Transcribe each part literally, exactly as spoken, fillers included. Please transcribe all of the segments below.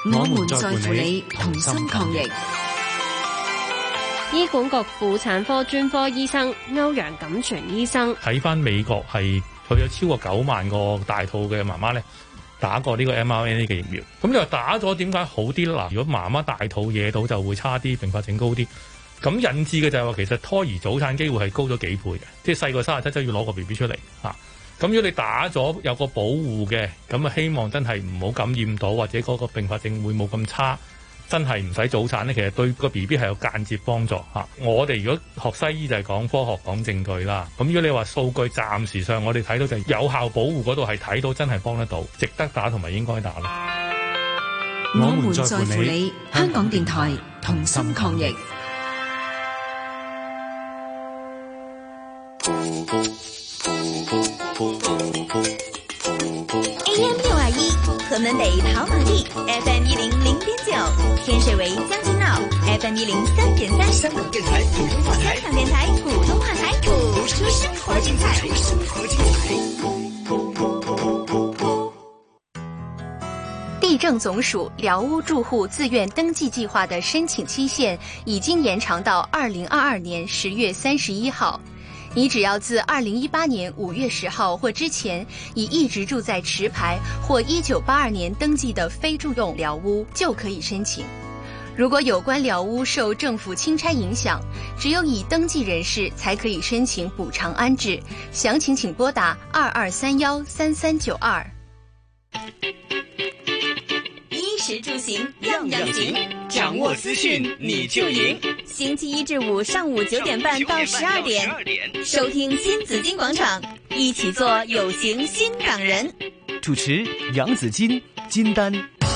我們在乎你，同心抗疫。 醫管局婦產科專科醫生歐陽錦泉醫生睇翻美國係佢有超過九萬個大肚嘅媽媽咧打過呢個 M R N A 嘅疫苗，咁你話打咗點解好啲啦？如果媽媽大肚惹到就會差啲，併發症高啲。咁引致嘅就係話其實胎兒早產機會係高咗幾倍嘅，即係細個三十七周要攞個 B B 出嚟嚇。咁如果你打咗有個保護嘅，咁啊希望真係唔好感染到，或者嗰個併發症會冇咁差，真係唔使早產咧。其實對個 B B 係有間接幫助嚇。我哋如果學西醫就係講科學講證據啦。咁如果你話數據暫時上我哋睇到就係有效保護嗰度係睇到真係幫得到，值得打同埋應該打啦。 我們在乎你，香港電台同心抗疫。 A M 六二一，河門北跑馬地 ，F M 一零零點九，天水圍將軍澳 ，F M 一零三點三，香港電台普通話台，香港電台普通話台，播出生活精彩，生活精彩。 地政總署寮屋住戶自願登記計劃的申請期限已經延長到二零二二年十月三十一號。你只要自二零一八年五月十號或之前已一直住在持牌或一九八二年登記的非住用寮屋，就可以申請。如果有關寮屋受政府清拆影響，只有已登記人士才可以申請補償安置。詳情請撥打二二三幺三三九二。 衣食住行樣樣行，掌握資訊你就贏。星期一至五上午九點半到十二點，收聽新紫荊廣場，一起做有型新港人。 主持楊紫荊、金丹。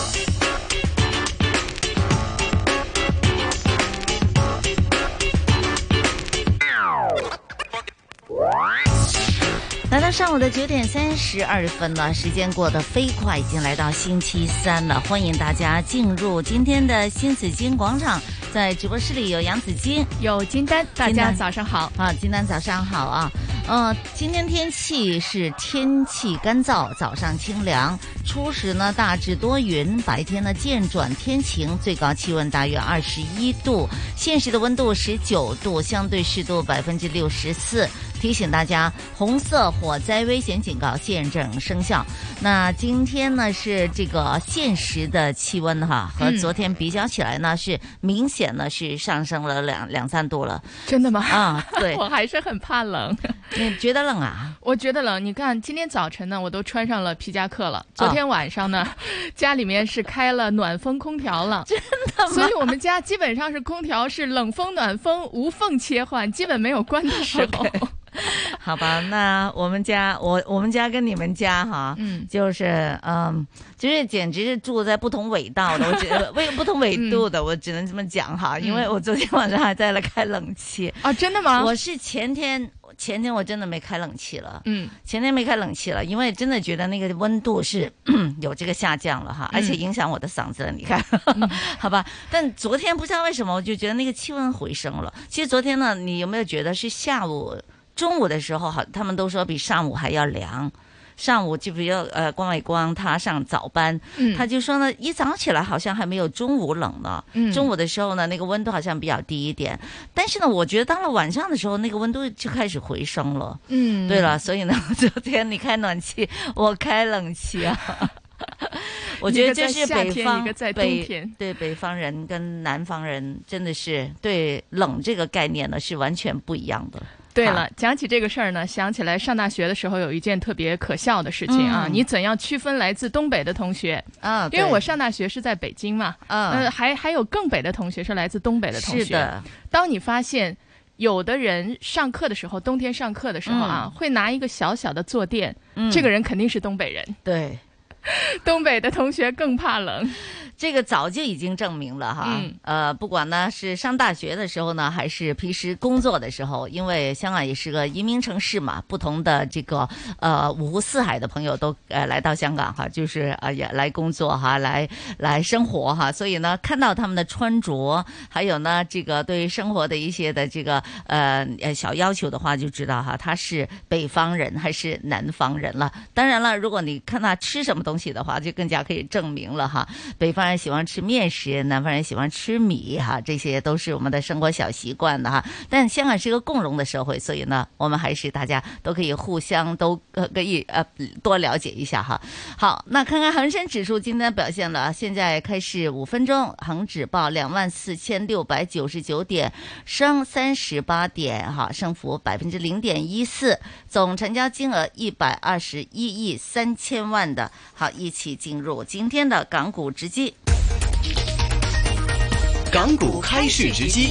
来到上午的九點三十二分了，時間過得飛快，已經來到星期三了。歡迎大家進入今天的新紫荊廣場，在直播室裏有楊紫荊， 有金丹，大家早上好啊！金丹早上好啊！呃，今天天氣是天氣乾燥，早上清涼，初時呢大致多雲，白天呢漸轉天晴，最高氣溫大約二十一度，現時的溫度十九度，相對濕度百分之六十四。提醒大家，紅色火災危險警告現正生效。那今天呢是這個現時的氣溫哈，和昨天比較起來呢，嗯、是明顯呢是上升了兩兩三度了。 真的嗎？ 啊，對， 我還是很怕冷。 你覺得冷啊？ 我覺得冷。你看今天早晨呢，我都穿上了皮夾克了。昨天晚上呢，哦、家裏面是開了暖風空調了。 真的嗎？ 所以我們家基本上是空調是冷風暖風無縫切換，基本沒有關的時候。Okay. 好吧，那我們家我我們家跟你們家哈，嗯，就是嗯，就是簡直是住在不同緯道的，我覺得為不同緯度的，嗯、我只能這麼講哈，因為我昨天晚上還在了開冷氣啊，真的嗎？ 我是前天前天我真的沒開冷氣了， 嗯， 前天沒開冷氣了，因為真的覺得那個溫度是有這個下降了哈，而且影響我的嗓子了，你看，嗯、好吧，但昨天不知道為什麼我就覺得那個氣溫回升了。其實昨天呢，你有沒有覺得是下午？中午的時候，好，他們都說比上午還要涼。上午就比如呃，關偉光他上早班，嗯，他就說呢，一早起來好像還沒有中午冷呢。嗯，中午的時候呢，那個溫度好像比較低一點。但是呢，我覺得到了晚上的時候，那個溫度就開始回升了。嗯，對了，所以呢，昨天你開暖氣，我開冷氣啊。我覺得這是北方北對北方人跟南方人真的是對冷這個概念呢是完全不一樣的。 對了，講起這個事兒呢，想起來上大學的時候有一件特別可笑的事情啊！嗯、你怎樣區分來自東北的同學啊？因為我上大學是在北京嘛，嗯、呃，還還有更北的同學是來自東北的同學。是的，當你發現有的人上課的時候，冬天上課的時候啊，嗯、會拿一個小小的坐墊，嗯、這個人肯定是東北人。對，東北的同學更怕冷。 這個早就已經證明了哈，嗯、呃，不管呢是上大學的時候呢，還是平時工作的時候，因為香港也是個移民城市嘛，不同的這個呃五湖四海的朋友都呃來到香港哈，就是呃也來工作哈，來來生活哈，所以呢看到他們的穿着，還有呢這個對生活的一些的這個呃呃小要求的話，就知道哈他是北方人還是南方人了。當然了，如果你看他吃什麼東西的話，就更加可以證明了哈，北方方人喜歡吃麵食，南方人喜歡吃米哈，這些都是我們的生活小習慣的哈。但香港是一個共融的社會，所以呢，我們還是大家都可以互相都可以呃多了解一下哈。好，那看看恒生指數今天表現了，現在開市五分鐘，恒指報兩萬四千六百九十九點，升三十八點哈，升幅百分之零點一四，總成交金額一百二十一億三千萬的。好，一起進入今天的港股直擊。 港股開市直擊。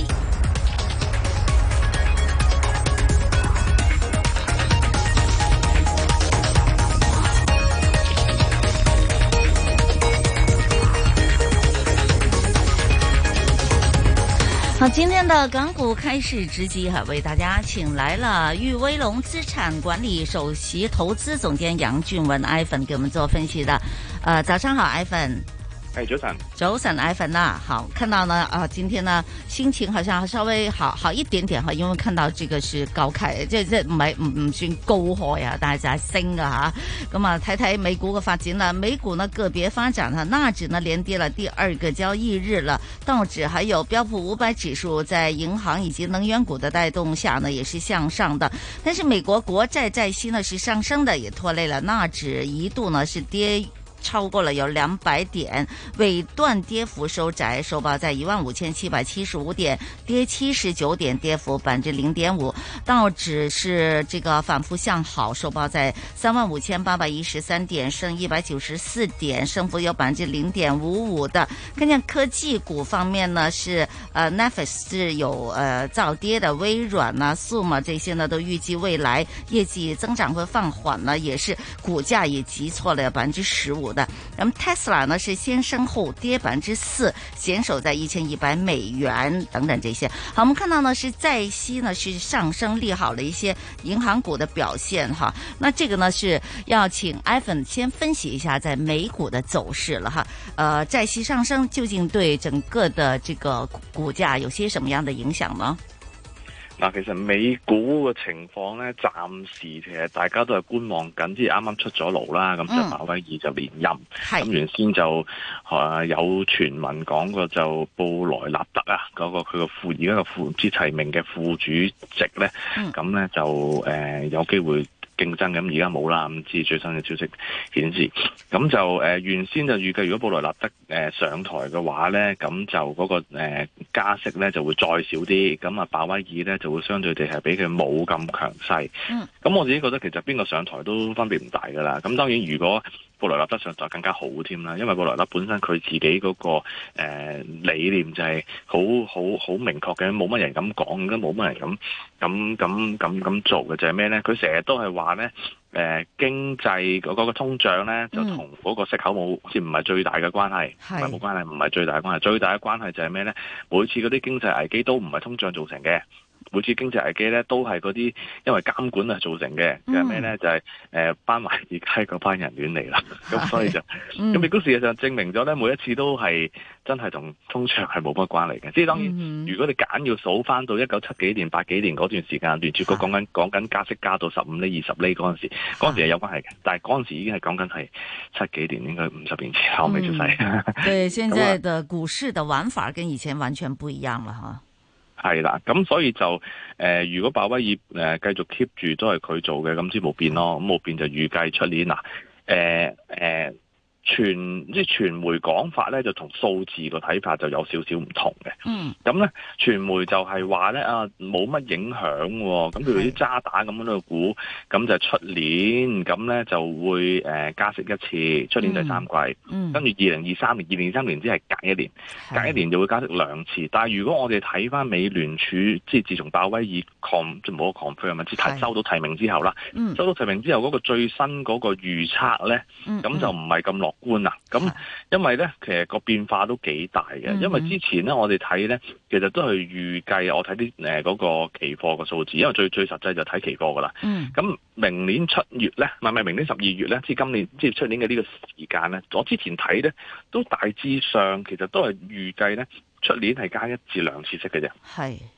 好，今天的港股開市直擊哈，為大家請來了裕威龍資產管理首席投資總監楊俊文 Ivan 給我們做分析的。呃，早上好 Ivan。 哎，早晨， 早晨 ，Ivan 啦，好，看到呢，啊，今天呢，心情好像稍微好好一點點哈，因為看到這個是高開，即係即係唔係唔唔算高開啊，但係就係升噶吓。咁啊，睇睇美股嘅發展啦，美股呢個別發展哈，納指呢連跌了第二個交易日了，道指還有標普五百指數在銀行以及能源股的帶動下呢，也是向上的。但是美國國債債息呢是上升的，也拖累了納指一度呢是跌超過了有兩百點，尾段跌幅收窄，收報在一萬五千七百七十五點，跌七十九點，跌幅百分之零點五。道指是這個反覆向好，收報在三萬五千八百一十三點，升一百九十四點，升幅有百分之零點五五的。看見科技股方面呢，是呃 Netflix 是有呃造跌的，微軟啊、Zoom 啊這些呢都預計未來業績增長會放緩呢，也是股價也急挫了百分之十五。咁 Tesla 呢是先升後跌百分之四，險守在一千一百美元等等這些。好，我們看到呢是債息呢是上升，利好了一些銀行股的表現哈。那這個呢是要請 Ivan 先分析一下在美股的走勢了哈。呃，債息上升究竟對整個的這個股價有些什麼樣的影響呢？ 嗱，其實美股嘅情況咧，暫時其實大家都係觀望緊，即係啱啱出咗爐啦，咁就鮑威爾就連任，咁、嗯、原先就、呃、有傳聞講過就布萊納德啊，嗰、那個佢個副而家個副之提名嘅副主席咧，咁、嗯、咧就誒、呃、有機會競爭，咁而家冇啦，咁知最新嘅消息顯示，咁就誒、呃、原先就預計如果布萊納德誒、呃、上台嘅話咧，咁就嗰、那個誒、呃、加息咧就會再少啲，咁啊鮑威爾咧就會相對地係比佢冇咁強勢。嗯，咁我自己覺得其實邊個上台都分別唔大噶啦。咁當然如果布萊納德上台更加好添啦，因為布萊納德本身佢自己嗰、那個誒、呃、理念就係好好好明確嘅，冇乜人咁講，都冇乜人咁咁咁咁咁做嘅，就係咩咧？佢成日都係話咧，誒、呃、經濟嗰個通脹咧就同嗰個息口冇，好似唔係最大嘅關係，唔係冇關係，唔係最大嘅關係，最大嘅關係就係咩咧？每次嗰啲經濟危機都唔係通脹造成嘅。每次經濟危機咧，都係嗰啲因為監管啊造成嘅，係咩咧？就係、是、誒、呃、班華爾街嗰班人亂嚟啦，咁所以就咁亦都事實上證明咗咧，每一次都係真係同通脹係冇乜關係嘅。即係當然，嗯、如果你揀要數翻到一九七幾年、八幾年嗰段時間，聯儲局講緊講緊加息加到十五厘、二十厘嗰陣時，嗰陣時係有關係嘅。但係嗰陣時已經係講緊係七幾年，應該五十年前我未出世。嗯、 對，現在的股市的玩法跟以前完全不一樣了哈。 係啦，咁所以就誒、呃，如果鮑威爾誒繼續 keep 住都係佢做嘅，咁先冇變咯。咁冇變就預計出年嗱，誒、呃、誒。呃傳即係傳媒講法咧，就同數字個睇法就有少少唔同嘅。嗯，咁咧傳媒就係話咧啊，冇乜影響喎。咁譬如啲渣打咁樣嘅股，咁就出年咁咧就會誒、呃、加息一次，出年第三季。嗯，跟住二零二三年，二零二三年只係隔一年，隔一年就會加息兩次。但係如果我哋睇翻美聯儲，即係自從鮑威爾 con 即係冇個 confirm 即係收到提名之後啦，嗯，收到提名之後嗰個最新嗰個預測咧，咁、嗯、就唔係咁落觀啊，咁因為咧，其實個變化都幾大嘅。因為之前咧，我哋睇咧，其實都係預計，我睇啲誒嗰個期貨個數字，因為最最實際就睇期貨噶啦。咁、嗯、明年七月咧，唔係唔係明年十二月咧，即係今年即係出年嘅呢個時間咧，我之前睇咧都大致上其實都係預計咧，出年係加一至兩次息嘅啫。係。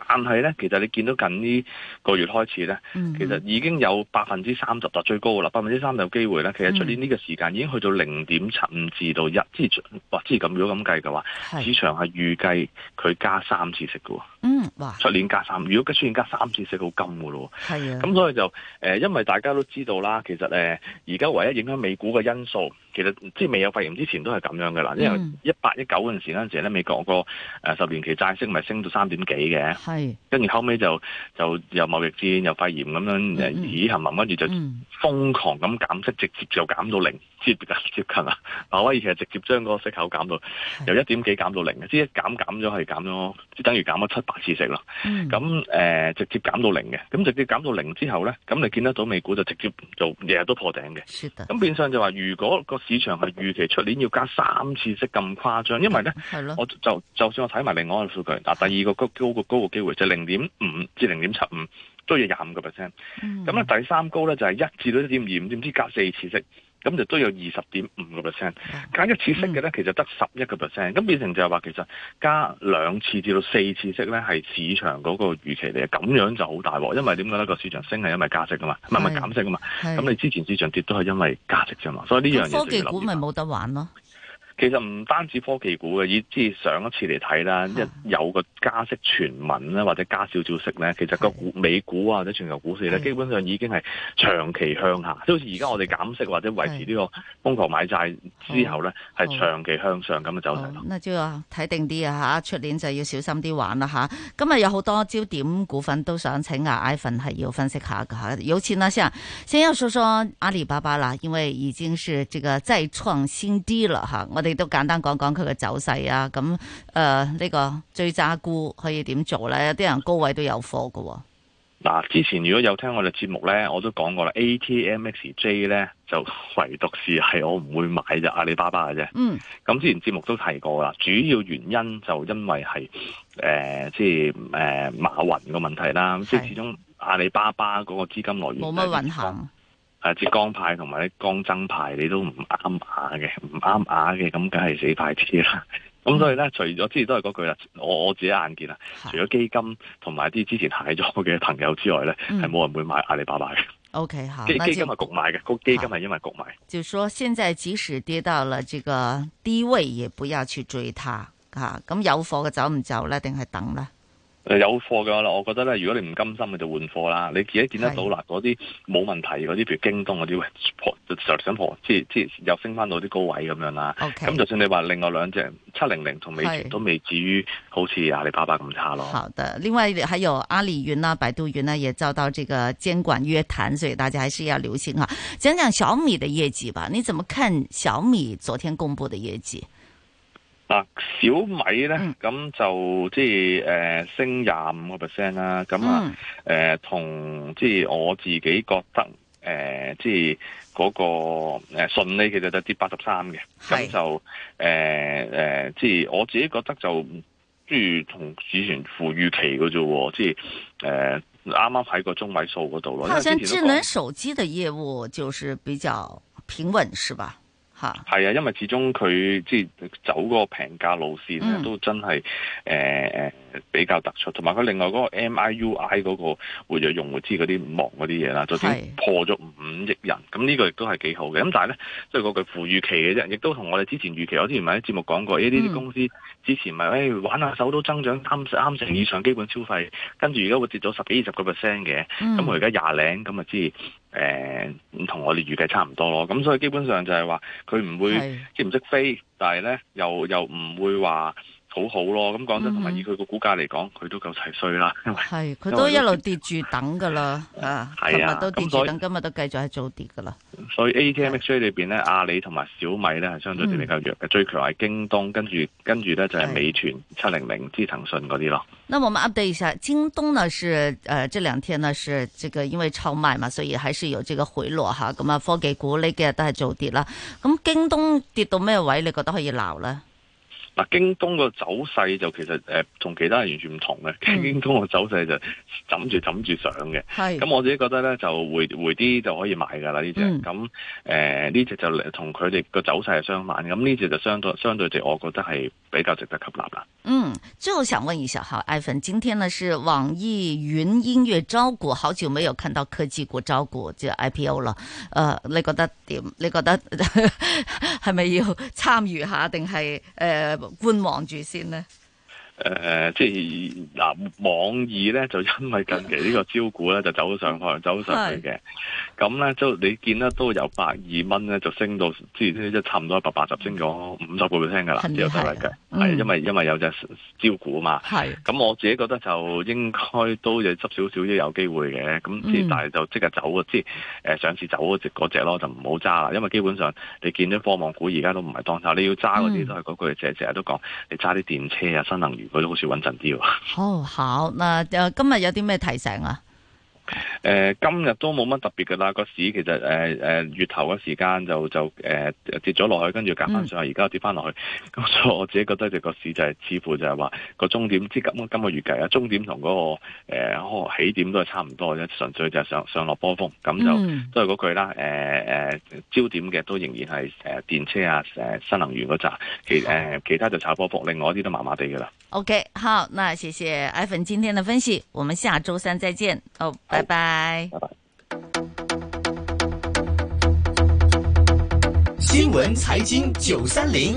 但係咧，其實你見到近呢個月開始咧， 嗯、 其實已經有百分之三十就最高噶啦，百分之三十有機會咧。其實出年呢個時間已經去到零點七五至到一，即係哇，即係咁如果咁計嘅話，市場係預計佢加三次息嘅。 嗯，哇！ 出年加三，如果出年加三次息好金嘅咯。 係啊。 咁所以就誒、呃，因為大家都知道啦，其實誒，而、呃、家唯一影響美股嘅因素，其實即係未有肺炎之前都係咁樣嘅啦。因為一八一九嗰陣時嗰陣時咧，美國個誒十年期債息咪升到三點幾嘅，係。跟住後尾就就又貿易戰又肺炎咁樣誒，咦冚冚，跟住就瘋狂咁減息，直接就減到零，接近接近啊！鮑威爾其實直接將嗰個息口減到由一點幾減到零嘅，即係一減減咗係減咗，即等於減咗七八次息啦。咁誒、嗯呃、直接減到零嘅，咁直接減到零之後咧，咁你見得到美股就直接就日日都破頂嘅。咁變相就話，如果個市場係預期出年要加三次息咁誇張，因為咧，我就就算我睇埋另外一個數據，嗱第二個高高個高個機會就零點五至零點七五，都要廿五個 percent。咁咧第三高咧就係一至到一點二五，點知加四次息。咁就都有二十點五個 percent，加一次息嘅咧，其實得十一個 percent，咁變成就係話其實加兩次至到四次息咧，係市場嗰個預期嚟嘅，咁樣就好大鑊，因為點解咧？個市場升係因為加息噶嘛，唔係唔係減息噶嘛，咁你之前市場跌都係因為加息啫嘛，所以呢樣嘢科技股咪冇得玩咯。 其實唔單止科技股嘅，以即係上一次嚟睇啦，一有個加息傳聞咧，或者加少少息咧，其實個股美股啊或者全球股市咧，基本上已經係長期向下，即好似而家我哋減息或者維持呢個瘋狂買債之後咧，係長期向上咁嘅走勢咯。 那就要睇定啲啊嚇，出年就要小心啲玩啦嚇。今日有好多焦點股份都想請阿 Ivan 係要分析下嘅嚇，尤其呢，像先要說說阿里巴巴啦，因為已經是這個再創新低了嚇，我哋。亦都簡單講講佢嘅走勢啊，咁誒呢個追揸股可以點做咧？有啲人高位都有貨㗎。 嗱，之前如果有聽我哋節目咧，我都講過啦 ，A T M X J 咧就唯獨是係我唔會買就阿里巴巴嘅啫。嗯，咁之前節目都提過啦，主要原因就因為係誒、呃、即係誒、呃、馬雲嘅問題啦。即係始終阿里巴巴嗰個資金來源冇乜運行。誒，浙江派同埋啲江增派，你都唔啱牙嘅，唔啱牙嘅，咁梗係死快啲啦。咁、嗯、所以咧，除咗之前都係嗰句啦，我我自己眼見啦，除咗基金同埋啲之前蟹咗嘅朋友之外咧，係、嗯、冇人會買阿里巴巴嘅。O、okay, K， 好，基基金係焗買嘅，個基金係因為焗買。就說現在即使跌到了這個低位，也不要去追它吓。咁有貨嘅走唔走咧，定係等咧？有貨嘅話，我覺得咧，如果你唔甘心嘅就換貨啦。你自己見得到啦，嗰啲冇問題嗰啲，譬如京東嗰啲，喂破就想破，即係即係又升翻到啲高位咁樣啦。咁、okay. 就算你話另外兩隻七零零同美團都未至於好似阿里巴巴咁差咯。好的，另外還有阿里雲啦、百度雲呢，也遭到這個監管約談，所以大家還是要留心哈。講講小米的業績吧，你怎麼看小米昨天公布的業績？嗱，小米咧，咁、嗯、就即係誒升廿五個 percent 啦，咁啊誒同即係我自己覺得誒、呃、即係嗰個誒順利其實就跌八十三嘅，咁就誒誒、呃、即係我自己覺得就即係同之前負預期嘅啫，即係誒啱啱喺個中位數嗰度咯。好像智能手機嘅業務就是比較平穩，是吧？係啊，因為始終佢即係走嗰個平價路線咧、嗯，都真係誒誒比較突出。同埋佢另外嗰個 M I U I 嗰個活躍用戶資嗰啲忙嗰啲嘢啦，就算破咗五億人，咁呢個亦都係幾好嘅。咁但係咧，即係嗰句負預期嘅啫，亦都同我哋之前預期。我之前咪喺節目講過，呢啲公司之前咪誒、哎、玩下手都增長三三成以上基本消費，跟住而家會跌咗十幾二十個 percent 嘅。咁我而家廿零，咁啊知。誒，唔同我哋預計差唔多咯，咁所以基本上就係話佢唔會即係唔識飛，但係咧又又唔會話好好咯。咁講真，同埋以佢個股價嚟講，佢都夠齊衰啦。係，佢都一路跌住等噶啦，啊，係啊，都跌住等，今日都繼續係做跌噶啦。所以 A T M X J 裏邊咧，阿里同埋小米咧係相對地比較弱嘅，最強係京東，跟住跟住咧就係美團、七零零、之騰訊嗰啲咯。那我們 update 一下，京東呢是，呃，這兩天呢是這個因為超賣嘛，所以還是有這個回落哈。咁啊，科技股呢幾日都係做跌啦。咁京東跌到咩位，你覺得可以撈咧？ 嗱，京東個走勢就其實誒同、呃、其他人完全唔同嘅，嗯、京東個走勢就枕住枕住上嘅。係，咁我自己覺得咧就回回啲就可以買㗎啦呢隻。咁誒呢隻就同佢哋個走勢係相反，咁呢隻就相對相對地，我覺得係比較值得吸納啦。 嗯，最後想問一下哈，Ivan，今天呢是網易雲音樂招股，好久沒有看到科技股招股就 I P O 啦。誒、呃，你覺得點？你覺得係咪要參與下，定係誒觀望住先呢？ 誒、呃，即係嗱，網易咧就因為近期呢個招股咧就走咗上去，走咗上去嘅。咁咧就你見得都由百二蚊咧就升到，即係即差唔多一百八十，升咗五十個 percent 噶啦，之後嚟嘅。係因為因為有隻招股啊嘛。係。咁我自己覺得就應該都有執少少都有機會嘅。咁即係但係就即刻走啊！即係誒上次走嗰隻嗰隻咯，就唔好揸啦。因為基本上你見到科網股而家都唔係當炒，你要揸嗰啲都係嗰句，成成日都講，你揸啲電車啊、新能源。佢都好似穩陣啲喎。好，好，嗱，誒，今日有啲咩提醒啊？誒、呃，今日都冇乜特別噶啦，個市其實誒誒、呃、月頭嘅時間就就誒、呃、跌咗落去，跟住夾翻上去，而家跌翻落去。咁、嗯、所以我自己覺得隻個市就係、是、似乎就係話個終點，即係今今個月計啊，終點同嗰、那個誒、呃、起點都係差唔多嘅，純粹就係上上落波幅。咁就、嗯、都係嗰句啦。誒、呃、誒，焦點嘅都仍然係誒電車啊，誒新能源嗰扎，其誒、呃、其他就炒波幅，另外一啲都麻麻地噶啦。OK， 好，那謝謝 Ivan 今天的分析，我們下周三再見。哦，拜拜。拜拜。 新聞財經九三零，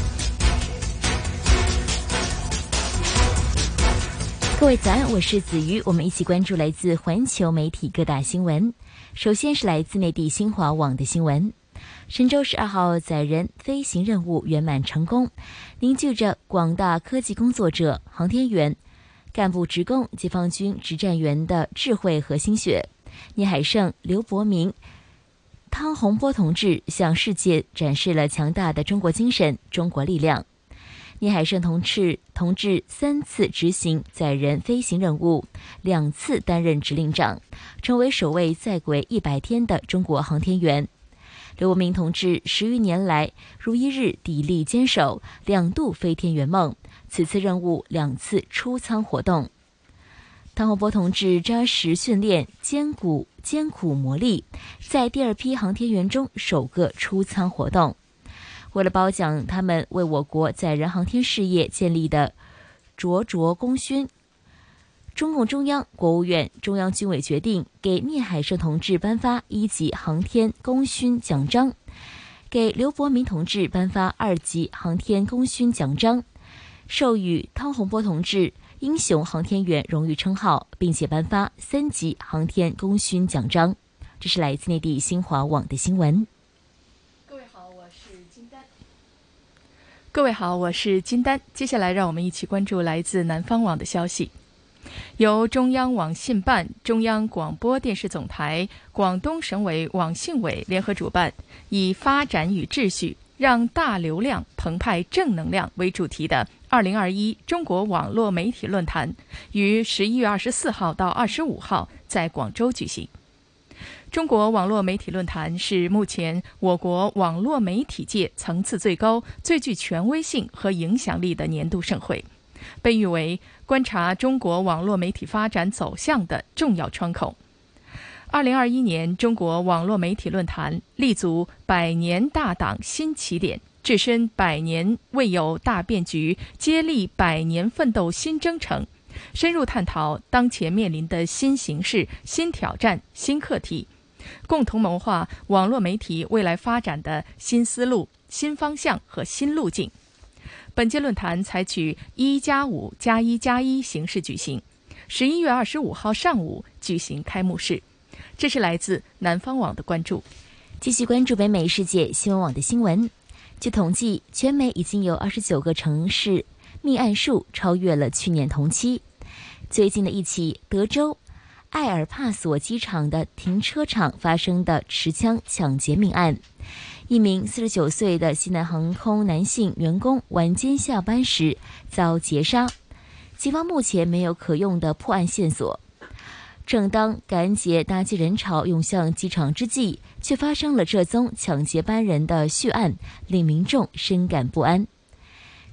各位早安，我是子瑜，我們一起關注來自環球媒體各大新聞。首先是來自內地新華網的新聞。神舟十二號載人飛行任務圓滿成功，凝聚着廣大科技工作者、航天員、幹部職工、解放軍執戰員的智慧和心血。聶海勝、劉伯明、湯洪波同志向世界展示了強大的中國精神、中國力量。聶海勝同志同志三次執行載人飛行任務，兩次擔任指令長，成為首位在軌一百天的中國航天員。劉伯明同志十餘年來如一日砥礪堅守，兩度飛天圓夢，此次任務兩次出艙活動。湯洪波同志扎實訓練，艱苦艱苦磨礪，在第二批航天員中首個出艙活動。為了褒獎他們為我國載人航天事業建立的卓卓功勳，中共中央、國務院、中央軍委決定給聶海勝同志頒發一級航天功勳獎章，給劉伯明同志頒發二級航天功勳獎章，授予湯洪波同志英雄航天員榮譽稱號，並且頒發三級航天功勳獎章。這是來自內地新華網的新聞。 各位好，我是金丹。各位好，我是金丹。接下來讓我們一起關注來自南方網的消息。由中央網信辦、中央廣播電視總台、廣東省委網信委聯合主辦，以發展與秩序，讓大流量澎湃正能量為主題的二零二一中國網絡媒體論壇，於十一月二十四號到二十五號在廣州舉行。中國網絡媒體論壇是目前我國網絡媒體界層次最高、最具權威性和影響力的年度盛會，被譽為觀察中國網絡媒體發展走向的重要窗口。二零二一年中國網絡媒體論壇立足百年大黨新起點，置身百年未有大變局，接力百年奮鬥新征程，深入探討當前面臨的新形勢、新挑戰、新課題，共同謀劃網絡媒體未來發展的新思路、新方向和新路徑。本屆論壇採取一加五加一加一形式舉行，十一月二十五號上午舉行開幕式。這是來自南方網的關注。 繼續關注北美世界新聞網的新聞。據統計，全美已經有二十九個城市命案數超越了去年同期。最近的一起德州埃爾帕索機場的停車場發生的持槍搶劫命案。一名四十九歲的西南航空男性員工晚間下班時遭劫殺，警方目前沒有可用的破案線索。正當趕劫搭機人潮湧向機場之際，卻發生了這宗搶劫班人的血案，令民眾深感不安。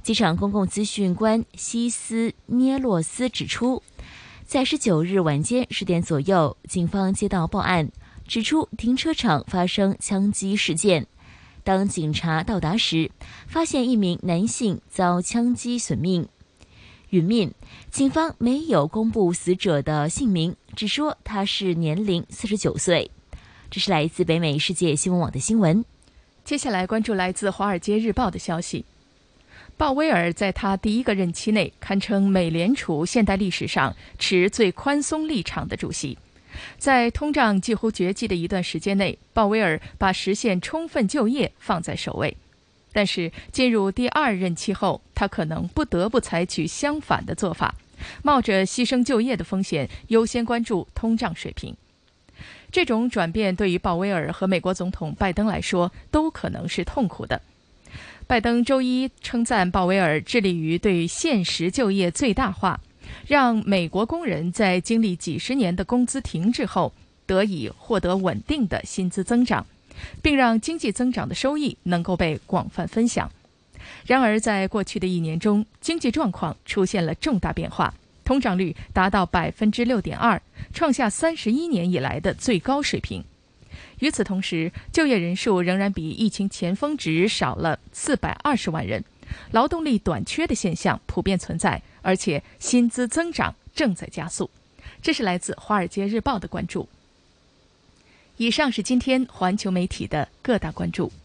机场公共资讯官西斯涅洛斯指出，在十九日晚间十点左右，警方接到报案，指出停车场发生枪击事件。当警察到达时，发现一名男性遭枪击损命。殒命，警方没有公布死者的姓名，只说他是年龄四十九岁。这是来自北美世界新闻网的新闻。 接下来关注来自《华尔街日报》的消息。鲍威尔在他第一个任期内堪称美联储现代历史上持最宽松立场的主席。在通胀几乎绝迹的一段时间内，鲍威尔把实现充分就业放在首位。但是进入第二任期后，他可能不得不采取相反的做法，冒着牺牲就业的风险，优先关注通胀水平。这种转变对于鲍威尔和美国总统拜登来说都可能是痛苦的。拜登周一称赞鲍威尔致力于对现实就业最大化，让美国工人在经历几十年的工资停滞后得以获得稳定的薪资增长，并让经济增长的收益能够被广泛分享。然而在过去的一年中，经济状况出现了重大变化，通胀率达到 百分之六点二， 创下三十一年以来的最高水平。与此同时，就业人数仍然比疫情前峰值少了四百二十万人，劳动力短缺的现象普遍存在，而且薪资增长正在加速。这是来自《华尔街日报》的关注。以上是今天环球媒体的各大关注。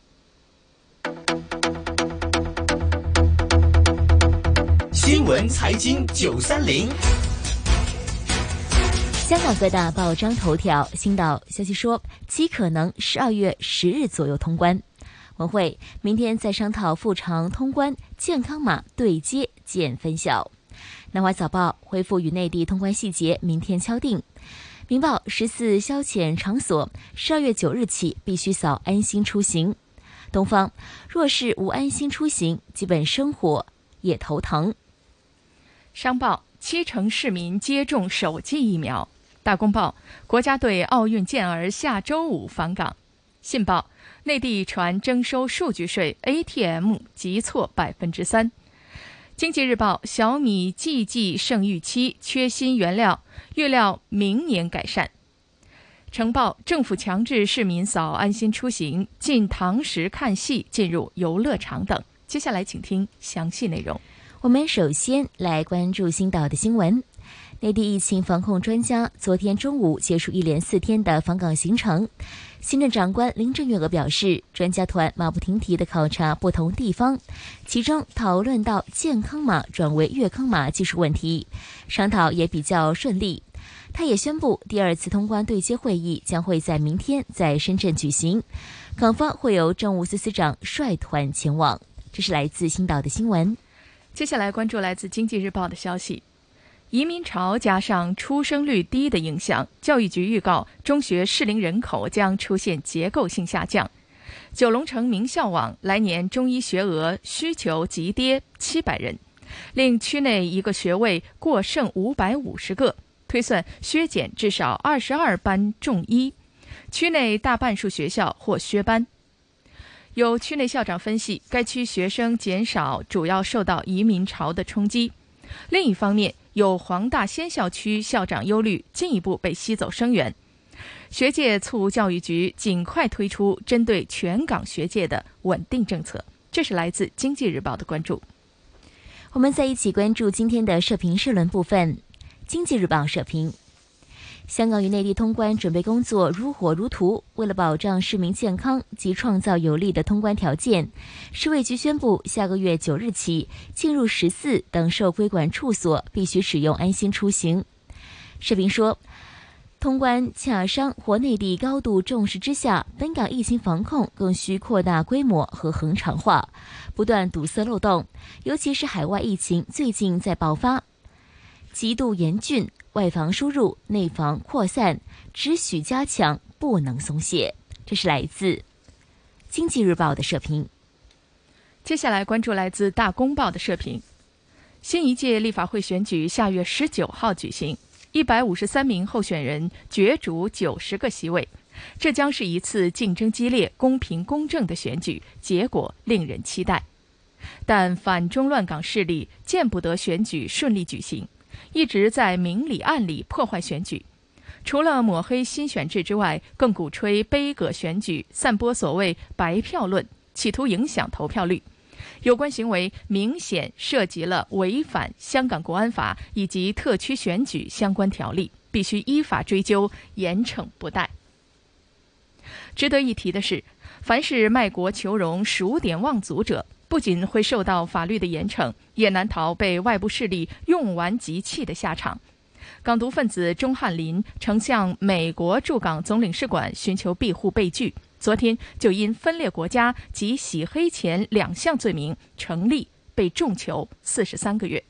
新闻财经九三零。 香港各大报章头条，星岛消息说，极可能十二月十日左右通关。文汇明天再商讨复常通关，健康码对接见分晓。南华早报恢复与内地通关细节，明天敲定。明报十四消遣场所十二月九日起必须扫安心出行。东方若是无安心出行，基本生活也头疼。 商报七成市民接种首剂疫苗。大公报国家队奥运健儿下周五访港。信报内地传征收数据税 A T M 急挫百分之三。经济日报小米季季胜预期，缺芯原料，预料明年改善。成报政府强制市民扫安心出行，进堂食看戏，进入游乐场等。接下来请听详细内容。 我们首先来关注星岛的新闻。内地疫情防控专家昨天中午结束一连四天的访港行程。行政长官林郑月娥表示，专家团马不停蹄地考察不同地方，其中讨论到健康码转为粤康码技术问题，商讨也比较顺利。他也宣布，第二次通关对接会议将会在明天在深圳举行，港方会由政务司司长率团前往。这是来自星岛的新闻。 接下来关注来自经济日报的消息。移民潮加上出生率低的影响，教育局预告中学适龄人口将出现结构性下降。九龙城名校网来年中医学额需求急跌七百人，令区内一个学位过剩五百五十个，推算削减至少二十二班中医，区内大半数学校或削班。有区内校长分析，该区学生减少主要受到移民潮的冲击。另一方面，有黄大仙校区校长忧虑进一步被吸走生源。学界促教育局尽快推出针对全港学界的稳定政策。这是来自经济日报的关注。 我们再一起关注今天的社评社论部分。经济日报社评，香港与内地通关准备工作如火如荼，为了保障市民健康及创造有利的通关条件，市卫局宣布下个月九日起，进入十四等受规管处所必须使用安心出行。社评说，通关洽商或内地高度重视之下，本港疫情防控更需扩大规模和恒常化，不断堵塞漏洞，尤其是海外疫情最近在爆发，极度严峻，外防输入，内防扩散，只许加强，不能松懈。这是来自经济日报的社评。 接下来关注来自大公报的社评。新一届立法会选举下月十九号举行，一百五十三名候选人角逐九十个席位，这将是一次竞争激烈、公平公正的选举，结果令人期待。 但反中乱港势力见不得选举顺利举行，一直在明里暗里破坏选举。除了抹黑新选制之外，更鼓吹杯葛选举，散播所谓白票论，企图影响投票率。有关行为明显涉及了违反香港国安法以及特区选举相关条例，必须依法追究，严惩不贷。值得一提的是，凡是卖国求荣、数典忘祖者，不仅会受到法律的严惩，也难逃被外部势力用完即弃的下场。港独分子钟汉林曾向美国驻港总领事馆寻求庇护被拒，昨天就因分裂国家及洗黑钱两项罪名成立，被重囚四十三个月。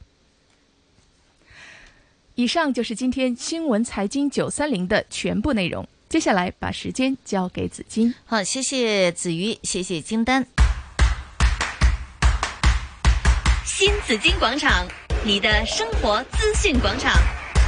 以上就是今天新闻财经九三零的全部内容。接下来把时间交给子金。 好，谢谢子瑜，谢谢金丹。 新紫金广场，你的生活资讯广场。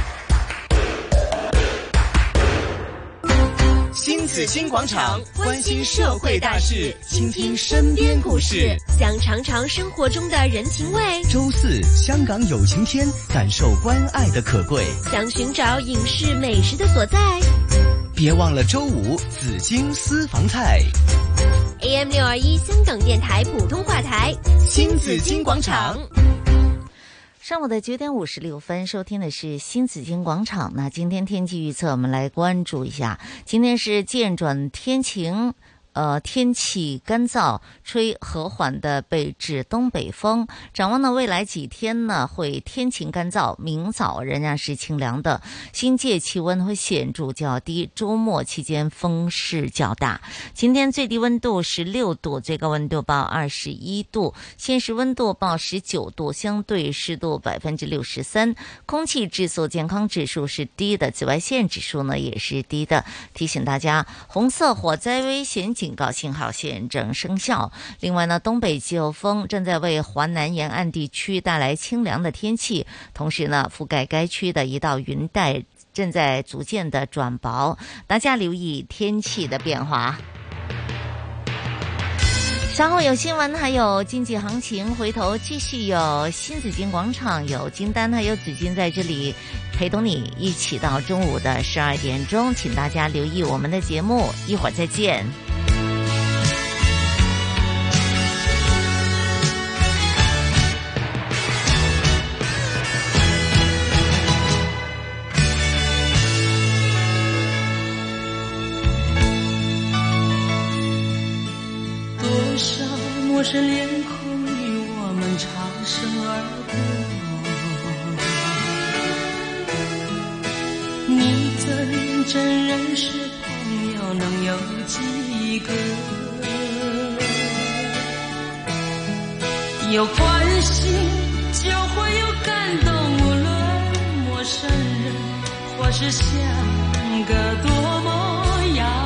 新紫金广场，关心社会大事，倾听身边故事， 想尝尝生活中的人情味。 周四，香港有晴天，感受关爱的可贵。 想寻找影视美食的所在。 别忘了周五紫金私房菜。 A M 六二一香港电台普通话台， 新紫金广场。 上午的九点五十六分，收听的是新紫金广场。那今天天气预测，我们来关注一下。今天是渐转天晴。呃，天气干燥，吹和缓的北至东北风。展望呢，未来几天呢会天晴干燥，明早仍然是清凉的，新界气温会显著较低，周末期间风势较大。今天最低温度十六度，最高温度报二十一度，现时温度报十九度，相对湿度百分之六十三，空气质素健康指数是低的，紫外线指数呢也是低的。提醒大家，红色火灾危险警告信号现正生效。另外呢，东北季候风正在为华南沿岸地区带来清凉的天气，同时呢，覆盖该区的一道云带正在逐渐的转薄，大家留意天气的变化。稍后有新闻，还有经济行情，回头继续有新紫金广场，有金丹还有紫金在这里陪同你一起到中午的十二点钟，请大家留意我们的节目，一会儿再见。 陌生脸孔与我们擦身而过，你真正认识朋友能有几个？有关心就会有感动，无论陌生人或是相隔多么遥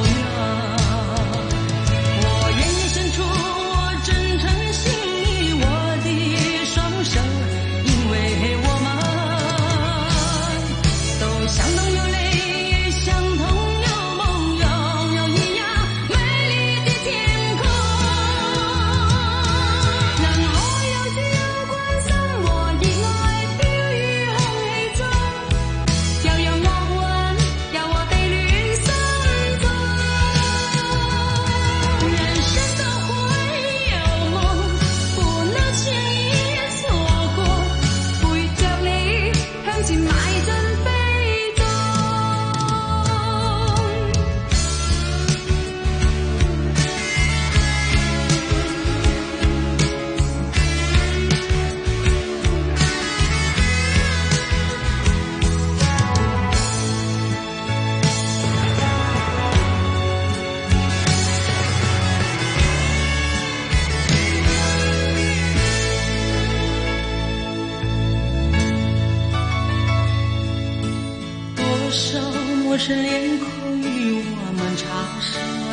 陌生脸孔与我们擦身而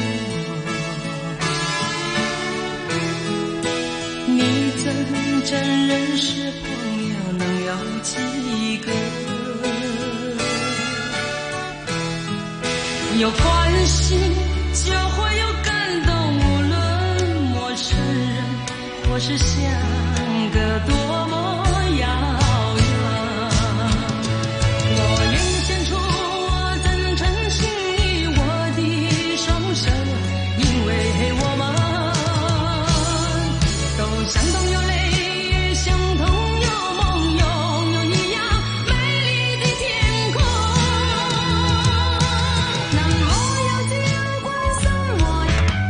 过，你真正认识朋友能有几个？有关心就会有感动，无论陌生人或或是相隔多么遥远。我愿献出我真诚心意，我的双手，因为我们都相同有泪，相同有梦，拥有一样美丽的天空。让我有自由欢送我。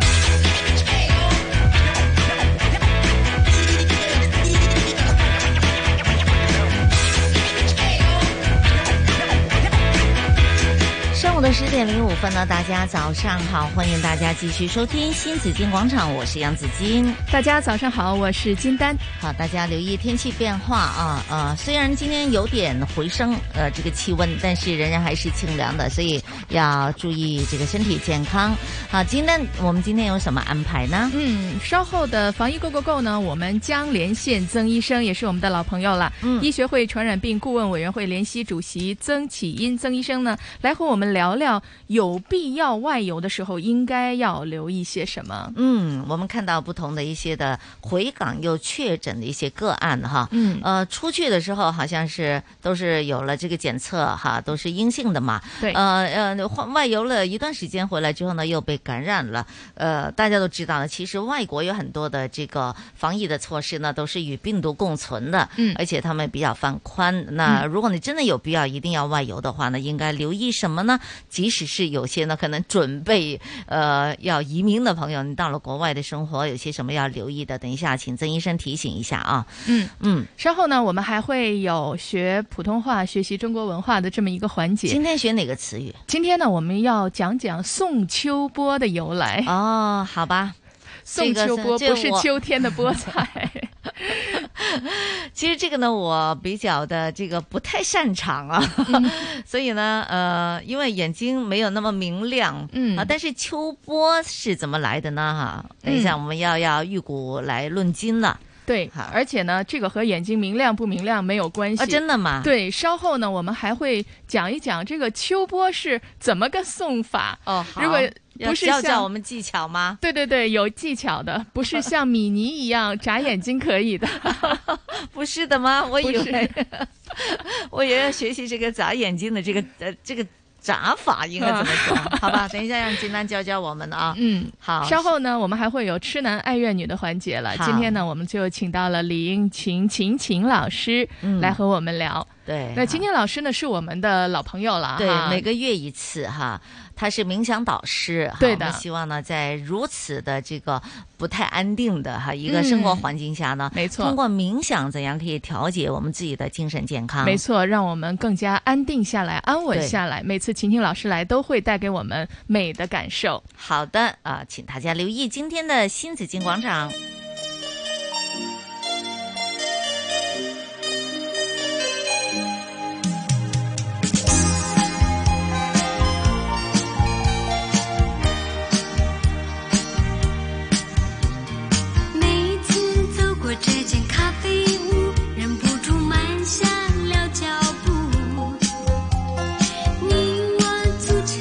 上午的十点零五分呢，大家早上好，欢迎大家继续收听新紫金广场，我是杨紫金。 大家早上好，我是金丹。 好，大家留意天气变化啊，呃，虽然今天有点回升，呃，这个气温，但是仍然还是清凉的，所以要注意这个身体健康。好，金丹，我们今天有什么安排呢？ 嗯，稍后的防疫 Go Go Go 呢，我们将连线曾医生，也是我们的老朋友了。嗯，医学会传染病顾问委员会联席主席曾启殷曾医生呢，来和我们聊聊有必要外游的时候应该要留意些什么。 嗯，我们看到不同的一些的回港又确诊的一些个案哈。嗯，呃，出去的时候好像是都是有了这个检测哈，都是阴性的嘛。 对。 呃呃，外游了一段时间回来之后呢，又被感染了。呃，大家都知道呢，其实外国有很多的这个防疫的措施呢，都是与病毒共存的。嗯。而且他们比较放宽。那如果你真的有必要一定要外游的话呢，应该留意什么呢？即使是有些呢可能准备呃要移民的朋友，你到了国外的生活，有些什么要留意的？等一下，请曾医生提醒一下啊。 嗯嗯，稍后呢，我们还会有学普通话、学习中国文化的这么一个环节。 今天学哪个词语？ 今天呢，我们要讲讲宋秋波的由来。 哦，好吧。 宋秋波不是秋天的菠菜。 其实这个呢，我比较的这个不太擅长啊，嗯、所以呢，呃，因为眼睛没有那么明亮，嗯啊，但是秋波是怎么来的呢？哈，等一下我们要要预估来论斤了。 对，而且呢，这个和眼睛明亮不明亮没有关系啊，真的吗？ 对，稍后呢，我们还会讲一讲这个秋波是怎么个送法。 哦，好。 如果不是要教我们技巧吗？ 对对对，有技巧的，不是像米妮一样眨眼睛可以的。 不是的吗？我以为，我也要学习这个眨眼睛的这个呃这个。眨法应该怎么说？好吧，等一下让金丹教教我们啊。 嗯， 好。 稍后呢，我们还会有痴男爱怨女的环节了。今天呢，我们就请到了李英琴琴琴老师来和我们聊。 嗯、对， 那琴琴老师呢是我们的老朋友了。 对，每个月一次哈。他是冥想导师， 对的。 我们希望呢，在如此的这个不太安定的哈一个生活环境下呢， 嗯、没错， 通过冥想怎样可以调节我们自己的精神健康？ 没错，让我们更加安定下来、安稳下来。每次琴琴老师来，都会带给我们美的感受。 好的啊、呃，请大家留意今天的新紫金广场。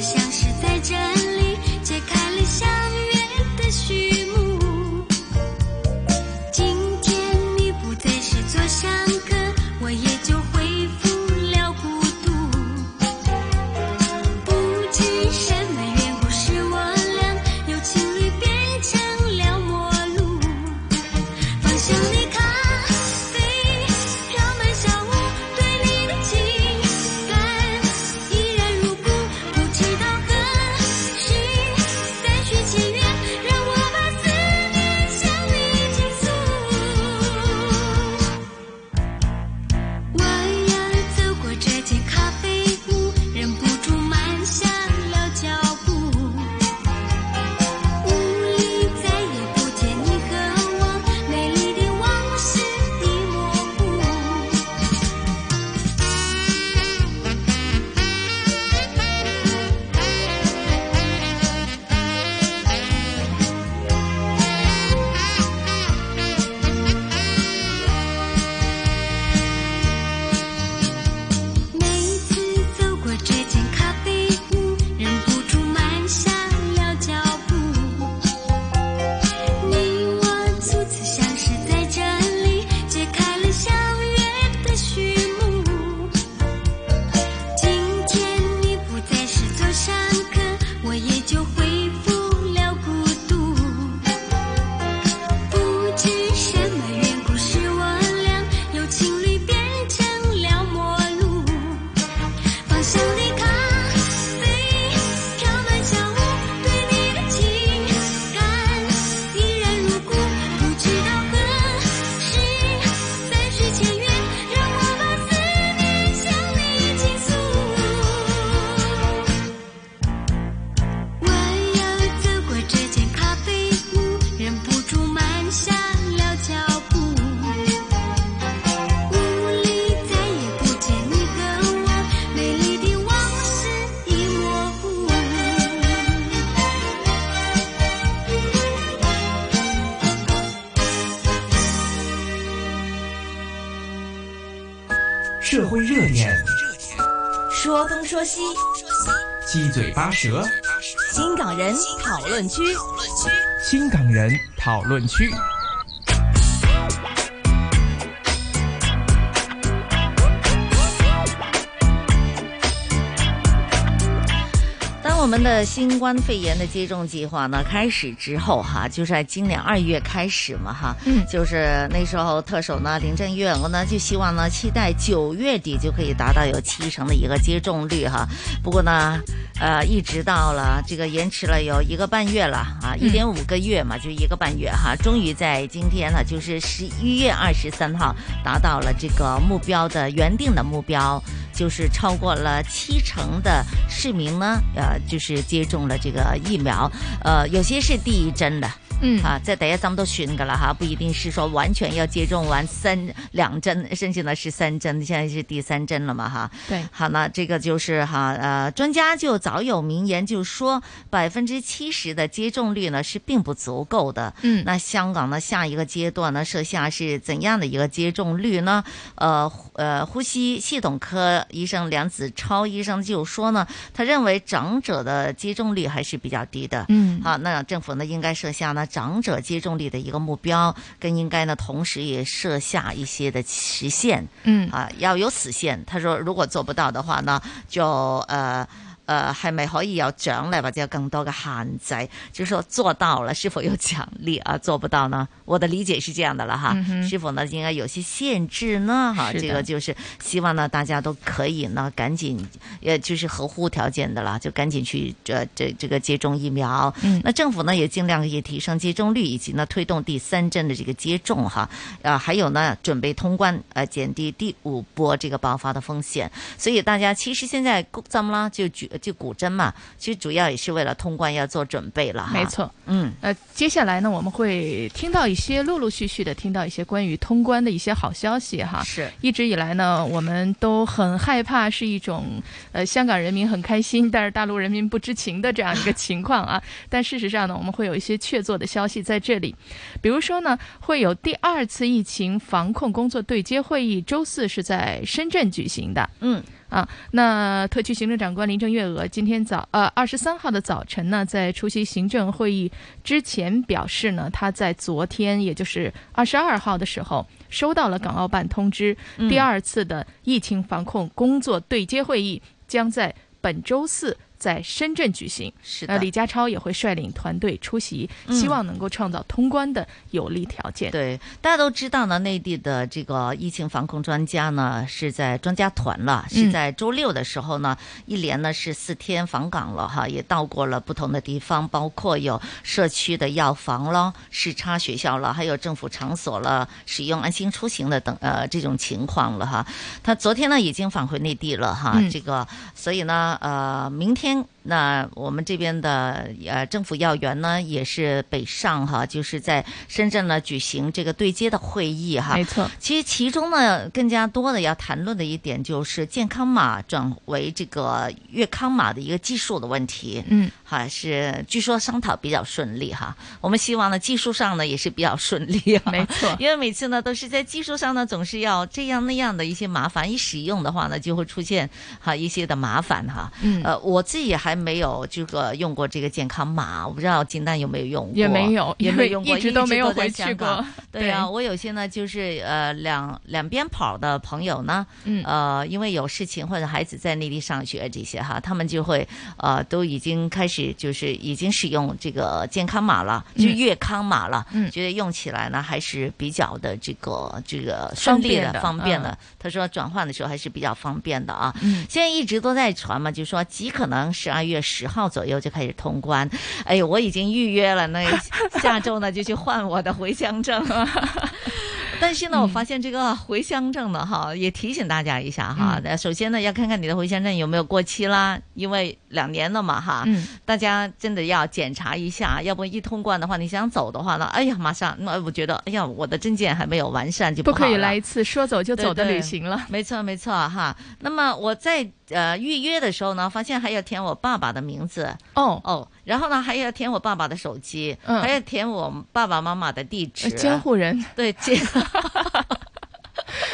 这里揭开了相约的序幕。 社会热点， 说东说西， 七嘴八舌， 新港人讨论区， 新港人讨论区。 我们的新冠肺炎的接种计划呢开始之后哈，就是在今年二月开始嘛哈，嗯，就是那时候特首呢林郑月娥呢就希望呢期待九月底就可以达到有七成的一个接种率哈。不过呢，呃，一直到了这个延迟了有一个半月了啊，一点五个月嘛，就一个半月哈，终于在今天呢，就是十一月二十三号达到了这个目标的原定的目標。就是超過了七成的市民呢，呃，就是接種了這個疫苗，呃，有些是第一針的。嗯啊，在第一針都算噶啦哈，不一定是說完全要接種完三兩針，甚至呢是三針，現在是第三針了嘛哈。對，好，那這個就是哈，呃，專家就早有明言，就說百分之七十的接種率呢是並不足夠的。嗯，那香港呢下一個階段呢設下是怎樣的一個接種率呢？呃呃，呼吸系統科醫生梁子超醫生就說呢，他認為長者的接種率還是比較低的。嗯，好，那政府呢應該設下呢長者接種率的一個目標，更應該呢同時也設下一些的時限。嗯，啊，要有死線。他說如果做不到的話呢，就呃呃係咪可以有獎勵或者有更多嘅限制？就是說做到了是否有獎勵啊？做不到呢？我的理解是這樣的了哈。嗯、是否呢應該有些限制呢？哈，這個就是希望呢大家都可以呢趕緊，呃，就是合乎條件的啦，就趕緊去這這這個接種疫苗。嗯，那政府呢也盡量可以提升接種率，以及呢推動第三針的這個接種哈。啊，還有呢準備通關，呃，減低第五波這個爆發的風險。所以大家其實現在谷針啦，就就古箏嘛，其實主要也是為了通關要做準備了哈。沒錯，嗯， 呃，接下來呢，我們會聽到一些陸陸續續的聽到一些關於通關的一些好消息哈。是，一直以來呢，我們都很害怕是一種，呃，香港人民很開心，但是大陸人民不知情的這樣一個情況啊。但事實上呢，我們會有一些確鑿的消息在這裡，比如說呢，會有第二次疫情防控工作對接會議，週四是在深圳舉行的。嗯。啊，那特區行政長官林鄭月娥今天早呃二十三號的早晨呢，在出席行政會議之前表示呢，他在昨天也就是二十二號的時候收到了港澳辦通知，嗯、第二次的疫情防控工作對接會議將在本週四在深圳舉行。是的，李家超也會率領團隊出席，希望能夠創造通關的有利條件。嗯、對，大家都知道呢，內地的這個疫情防控專家呢是在專家團了，是在周六的時候呢，嗯、一連呢是四天訪港了哈，也到過了不同的地方，包括有社區的藥房了、視察學校了，還有政府場所了，使用安心出行的等呃這種情況了哈。他昨天呢已經返回內地了哈，嗯、這個所以呢呃明天。那我們這邊的呃政府要員呢，也是北上哈，就是在深圳呢舉行這個對接的會議哈。沒錯，其實其中呢更加多的要談論的一點就是健康碼轉為這個粵康碼的一個技術的問題。嗯，還是據說商討比較順利哈。我們希望呢技術上呢也是比較順利哈。沒錯，因為每次呢都是在技術上呢總是要這樣那樣的一些麻煩，一使用的話呢就會出現哈一些的麻煩哈。嗯，呃我自己還沒有這個用過這個健康碼，我不知道金丹有沒有用過？ 也沒有， 也沒有用過， 一直都沒有回去過。 對啊，我有些呢就是呃兩兩邊跑的朋友呢，嗯，呃因為有事情或者孩子在內地上學這些哈，他們就會呃都已經開始就是已經使用這個健康碼了，就粵康碼了，嗯，覺得用起來呢還是比較的這個這個順利的、方便的。他說轉換的時候還是比較方便的啊。嗯，現在一直都在傳嘛，就說極可能十二月十號左右就開始通關。哎呦，我已經預約了，那下周呢就去換我的回鄉證。但是呢，我發現這個回鄉證呢，哈，也提醒大家一下哈。嗯、首先呢，要看看你的回鄉證有沒有過期啦，因為兩年了嘛，哈。嗯。大家真的要檢查一下，要不一通關的話，你想走的話呢，哎呀，馬上，那我覺得，哎呀，我的證件還沒有完善就不好了。 不可以來一次說走就走的旅行了。 對對沒錯，沒錯哈。那麼我在呃預約的時候呢，發現還要填我爸爸的名字。哦哦。然後呢，還要填我爸爸的手機，嗯、還要填我爸爸媽媽的地址。 監護人。對，監。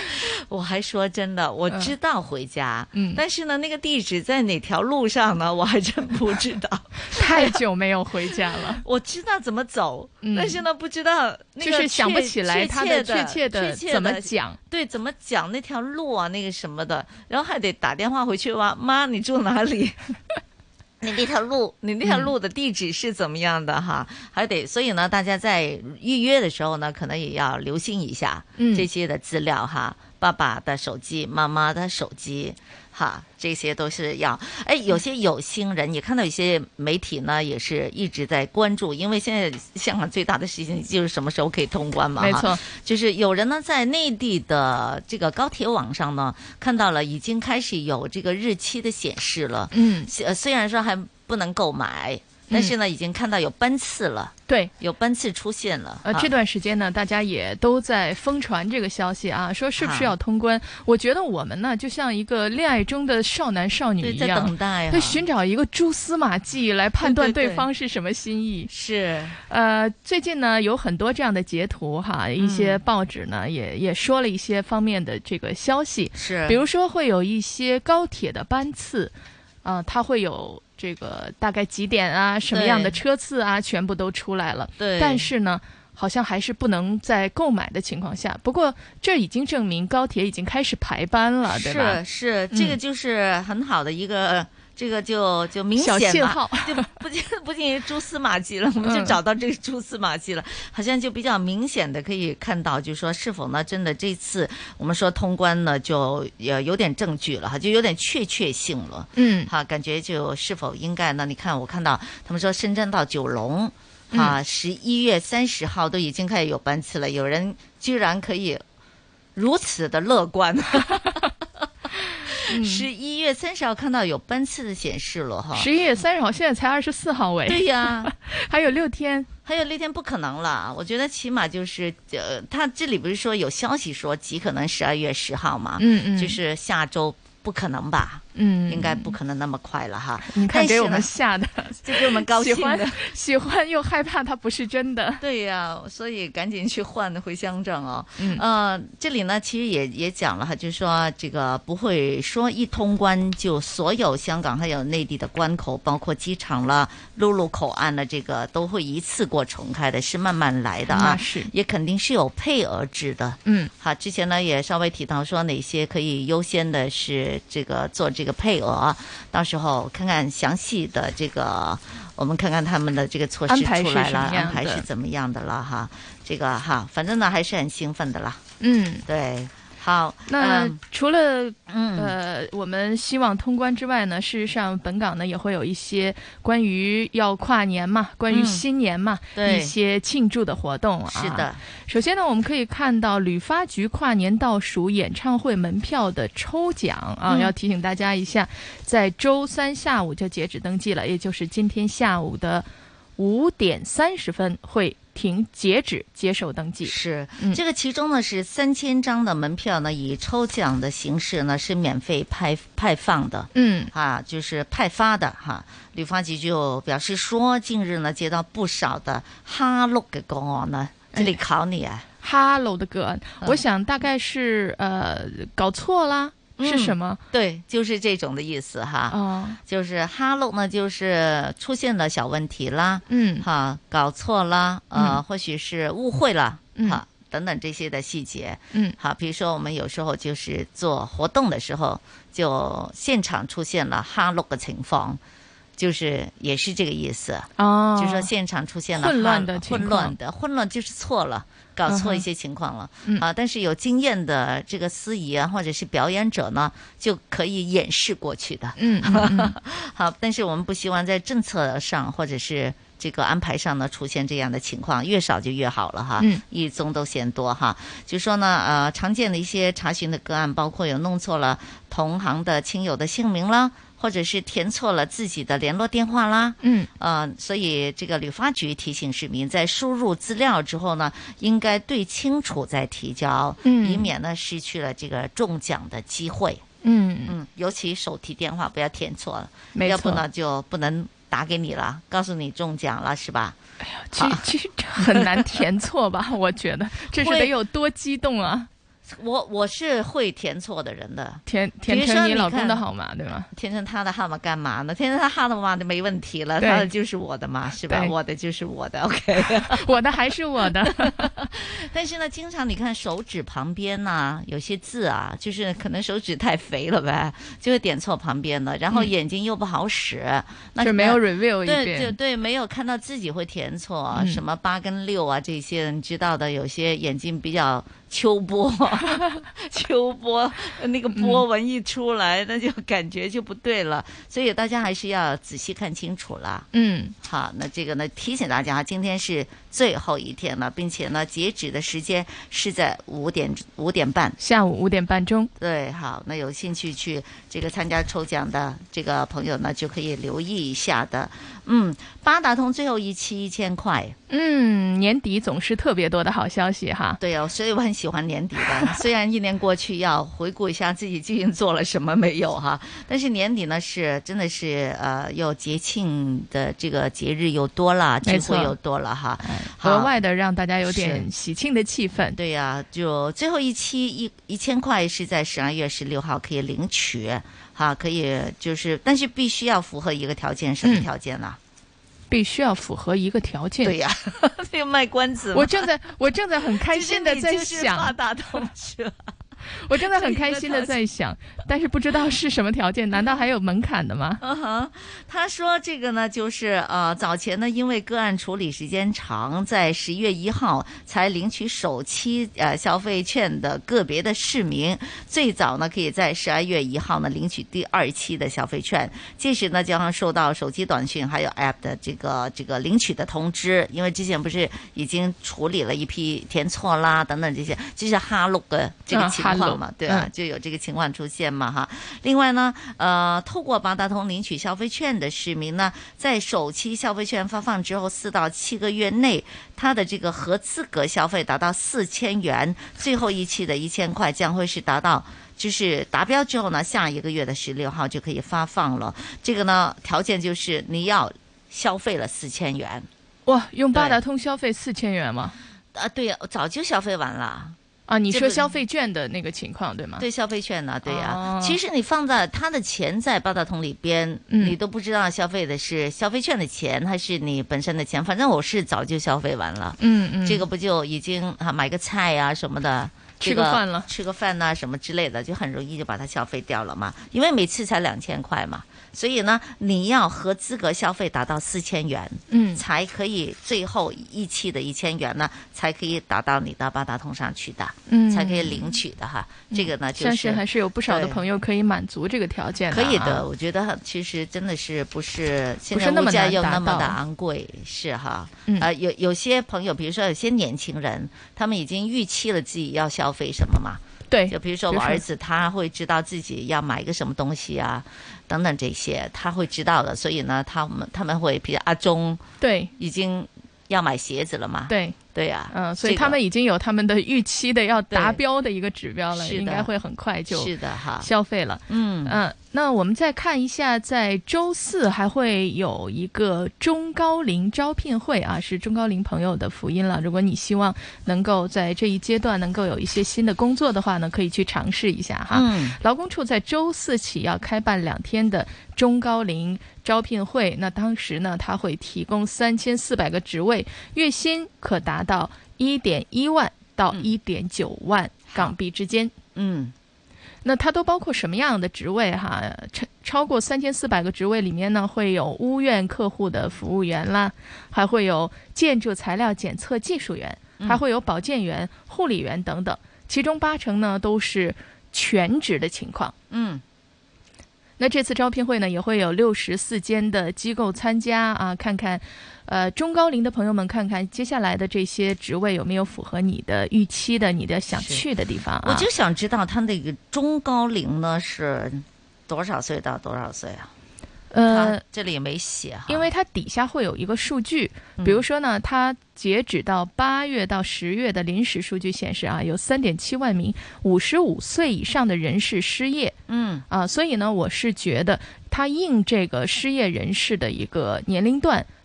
我还说真的，我知道回家， 嗯， 但是呢，那个地址在哪条路上呢？我还真不知道， 太久没有回家了。 我知道怎么走， 嗯、 但是呢，不知道那个就是想不起来它的确切的怎么讲， 对，怎么讲那条路啊，那个什么的，然后还得打电话回去问妈，你住哪里？你那条路，你那条路的地址是怎么样的哈？嗯、还得，所以呢，大家在预约的时候呢，可能也要留心一下这些的资料哈。嗯、爸爸的手机，妈妈的手机，哈，这些都是要。哎，有些有心人也看到一些媒体呢，也是一直在关注，因为现在香港最大的事情就是什么时候可以通关嘛。 没错， 就是有人呢在内地的这个高铁网上呢看到了，已经开始有这个日期的显示了。 嗯， 虽然说还不能购买，但是呢，嗯、已经看到有班次了。 对， 有班次出现了。 呃，这段时间呢，大家也都在疯传这个消息啊，说是不是要通关？我觉得我们呢，就像一个恋爱中的少男少女一样， 在等待， 在寻找一个蛛丝马迹来判断对方是什么心意。 对对对是， 呃，最近呢有很多这样的截图哈，一些报纸呢、嗯、也也说了一些方面的这个消息， 是， 比如说会有一些高铁的班次，啊、呃，它会有。这个大概几点啊，什么样的车次啊，全部都出来了。 对， 但是呢，好像还是不能在购买的情况下。不过这已经证明高铁已经开始排班了，对吧？ 是是，这个就是很好的一个。嗯这个就就明显了， 小信号就不仅不仅蛛丝马迹了，我们就找到这个蛛丝马迹了，嗯、好像就比较明显的可以看到，就是说是否呢，真的这次我们说通关呢，就也有点证据了哈，就有点确切性了， 嗯， 好，感觉就是否应该呢？你看，我看到他们说深圳到九龙啊，十一月三十号都已经开始有班次了，有人居然可以如此的乐观。十一月三十号看到有班次的显示了哈， 十一月三十号现在才二十四号喂， 对呀， 还有六天， 还有六天不可能了。我觉得起码就是呃，他这里不是说有消息说极可能十二月十号嘛， 嗯嗯， 就是下周不可能吧， 嗯， 应该不可能那么快了哈。 你看给我们吓的， 就给我们高兴的， 喜欢喜欢又害怕它不是真的。 对呀，所以赶紧去换回乡证哦。 嗯， 呃，这里呢其实也也讲了哈，就是说这个不会说一通关就所有香港还有内地的关口，包括机场了、陆路口岸了，这个都会一次过重开的，是慢慢来的啊。 是， 也肯定是有配额制的。 嗯， 好，之前呢也稍微提到说哪些可以优先的是这个做这个配额，到时候看看详细的这个，我们看看他们的这个措施出来了，安排是怎么样的了哈。这个哈，反正呢还是很兴奋的啦。 嗯， 对。好， 那、嗯、除了嗯呃我们希望通关之外呢，事实上本港呢也会有一些关于要跨年嘛，关于新年嘛、 嗯、 一些庆祝的活动啊。 是的， 首先呢，我们可以看到旅发局跨年倒数演唱会门票的抽奖啊、嗯，要提醒大家一下，在周三下午就截止登记了，也就是今天下午的五点三十分会停截止接受登记。 是、 嗯、 这个其中呢是三千张的门票呢，以抽奖的形式呢是免费派派放的。 嗯啊，就是派发的哈。旅发局就表示说，近日呢接到不少的哈碌嘅個案呢，这里考你啊， 哈喽的個案，我想大概是呃搞錯啦。是什麼、 嗯？对，就是这种的意思哈。 哦， 就是哈喽呢，就是出现了小问题啦， 嗯， 哈，搞错啦，呃， 嗯、 或许是误会了， 嗯、 哈，等等这些的细节， 嗯， 好，比如说我们有时候就是做活动的时候，就现场出现了哈喽的情況。就是也是这个意思哦， 就是说现场出现了混乱的混乱的混乱就是错了，搞错一些情况了、 嗯、 啊！但是有经验的这个司仪啊，或者是表演者呢，就可以掩饰过去的。 嗯, 嗯, 嗯好，但是我们不希望在政策上或者是这个安排上呢出现这样的情况，越少就越好了哈。 嗯， 一宗都嫌多哈。就说呢，呃，常见的一些查询的个案，包括有弄错了同行的亲友的姓名啦。或者是填错了自己的联络电话啦， 嗯， 呃，所以这个旅发局提醒市民，在输入资料之后呢，应该对清楚再提交， 嗯， 以免呢失去了这个中奖的机会。 嗯嗯，尤其手提电话不要填错了， 没错， 要不呢就不能打给你了，告诉你中奖了，是吧？ 哎呀，其实其实很难填错吧？我觉得这是得有多激动啊！ 我我是會填錯的人的， 填填成你老公的號碼對嗎？ 填成他的號碼幹嘛呢？填成他號碼就沒問題了，他的就是我的嘛，是吧？我的就是我的 ，OK， 我的還是我的。 但是呢，經常你看手指旁邊呢、啊，有些字啊，就是可能手指太肥了唄，就會點錯旁邊的，然後眼睛又不好使，嗯、那就沒有 review 一遍， 對對對，沒有看到自己會填錯，嗯、什麼八跟六啊這些，你知道的，有些眼睛比較。秋波，秋波，那個波紋一出來，嗯、那就感覺就不對了，所以大家還是要仔細看清楚啦。 嗯， 好，那這個呢，提醒大家，今天是最後一天了，並且呢，截止的時間是在五點五點半， 下午五點半鐘。 對，好，那有興趣去這個參加抽獎的這個朋友呢，就可以留意一下的。嗯，八達通最後一期一千塊。 嗯，年底總是特別多的好消息哈。 對哦，所以我很喜歡年底的。雖然一年過去要回顧一下自己究竟做了什麼沒有哈，但是年底呢是真的是呃，有節慶的這個節日又多了，聚會又多了哈， 額外的讓大家有點喜慶的氣氛。 對呀、啊，就最後一期一一千塊是在十二月十六號可以領取，哈，可以就是，但是必須要符合一個條件，什麼條件呢？ 嗯必須要符合一個條件。 對呀、啊，要賣關子。 我正在，我正在很開心的在想， 八達通車。 我正在很開心的在想，但是不知道是什麼條件，難道還有門檻的嗎？ 嗯哼，他說這個呢，就是呃，早前呢，因為個案處理時間長，在十一月一號才領取首期呃消費券的個別的市民，最早呢可以在十二月一號呢領取第二期的消費券，屆時呢將收到手機短訊還有 App 的這個這個領取的通知，因為之前不是已經處理了一批填錯啦等等這些，就是哈碌的這個情況。嘛，對啊，就有這個情況出現嘛，哈。另外呢，呃，透過八達通領取消費券的市民呢，在首期消費券發放之後四到七個月內，他的這個合資格消費達到四千元，最後一期的一千塊將會是達到，就是達標之後呢，下一個月的十六號就可以發放了。這個呢，條件就是你要消費了四千元。 哇，用八達通消費四千元嗎？ 啊，對呀，早就消費完了。 啊，你說消費券的那個情況對嗎？ 對，消費券呢，對呀、啊。哦、其實你放在他的錢在八達通裏邊，嗯、你都不知道消費的是消費券的錢還是你本身的錢。反正我是早就消費完了。嗯嗯，這個不就已經啊買個菜啊什麼的， 吃個飯了， 吃個飯啊什麼之類的，就很容易就把它消費掉了嘛。因為每次才兩千塊嘛。所以呢，你要合資格消費達到四千元，嗯，才可以最後一期的一千元呢，才可以打到你的八達通上去的，嗯，才可以領取的哈。嗯、這個呢，就是， 相信還是有不少的朋友可以滿足這個條件的。 可以的，我覺得其實真的是不是現在物價又那麼的昂貴，是哈。嗯、呃，有有些朋友，比如說有些年輕人，他們已經預期了自己要消費什麼嘛。 對， 就比如說我兒子，他會知道自己要買一個什麼東西啊，等等這些，他會知道的。所以呢，他們他們會，比如阿中， 對， 已經要買鞋子了嘛。 對， 對呀、啊， 嗯，所以他們已經有他們的預期的要達標的一個指標了，應該會很快就是的哈消費了。嗯嗯，那我們再看一下，在周四還會有一個中高齡招聘會啊，是中高齡朋友的福音了。如果你希望能夠在這一階段能夠有一些新的工作的話呢，可以去嘗試一下哈。嗯，勞工處在周四起要開辦兩天的中高齡招聘會，那當時呢，他會提供三千四百個職位，月薪可達到一點一萬到一點九萬港幣之間。嗯。那它都包括什麼樣的職位哈？超超過三千四百個職位裡面呢，會有屋苑客戶的服務員啦，還會有建築材料檢測技術員，還會有保健員、護理員等等，其中八成呢都是全職的情況。嗯。那這次招聘會呢，也會有六十四間的機構參加啊，看看，呃，中高齡的朋友們，看看接下來的這些職位有沒有符合你的預期的、你的想去的地方啊。 我就想知道，他那個中高齡呢是多少歲到多少歲啊？呃，這裡也沒寫哈， 因為它底下會有一個數據，比如說呢，它截止到八月到十月的臨時數據顯示啊，有三點七萬名五十五歲以上的人士失業。嗯啊，所以呢，我是覺得它應這個失業人士的一個年齡段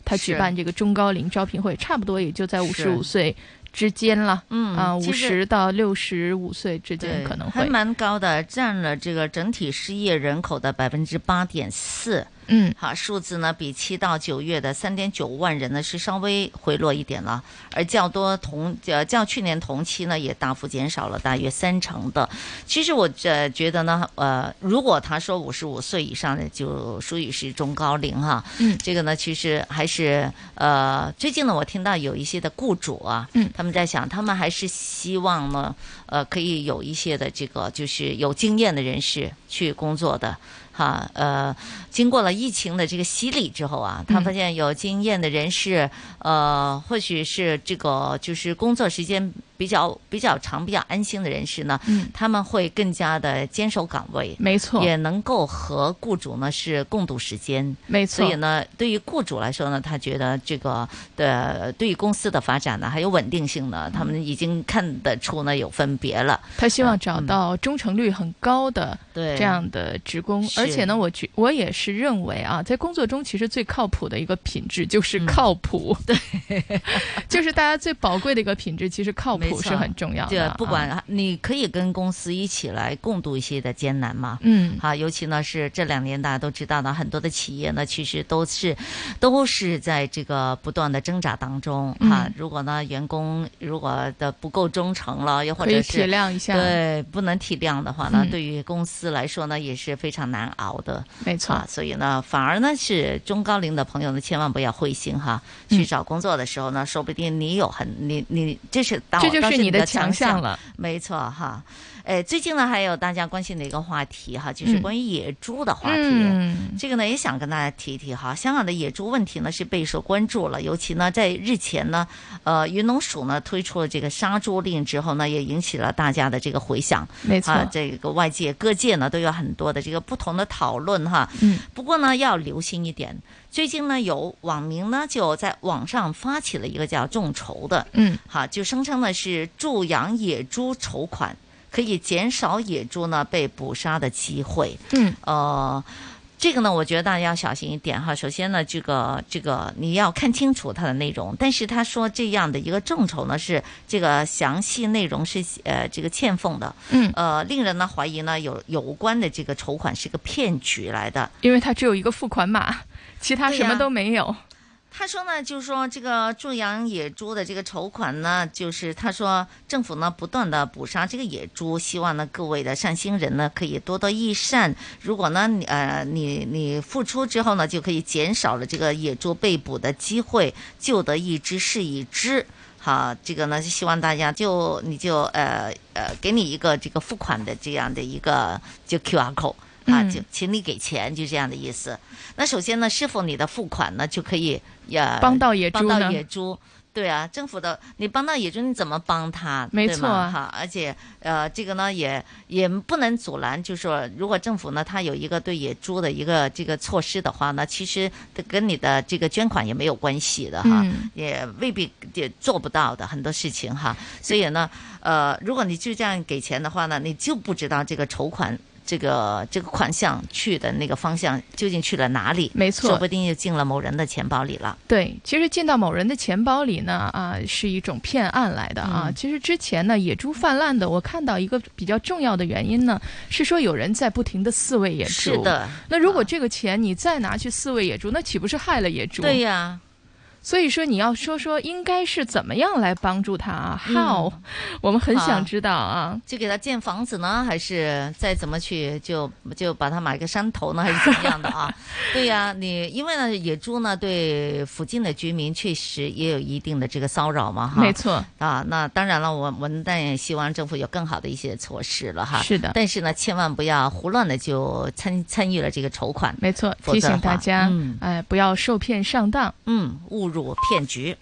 他举办这个中高龄招聘会，差不多也就在五十五岁之间了，嗯啊，五十到六十五岁之间可能会还蛮高的，占了这个整体失业人口的百分之八点四。 嗯， 好，数字呢比七到九月的三点九万人呢是稍微回落一点了，而较多同呃较去年同期呢也大幅减少了大约三成的。其实我呃觉得呢，呃，如果他说五十五岁以上的就属于是中高龄哈， 嗯， 这个呢其实还是呃最近呢我听到有一些的雇主啊， 嗯， 他们在想，他们还是希望呢，呃，可以有一些的这个就是有经验的人士去工作的。哈，呃，经过了疫情的这个洗礼之后啊，他发现有经验的人士，呃，或许是这个就是工作时间比较比较长、比较安心的人士呢， 嗯， 他们会更加的坚守岗位， 没错， 也能够和雇主呢是共度时间， 没错。 所以呢，对于雇主来说呢，他觉得这个的对于公司的发展呢，还有稳定性呢，他们已经看得出呢有分别了。 他希望找到忠诚率很高的这样的职工。 嗯而且呢，我觉我也是认为啊，在工作中其实最靠谱的一个品质就是靠谱， 嗯、对， 就是大家最宝贵的一个品质，其实靠谱是很重要的。 对，不管、啊、你可以跟公司一起来共度一些的艰难嘛， 嗯， 好，尤其呢是这两年大家都知道呢，很多的企业呢其实都是都是在这个不断的挣扎当中、 嗯、 啊。如果呢员工如果的不够忠诚了，又或者是可以体谅一下， 对，不能体谅的话呢， 嗯、 对于公司来说呢也是非常难熬的， 没错、 啊。所以呢，反而呢是中高龄的朋友呢，千万不要灰心哈。去找工作的时候呢，嗯、说不定你有很你你这是到这就是你的强项了， 没错哈。哎，最近呢还有大家关心的一个话题哈，就是关于野猪的话题。 嗯、 这个呢也想跟大家提一提哈。香港的野猪问题呢是备受关注了，尤其呢在日前呢，呃，渔农署呢推出了这个杀猪令之后呢，也引起了大家的这个回响。 没错， 啊，这个外界各界呢都有很多的这个不同的讨论哈。 嗯， 不过呢要留心一点，最近呢有网民呢就在网上发起了一个叫众筹的， 嗯， 好，就声称呢是助养野猪筹款。可以减少野猪呢被捕杀的机会。 嗯， 呃，这个呢，我觉得大家要小心一点哈。首先呢，这个这个你要看清楚它的内容。但是他说这样的一个众筹呢，是这个详细内容是呃这个欠奉的。 嗯， 呃，令人呢怀疑呢有有关的这个筹款是个骗局来的， 因为它只有一个付款码，其他什么都没有。 他说呢，就是说这个助养野猪的这个筹款呢，就是他说政府呢不断的捕杀这个野猪，希望呢各位的善心人呢可以多多益善。如果呢你呃你你付出之后呢，就可以减少了这个野猪被捕的机会，救得一只是一只。好，这个呢是希望大家就你就呃呃给你一个这个付款的这样的一个就 Q R code。啊，就请你给钱，就这样的意思。那首先呢，是否你的付款呢就可以呃帮到野猪呢？ 帮到野猪，对啊，政府的你帮到野猪，你怎么帮他？ 没错啊， 哈，而且呃，这个呢也也不能阻拦，就是说，如果政府呢它有一个对野猪的一个这个措施的话呢，其实跟你的这个捐款也没有关系的哈， 嗯、 也未必也做不到的很多事情哈。所以呢，呃，如果你就这样给钱的话呢，你就不知道这个筹款。这个这个款项去的那个方向究竟去了哪里？ 没错， 说不定就进了某人的钱包里了。 对，其实进到某人的钱包里呢，啊，是一种骗案来的啊。嗯、其实之前呢，野猪泛滥的，我看到一个比较重要的原因呢，是说有人在不停的饲喂野猪。 是的。 那如果这个钱你再拿去饲喂野猪，那岂不是害了野猪？ 对呀。 所以说你要说说应该是怎么样来帮助他啊 ？How？、嗯、我们很想知道啊。 就给他建房子呢，还是再怎么去就就把他买个山头呢，还是怎么样的啊？对呀、啊，你因为呢野猪呢对附近的居民确实也有一定的这个骚扰嘛哈。 没错啊，那当然了，我我们当然也希望政府有更好的一些措施了哈。 是的， 但是呢，千万不要胡乱的就参参与了这个筹款。 没错，提醒大家， 嗯， 哎，不要受骗上当， 嗯，误入骗局。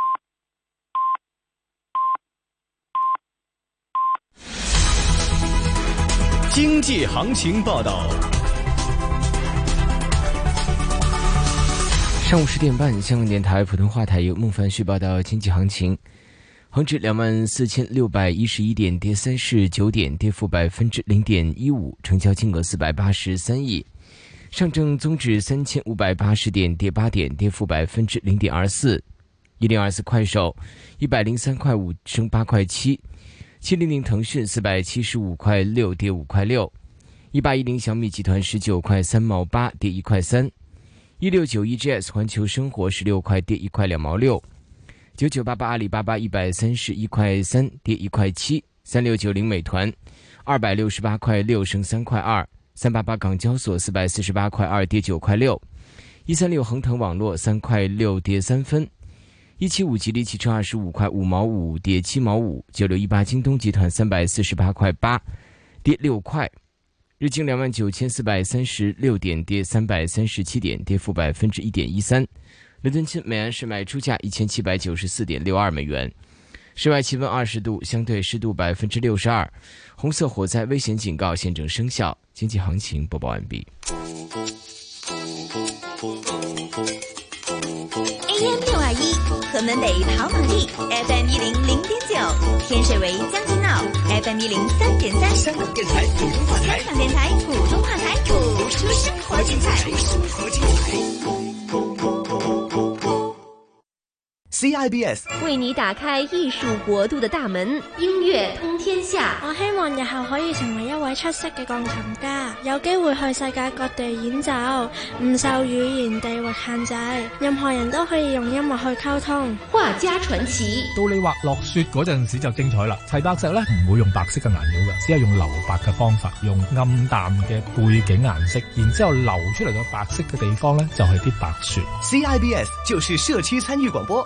经济行情报道。 上午十点半，香港电台普通话台由孟凡旭报道经济行情。恒指两万四千六百一十一点，跌三十九点，跌幅百分之零点一五，成交金额四百八十三亿。 上证综指三千五百八十点，跌八点，跌幅百分之零点二四。一零二四快手一百零三块五，升八块七。七零零腾讯四百七十五块六，跌五块六。一八一零小米集团十九块三毛八，跌一块三。一六九一 G S 环球生活十六块，跌一块两毛六。九九八八阿里巴巴一百三十一块三，跌一块七。三六九零美团二百六十八块六，升三块二。三八八港交所四百四十八块二，跌九块六。一三六恒腾网络三块六，跌三分。一七五吉利汽车二十五块五毛五，跌七毛五。九六一八京东集团三百四十八块八，跌六块。日经两万九千四百三十六点，跌三百三十七点，跌幅百分之一点一三。伦敦金每安士卖出价一千七百九十四点六二美元。室外气温二十度，相对湿度百分之六十二。红色火灾危险警告现正生效。经济行情播报完毕。 A M 六二一，河门北跑马地 F M 一零零点九，天水围将军澳 F M 一零三点三，香港电台普通话台，香港电台普通话台，谱出生活精彩，生活精彩。 C I B S 為你打開藝術國度的大門，音樂通天下。 我希望日後可以成為一位出色嘅鋼琴家，有機會去世界各地演奏，唔受語言地域限制，任何人都可以用音樂去溝通。 畫家傳奇， 到你畫落雪嗰陣時就精彩啦。齊白石咧唔會用白色嘅顏料嘅，只係用留白嘅方法，用暗淡嘅背景顏色，然之後流出嚟嘅白色嘅地方咧就係啲白雪。 C I B S 就是社區參與廣播。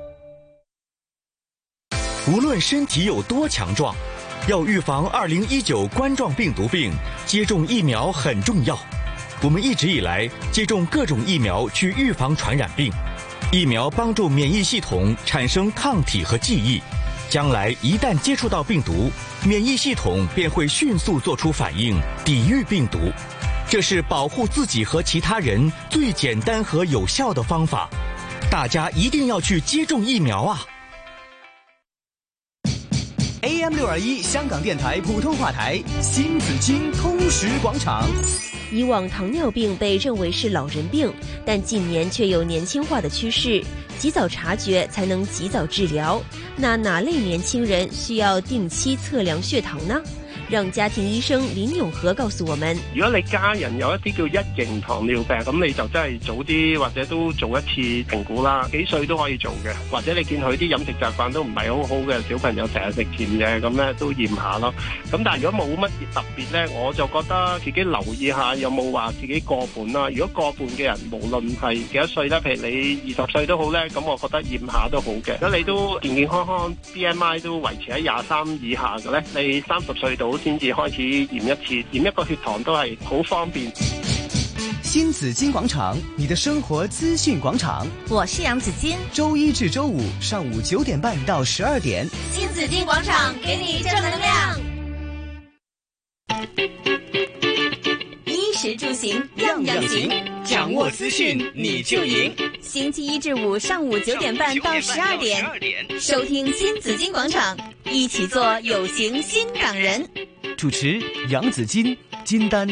無論身體有多強壯，要預防二零一九冠狀病毒病，接種疫苗很重要。我們一直以來接種各種疫苗去預防傳染病，疫苗幫助免疫系統產生抗體和記憶，將來一旦接觸到病毒，免疫系統便會迅速做出反應，抵禦病毒。這是保護自己和其他人最簡單和有效的方法，大家一定要去接種疫苗啊 ！A M 六二一香港電台普通話台，新紫荊通識廣場。 以往糖尿病被認為是老人病，但近年卻有年輕化的趨勢，及早察覺才能及早治療。那哪類年輕人需要定期測量血糖呢？讓家庭醫生林永和告訴我們： 如果你家人有一啲叫一型糖尿病，咁你就真係早啲或者都做一次評估啦。幾歲都可以做嘅，或者你見佢啲飲食習慣都唔係好好嘅小朋友，成日食甜嘅，咁咧都驗下咯。咁但係如果冇乜特別咧，我就覺得自己留意下有冇話自己過半啦。如果過半嘅人，無論係幾多歲咧，譬如你二十歲都好咧，咁我覺得驗下都好嘅。如果你都健健康康 ，B M I 都維持喺廿三以下嘅咧，你三十歲到先至開始驗一次，驗一個血糖都係好方便。 新紫荊廣場，你的生活資訊廣場， 我是楊子矜。 周一至周五上午九點半到十二點， 新紫荊廣場給你正能量。衣食住行樣樣行， 掌握資訊你就贏。 星期一至五上午九點半到十二點，收聽新紫荊廣場，一起做有型新港人。 主持楊子矜、金丹。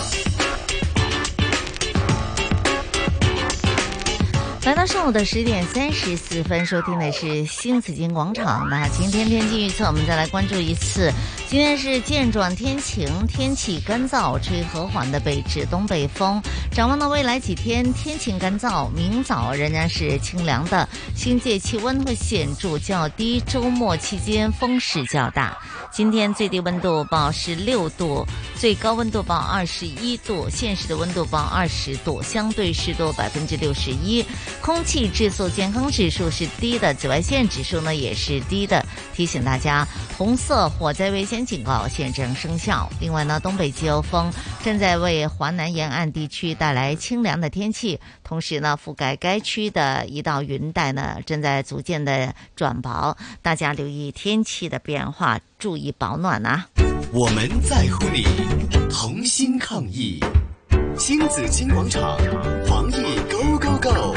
来到上午的十點三十四分，收聽的是新紫荊廣場。那今天天氣預測，我們再來關注一次。今天是漸轉天晴，天氣乾燥，吹和緩的北至東北風。展望到未來幾天，天晴乾燥，明早仍然是清涼的，新界氣溫會顯著較低，周末期間風勢較大。今天最低溫度報十六度，最高溫度報二十一度，現時的溫度報二十度，相對濕度百分之六十一。空氣質素健康指數是低的，紫外線指數呢也是低的，提醒大家紅色火災危險警告現正生效。另外呢，東北季候風正在為華南沿岸地區帶來清涼的天氣，同時呢，覆蓋該區的一道雲帶呢正在逐漸的轉薄，大家留意天氣的變化，注意保暖啊！ 我們在乎你，同心抗疫。新紫荊廣場，防疫 Go Go Go！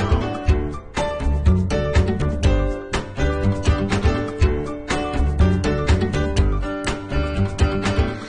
好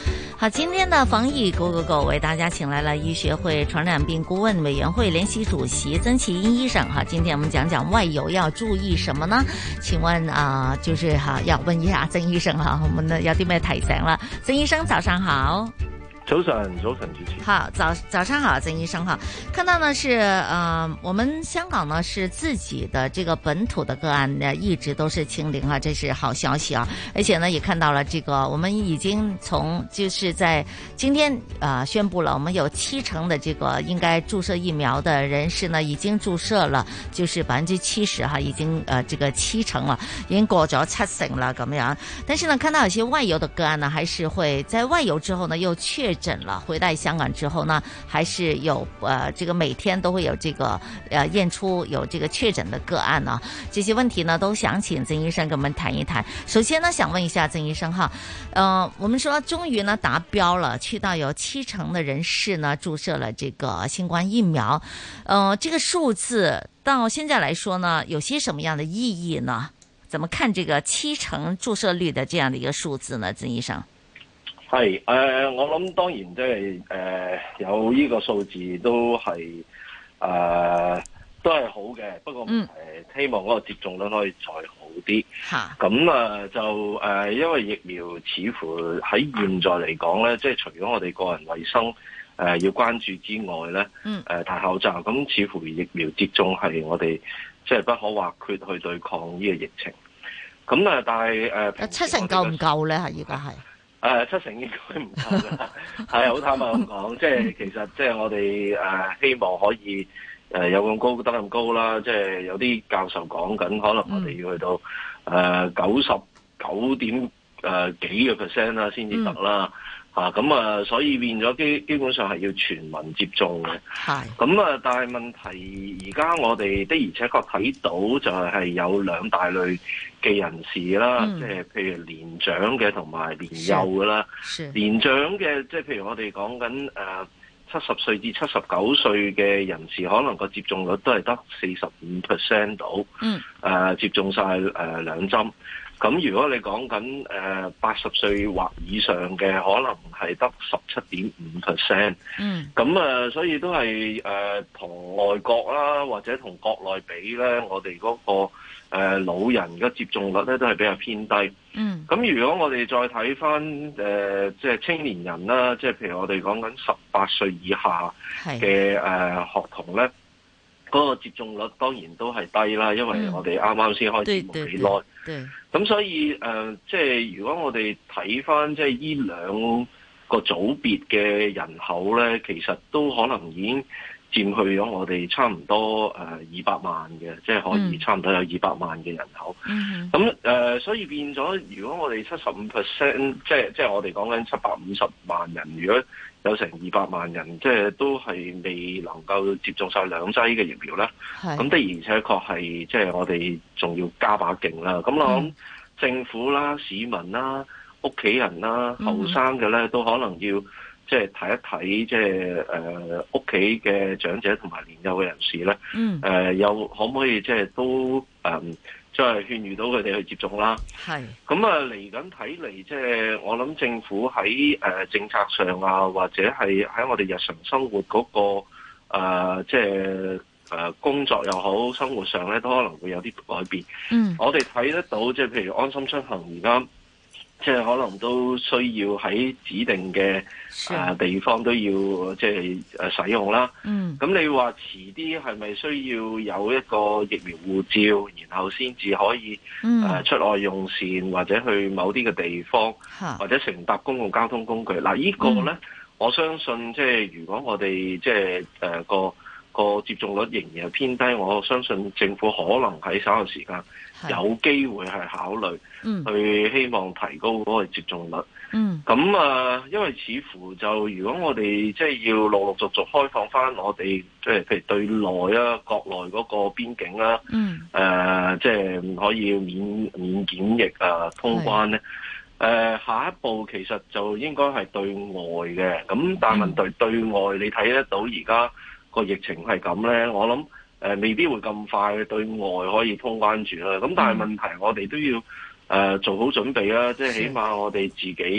好，今天的防疫 Go Go Go 为大家请来了医学会传染病顾问委员会联席主席曾祈殷醫生哈。今天我們講講外遊要注意什麼呢？請問啊、呃，就是哈，要問一下曾醫生哈，我們呢有啲咩提醒啦？曾醫生早上好。 早晨，早晨主持。 好，早早上好，曾醫生哈。看到呢是呃，我們香港呢是自己的這個本土的個案呢一直都是清零哈，這是好消息啊。而且呢也看到了這個，我們已經從就是在今天啊、呃、宣布了，我們有七成的這個應該注射疫苗的人士呢已經注射了，就是百分之七十哈，已經呃這個七成了，已經過咗七成了咁樣。但是呢，看到有些外遊的個案呢，還是會在外遊之後呢又確診了，回到香港之後呢，還是有呃這個每天都會有這個呃驗出有這個確診的個案呢。這些問題呢都想請曾醫生跟我們談一談。首先呢，想問一下曾醫生哈，呃，我們說終於呢達標了，去到有七成的人士呢注射了這個新冠疫苗，呃，這個數字到現在來說呢，有些什麼樣的意義呢？怎麼看這個七成注射率的這樣的一個數字呢？曾醫生？ 係誒、呃，我諗當然即係誒有呢個數字都係誒、呃、都係好嘅，不過誒、嗯、希望嗰個接種率可以再好啲。嚇咁啊就誒、呃，因為疫苗似乎喺現在嚟講咧，即係除咗我哋個人衞生誒、呃、要關注之外咧，誒、嗯、戴、呃、口罩咁，似乎疫苗接種係我哋即係不可或缺去對抗呢個疫情。咁啊，但係誒、呃、 七成夠唔夠咧？係而家係。 誒、呃、七成應該唔夠㗎，係好坦白咁講，即係其實即係我哋誒、呃、希望可以誒、呃、有咁高得咁高啦，即係有啲教授講緊，可能我哋要去到誒九十九點誒幾個 percent 啦先至得啦。啊，咁啊，所以變咗基基本上係要全民接種嘅。係。咁啊，但係問題而家我哋的而且確睇到就係有兩大類嘅人士啦，即係譬如年長嘅同埋年幼嘅啦。年長嘅即係譬如我哋講緊誒七十歲至七十九歲嘅人士，可能個接種率都係得四十五 percent 到。嗯。誒、呃，接種晒誒、呃、兩針。咁如果你講緊誒八十歲或以上嘅，可能係得十七點五 percent。嗯。咁啊，所以都係誒同外國啦，或者同國內比咧，我哋嗰、那個誒、呃、老人嘅接種率咧都係比較偏低。嗯。咁如果我哋再睇翻誒即係青年人啦，即係譬如我哋講緊十八歲以下嘅誒、呃、學童咧，嗰、那個接種率當然都係低啦，因為我哋啱啱先開始冇幾耐。咁所以誒、呃，即係如果我哋睇翻即係依兩個組別嘅人口咧，其實都可能已經佔去咗我哋差唔多誒二百萬嘅，即係可以差唔多有二百萬嘅人口。咁、嗯、誒、呃，所以變咗，如果我哋七十五 percent，即係即係我哋講緊七百五十萬人，如果有成二百萬人，即係都係未能夠接種晒兩劑嘅疫苗咧。咁的而且確係即係我哋仲要加把勁啦。咁我諗政府啦、市民啦、屋企人啦、後生嘅咧，都可能要即係睇一睇，即係誒屋企嘅長者同埋年幼嘅人士咧。嗯。誒、呃，又可唔可以即係都誒，即係勸喻到佢哋去接種啦？係。咁啊，嚟緊睇嚟，即係我諗政府喺誒政策上啊，或者係喺我哋日常生活嗰個誒，即係誒工作又好，生活上咧都可能會有啲改變。嗯。我哋睇得到，即係譬如安心出行而家。即係可能都需要喺指定嘅誒、呃、地方都要即係誒使用啦。嗯。咁你話遲啲係咪需要有一個疫苗護照，然後先至可以誒、嗯呃、出外用膳，或者去某啲嘅地方，或者乘搭公共交通工具？嗱、呃，這個、呢個咧、嗯，我相信即係如果我哋即係誒、呃、個個接種率仍然係偏低，我相信政府可能喺稍後時間有機會係考慮，去希望提高嗰個接種率。嗯，咁啊，因為似乎就如果我哋即係要陸陸續續開放翻我哋，即係譬如對內啊、國內嗰個邊境啦，嗯，誒、呃，即係可以免免檢疫啊、通關咧。誒、呃，下一步其實就應該係對外嘅。咁但係問題對外，你睇得到而家個疫情係咁咧，我諗誒、呃、未必會咁快對外可以通關住啦。咁但係問題我哋都要誒、呃、做好準備啦，即係起碼我哋自己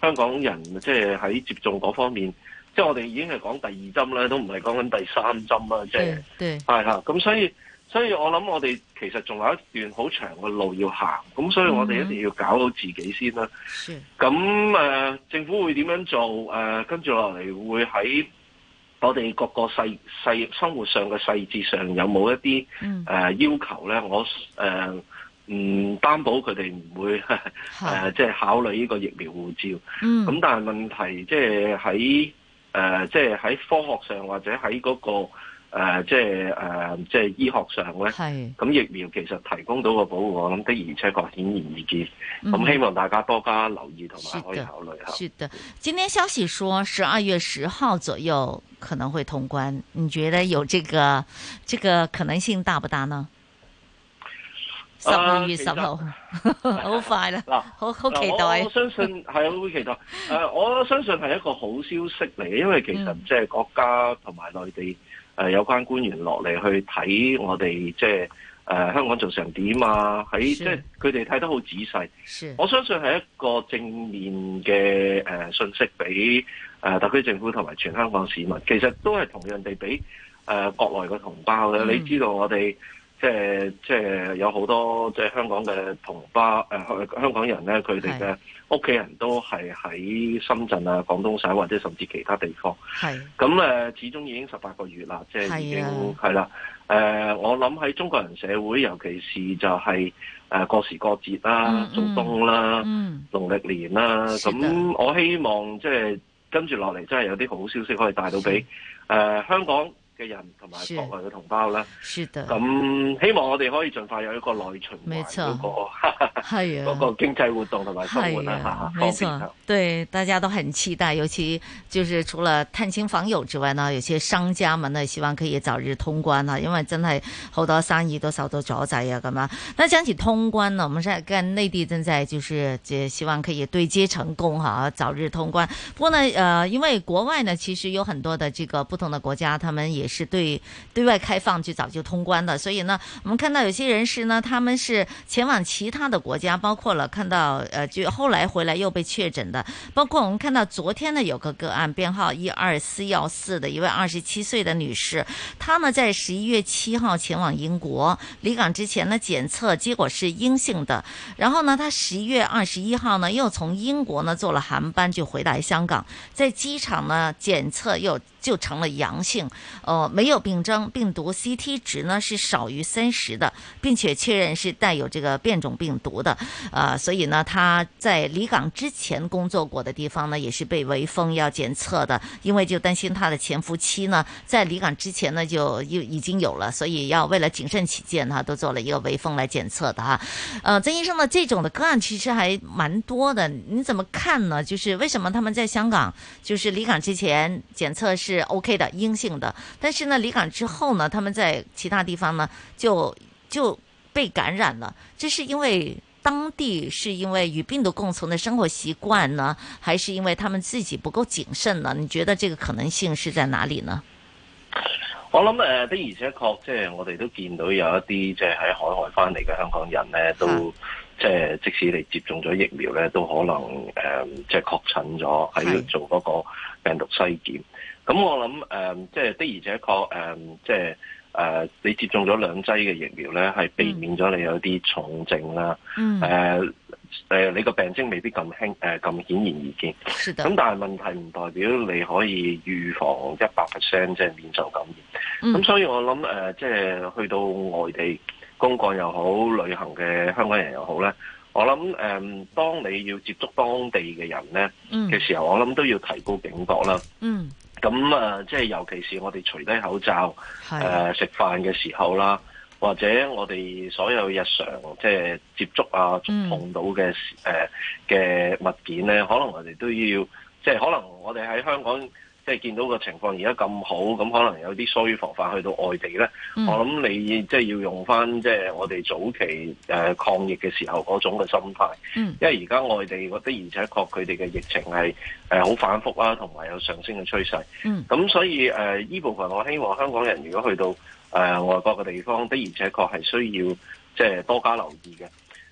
香港人即係喺接種嗰方面，即係我哋已經係講第二針咧，都唔係講緊第三針啦，即係係啦。咁所以所以我諗我哋其實仲有一段好長嘅路要行，咁所以我哋一定要搞好自己先啦。咁誒、呃，政府會點樣做？誒、呃，跟住落嚟會喺我哋各個細細生活上嘅細節上有冇一啲誒、嗯呃、要求咧？我誒。呃唔擔保佢哋唔會誒，即、呃、係、就是、考慮呢個疫苗護照。咁、嗯、但係問題即係喺誒，即係喺科學上或者喺嗰、那個即係誒，即係醫學上咧。咁疫苗其實提供到個保護，我諗的而且確顯而易見。咁、嗯、希望大家多加留意同埋可以考慮下。 是的，今天消息說十二月十號左右可能會通關，你覺得有這個這個可能性大不大呢？十二月十號，好快啦！嗱，好好期待。 我，我相信係啊，會期待。誒、呃，我相信係一個好消息嚟嘅，因為其實即係國家同埋內地誒、呃、有關官員落嚟去睇我哋即係誒香港做成點啊，喺即係佢哋睇得好仔細。我相信係一個正面嘅誒、呃、信息俾誒、呃、特區政府同埋全香港市民。其實都係同樣地俾誒、呃、國內嘅同胞咧、嗯。你知道我哋。即係即係有好多即係香港嘅同胞誒、呃、香港人咧，佢哋嘅屋企人都係喺深圳啊、廣東省或者甚至其他地方。係咁誒，始終已經十八個月啦，即係已經係啦。誒、呃，我諗喺中國人社會，尤其是就係、是、誒、呃、過時過節啦、做、嗯、冬啦、嗯、農曆年啦。咁我希望即係跟住落嚟，真係有啲好消息可以帶到俾誒、呃、香港嘅人同埋國內嘅同胞啦，咁希望我哋可以盡快有一個內循環嗰個係啊嗰個經濟活動同埋生活啦嚇， 沒錯，對，大家都很期待，尤其就是除了探親訪友之外呢，有些商家們呢希望可以早日通關啊，因為真係好多生意都受到阻滯啊咁樣。那講起通關呢，我們現在跟內地正在就是希望可以對接成功哈，早日通關。不過呢，呃，因為國外呢其實有很多的這個不同的國家，他們也是對對外開放就早就通關的，所以呢，我們看到有些人士呢，他們是前往其他的國家，包括了看到呃，就後來回來又被確診的，包括我們看到昨天呢有個個案編號一二四一四的一位二十七歲的女士，她呢在十一月七號前往英國離港之前呢檢測結果是陰性的，然後呢她十一月二十一號呢又從英國呢坐了航班就回來香港，在機場呢檢測又就成了陽性，呃，沒有病徵，病毒 C T 值呢是少於三十的，並且確認是帶有這個變種病毒的，呃，所以呢，他在離港之前工作過的地方呢，也是被圍封要檢測的，因為就擔心他的潛伏期呢，在離港之前呢就又已經有了，所以要為了謹慎起見，哈，都做了一個圍封來檢測的哈。呃，曾醫生呢，這種的個案其實還蠻多的，你怎麼看呢？就是為什麼他們在香港就是離港之前檢測是是 OK 的，陰性的，但是呢，離港之後呢，他們在其他地方呢，就就被感染了。這是因為當地是因為與病毒共存的生活習慣呢，還是因為他們自己不夠謹慎呢？你覺得這個可能性是在哪裡呢？ 我諗誒、呃、的而且確，即係我哋都見到有一啲即係喺海外翻嚟嘅香港人咧，都即係即使你接種咗疫苗咧，都可能誒、呃、即係確診咗喺做嗰個病毒篩檢。咁我諗誒、呃，即係的而且確誒、呃，即係誒、呃，你接種咗兩劑嘅疫苗咧，係避免咗你有啲重症啦。嗯。誒、呃、誒、呃，你個病徵未必咁輕誒，咁顯然易見。是的。咁但係問題唔代表你可以預防一百 percent 即係免受感染。咁、嗯、所以我諗誒、呃，即係去到外地公幹又好，旅行嘅香港人又好咧，我諗誒、呃，當你要接觸當地嘅人咧嘅、嗯、時候，我諗都要提高警覺啦。嗯。咁啊，即係尤其是我哋除低口罩，誒食飯嘅時候啦，或者我哋所有日常即係接觸啊、觸碰到嘅誒嘅物件咧，可能我哋都要，即係可能我哋喺香港即係見到個情況而家咁好，咁可能有啲疏於防範去到外地咧、嗯，我諗你即係要用翻即係我哋早期誒抗疫嘅時候嗰種嘅心態，嗯，因為而家外地的而且確佢哋嘅疫情係誒好反覆啦，同埋有上升嘅趨勢，嗯，咁所以誒呢部分我希望香港人如果去到誒、呃、外國嘅地方的而且確係需要即係多加留意嘅。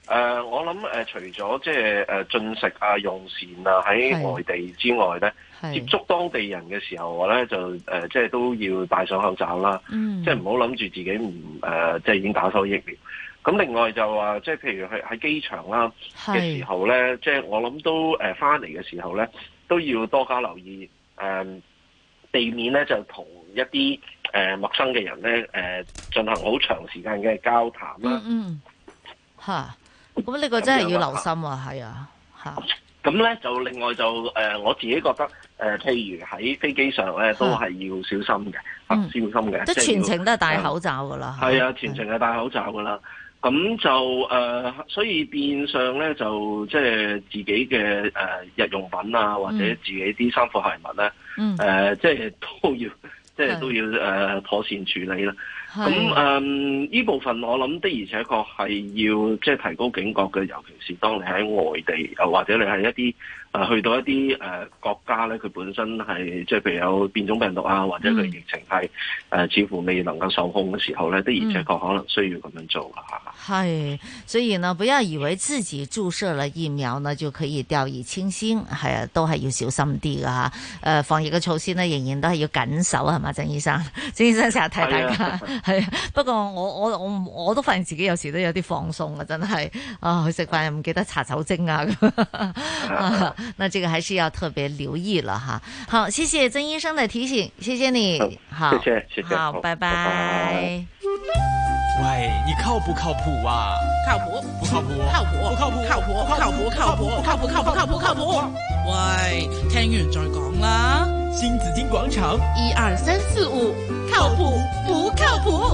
呃，我諗誒、呃，除咗即係誒進食啊、用膳啊喺外地之外咧，接觸當地人嘅時候，我咧就誒、呃、即係都要戴上口罩啦。嗯、即係唔好諗住自己唔誒、呃，即係已經打咗疫苗。咁另外就話，即係譬如喺喺機場啦嘅時候咧，即係我諗都誒翻嚟嘅時候咧，都要多加留意誒、呃，避免咧就同一啲誒、呃、陌生嘅人咧誒進行好長時間嘅交談啦。嗯， 嚇。咁呢個真係要留心啊，係啊，嚇。 咁咧就另外就誒、呃，我自己覺得誒、呃，譬如喺飛機上咧，都係要小心嘅，嚇、嗯，小心嘅。 即係全程都係戴口罩噶啦。係、嗯、 啊，全程係戴口罩噶啦。咁就誒、呃，所以變相咧就即係自己嘅誒、呃、日用品啊，或者自己啲衫褲鞋襪咧，誒、嗯呃、即係都要，即係都要誒、呃、妥善處理啦。咁誒呢部分我諗的而且確係要即係提高警覺嘅，尤其是當你喺外地，又或者你係一啲誒、呃、去到一啲誒、呃、國家咧，佢本身係即係譬如有變種病毒啊，或者佢疫情係誒、呃、似乎未能夠受控嘅時候咧，的而且確可能需要咁樣做啦嚇。 係，所以呢，不要以為自己注射了疫苗呢就可以掉以輕心，係啊，都係要小心啲㗎嚇。誒防疫嘅措施呢，仍然都係要緊守係嘛，鄭醫生，鄭醫生成日提大家。係，不過我我我我都發現自己有時都有啲放鬆啊，真係啊，去食飯又唔記得搽酒精啊咁啊，那這個還是要特別留意了哈。好，謝謝曾醫生的提醒，謝謝你，好， 謝謝，謝謝， 好，拜拜。拜拜。 喂，你靠不靠譜啊？ 靠譜， 不靠譜， 靠譜， 不靠譜， 靠譜，靠譜，靠譜，靠譜，靠譜，靠譜，靠譜。喂，聽完再講啦。 新紫荊廣場， 一二三四五，靠譜不靠譜？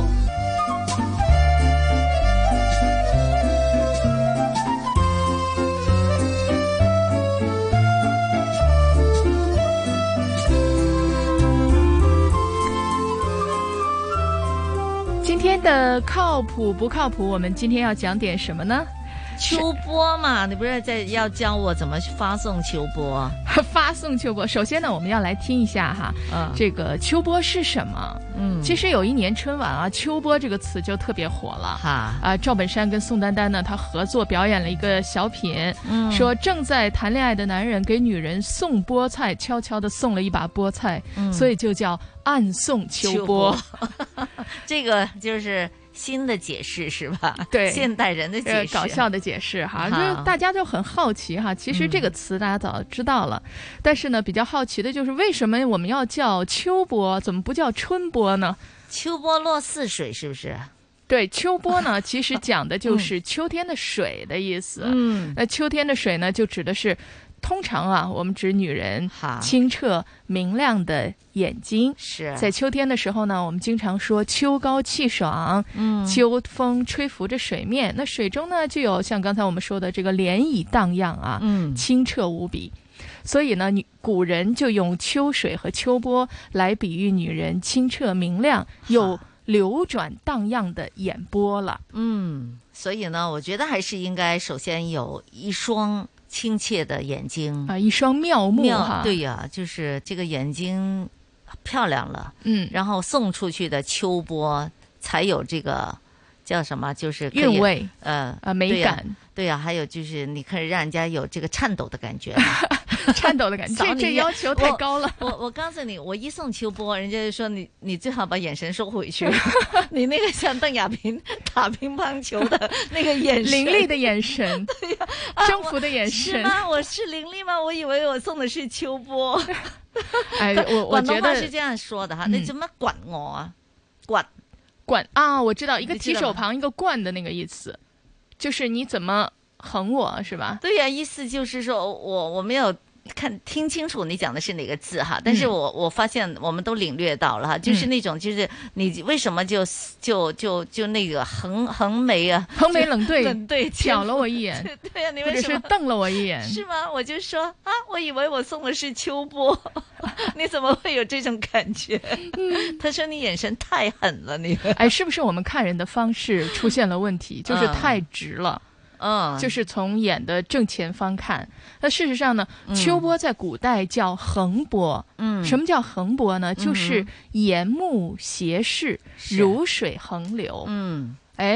今天的靠譜不靠譜，我們今天要講點什麼呢？ 秋波嘛，你不是在要教我怎麼去發送秋波？ 發送秋波，首先呢，我們要來聽一下哈，嗯，這個秋波是什麼？嗯，其實有一年春晚啊，秋波這個詞就特別火了哈。啊，趙本山跟宋丹丹呢，他合作表演了一個小品，嗯，說正在談戀愛的男人給女人送菠菜，悄悄地送了一把菠菜，嗯，所以就叫暗送秋波。秋波這個就是新的解釋是吧？ 對， 現代人的解釋， 搞笑的解釋哈，就大家就很好奇哈。其實這個詞大家早就知道了，嗯，但是呢，比較好奇的就是為什麼我們要叫秋波，怎麼不叫春波呢？ 秋波落似水是不是？ 對，秋波呢，其實講的就是秋天的水的意思。嗯，那秋天的水呢，就指的是。通常啊，我們指女人清澈明亮的眼睛。是在秋天的時候呢，我們經常說秋高氣爽，嗯，秋風吹拂着水面，那水中呢就有像剛才我們說的這個漣漪蕩漾啊，嗯，清澈無比。所以呢，女古人就用秋水和秋波來比喻女人清澈明亮又流轉蕩漾的眼波了。 嗯，所以呢，我覺得還是應該首先有一雙親切的眼睛啊，一雙妙目哈， 對呀、啊，就是這個眼睛漂亮了，嗯，然後送出去的秋波才有這個叫什麼，就是韻味， 呃啊，美感， 對呀、啊，還有就是你可以讓人家有這個顫抖的感覺， 顫抖的感覺，這這要求太高了。 我我，我告訴你，我一送秋波，人家就說你你最好把眼神收回去，你那個像鄧亞萍打乒乓球的那個眼神， 凌厲的眼神， 對呀、 啊，征服的眼神。 是嗎？我是凌厲嗎？我以為我送的是秋波。 哎，我我覺得是這樣說的哈，嗯、你怎麼管我啊？管管啊！我知道一個提手旁一個冠的那個意思，就是你怎麼橫我是吧？ 對呀、啊，意思就是說我我沒有看聽清楚你講的是哪個字哈，但是我、嗯、我發現我們都領略到了哈，就是那種就是你為什麼就就就就那個橫橫眉啊， 橫眉冷對冷對瞟了我一眼， 對呀、啊，你為什麼或者是瞪了我一眼？ 是嗎？我就說啊，我以為我送的是秋波。你怎麼會有這種感覺？嗯、他說你眼神太狠了，你哎，是不是我們看人的方式出現了問題？就是太直了，嗯，就是從眼的正前方看。那事實上呢，嗯、秋波在古代叫橫波。嗯，什麼叫橫波呢？就是沿目斜視，如水橫流。嗯，哎。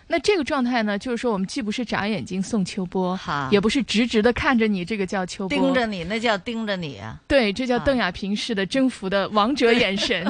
那这个状态呢，就是说我们既不是眨眼睛送秋波，也不是直直的看着你，这个叫秋波， 盯着你，那叫盯着你啊。 对，这叫邓亚萍式的征服的王者眼神。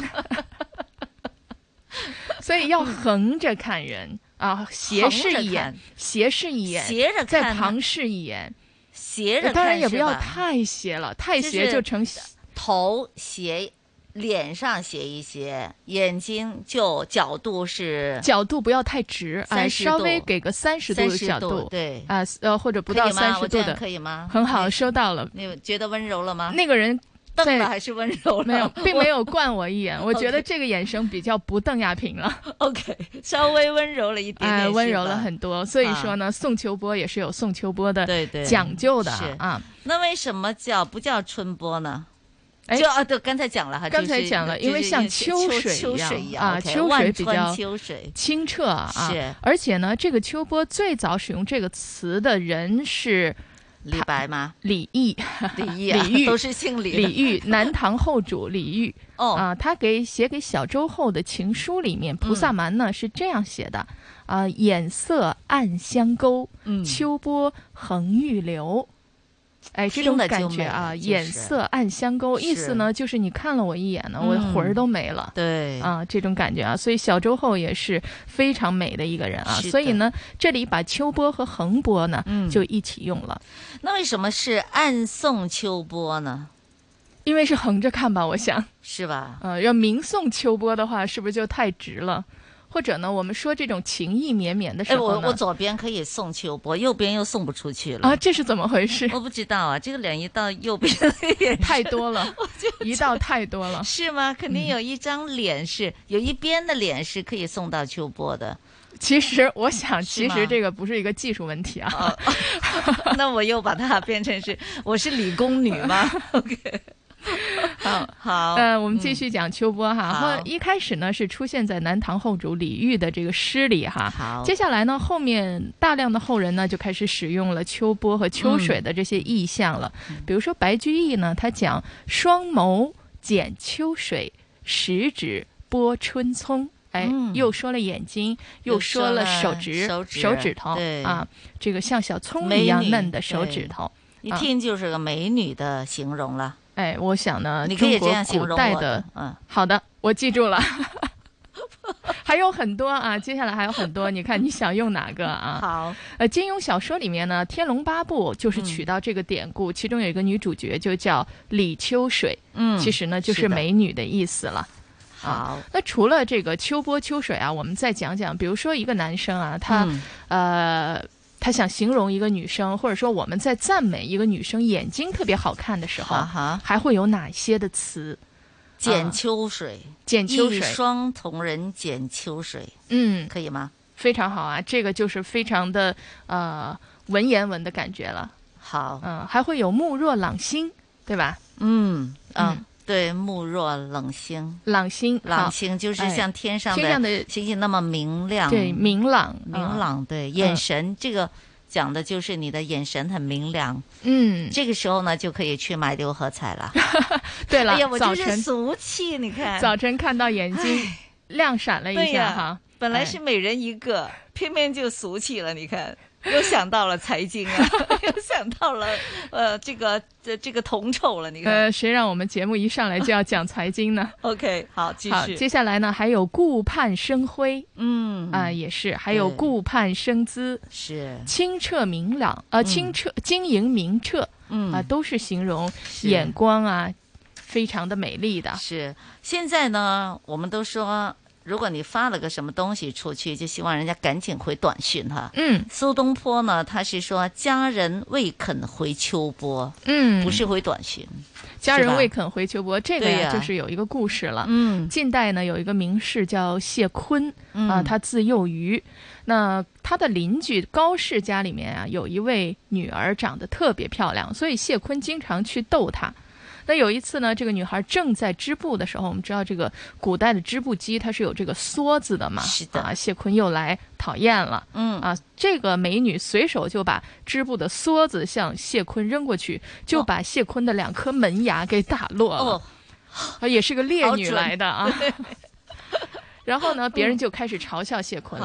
所以要横着看人啊，斜视一眼，斜视一眼， 斜着看， 再旁视一眼， 斜着看， 当然也不要太斜了，太斜就成头斜。脸上斜一斜，眼睛就角度是角度不要太直，哎，稍微给个三十度的角度， 对啊，呃，或者不到三十度的， 可以吗？ 很好，收到了。 你觉得温柔了吗？ 那个人瞪了还是温柔了？ 没有，并没有灌我一眼，我觉得这个眼神比较不邓亚萍了。 OK， 稍微温柔了一点点， 哎，温柔了很多。所以说呢，送秋波也是有送秋波的讲究的啊。 那为什么叫不叫春波呢？就啊，对，刚才讲了哈， 刚才讲了，因为像秋水一样啊，秋水比较清澈啊， 是。 而且呢，这个秋波最早使用这个词的人是李白吗？ 李煜， 李煜， 李煜都是姓李。 李煜，南唐后主李煜。哦啊，他给写给小周后的情书里面，《菩萨蛮》呢是这样写的啊：眼色暗香钩，秋波横欲流。哎，这种感觉啊，眼色暗香钩，意思呢就是你看了我一眼呢，我的魂儿都没了。 对啊，这种感觉啊，所以小周后也是非常美的一个人啊。所以呢，这里把秋波和横波呢就一起用了。 那为什么是暗送秋波呢？ 因为是横着看吧，我想是吧？ 呃，要明送秋波的话，是不是就太直了？或者呢，我们说这种情意绵绵的时候呢， 哎，我我左边可以送秋波，右边又送不出去了啊，这是怎么回事？ 我不知道啊，这个脸一到右边太多了，一道太多了， 是吗？肯定有一张脸是、嗯、有一边的脸是可以送到秋波的。 其实我想，其实这个不是一个技术问题啊。 哦、那我又把它变成是我是理工女吗？OK。 好好， 呃，我们继续讲秋波哈。后一开始呢是出现在南唐后主李煜的这个诗里哈。 好， 接下来呢，后面大量的后人呢就开始使用了秋波和秋水的这些意象了。嗯、比如说白居易呢，他讲双眸剪秋水，十指拨春葱。哎，嗯、又说了眼睛，又说了手指， 手指手指头啊，这个像小葱一样嫩的手指头， 一听就是个美女的形容了。 哎，我想呢， 你可以这样形容我的， 嗯， 好的，我记住了。还有很多啊，接下来还有很多，你看你想用哪个啊？ 好， 呃，金庸小说里面呢，《天龙八部》就是取到这个典故，嗯、其中有一个女主角就叫李秋水，嗯，其实呢就是美女的意思了。 好、 啊，那除了这个秋波秋水啊，我们再讲讲，比如说一个男生啊，他、嗯、呃。他想形容一个女生，或者说我们在赞美一个女生眼睛特别好看的时候， 啊、 还会有哪些的词？ 剪秋水， 剪秋水， 一双同人剪秋水， 嗯， 可以吗？ 非常好啊，这个就是非常的呃文言文的感觉了。 好， 嗯、呃，还会有目若朗星，对吧？ 嗯嗯。嗯对，目若朗星， 朗星， 朗星就是像天上的星星那么明亮， 对，明朗， 明朗，对，眼神，这个讲的就是你的眼神很明亮， 嗯， 这个时候呢就可以去买六合彩了。 对了， 哎呀，我就是俗气，你看， 早晨看到眼睛亮闪了一下哈， 本来是美人一个，偏偏就俗气了，你看。又想到了财经啊，又想到了呃这个这这个铜臭了，你看。 呃，谁让我们节目一上来就要讲财经呢 ？OK， 好，继续。 好，接下来呢还有顾盼生辉， 嗯啊、呃、也是，还有顾盼生姿， 是清澈明朗，呃清澈、嗯、晶莹明澈，嗯啊、呃、都是形容眼光啊非常的美丽的。 是，现在呢我们都说。如果你发了个什么东西出去，就希望人家赶紧回短讯哈。 嗯， 苏东坡呢，他是说家人未肯回秋波， 嗯， 不是回短讯。 家人未肯回秋波，这个呀、啊、就是有一个故事了。 嗯， 近代呢有一个名士叫谢坤、嗯、啊，他字幼瑜。那他的邻居高氏家里面啊有一位女儿长得特别漂亮，所以谢坤经常去逗她。那有一次呢，这个女孩正在织布的时候，我们知道这个古代的织布机它是有这个梭子的嘛， 是的。 啊，谢坤又来讨厌了， 嗯啊，这个美女随手就把织布的梭子向谢坤扔过去，就把谢坤的两颗门牙给打落了， 哦， 啊，也是个烈女来的啊。然后呢，别人就开始嘲笑谢坤了。嗯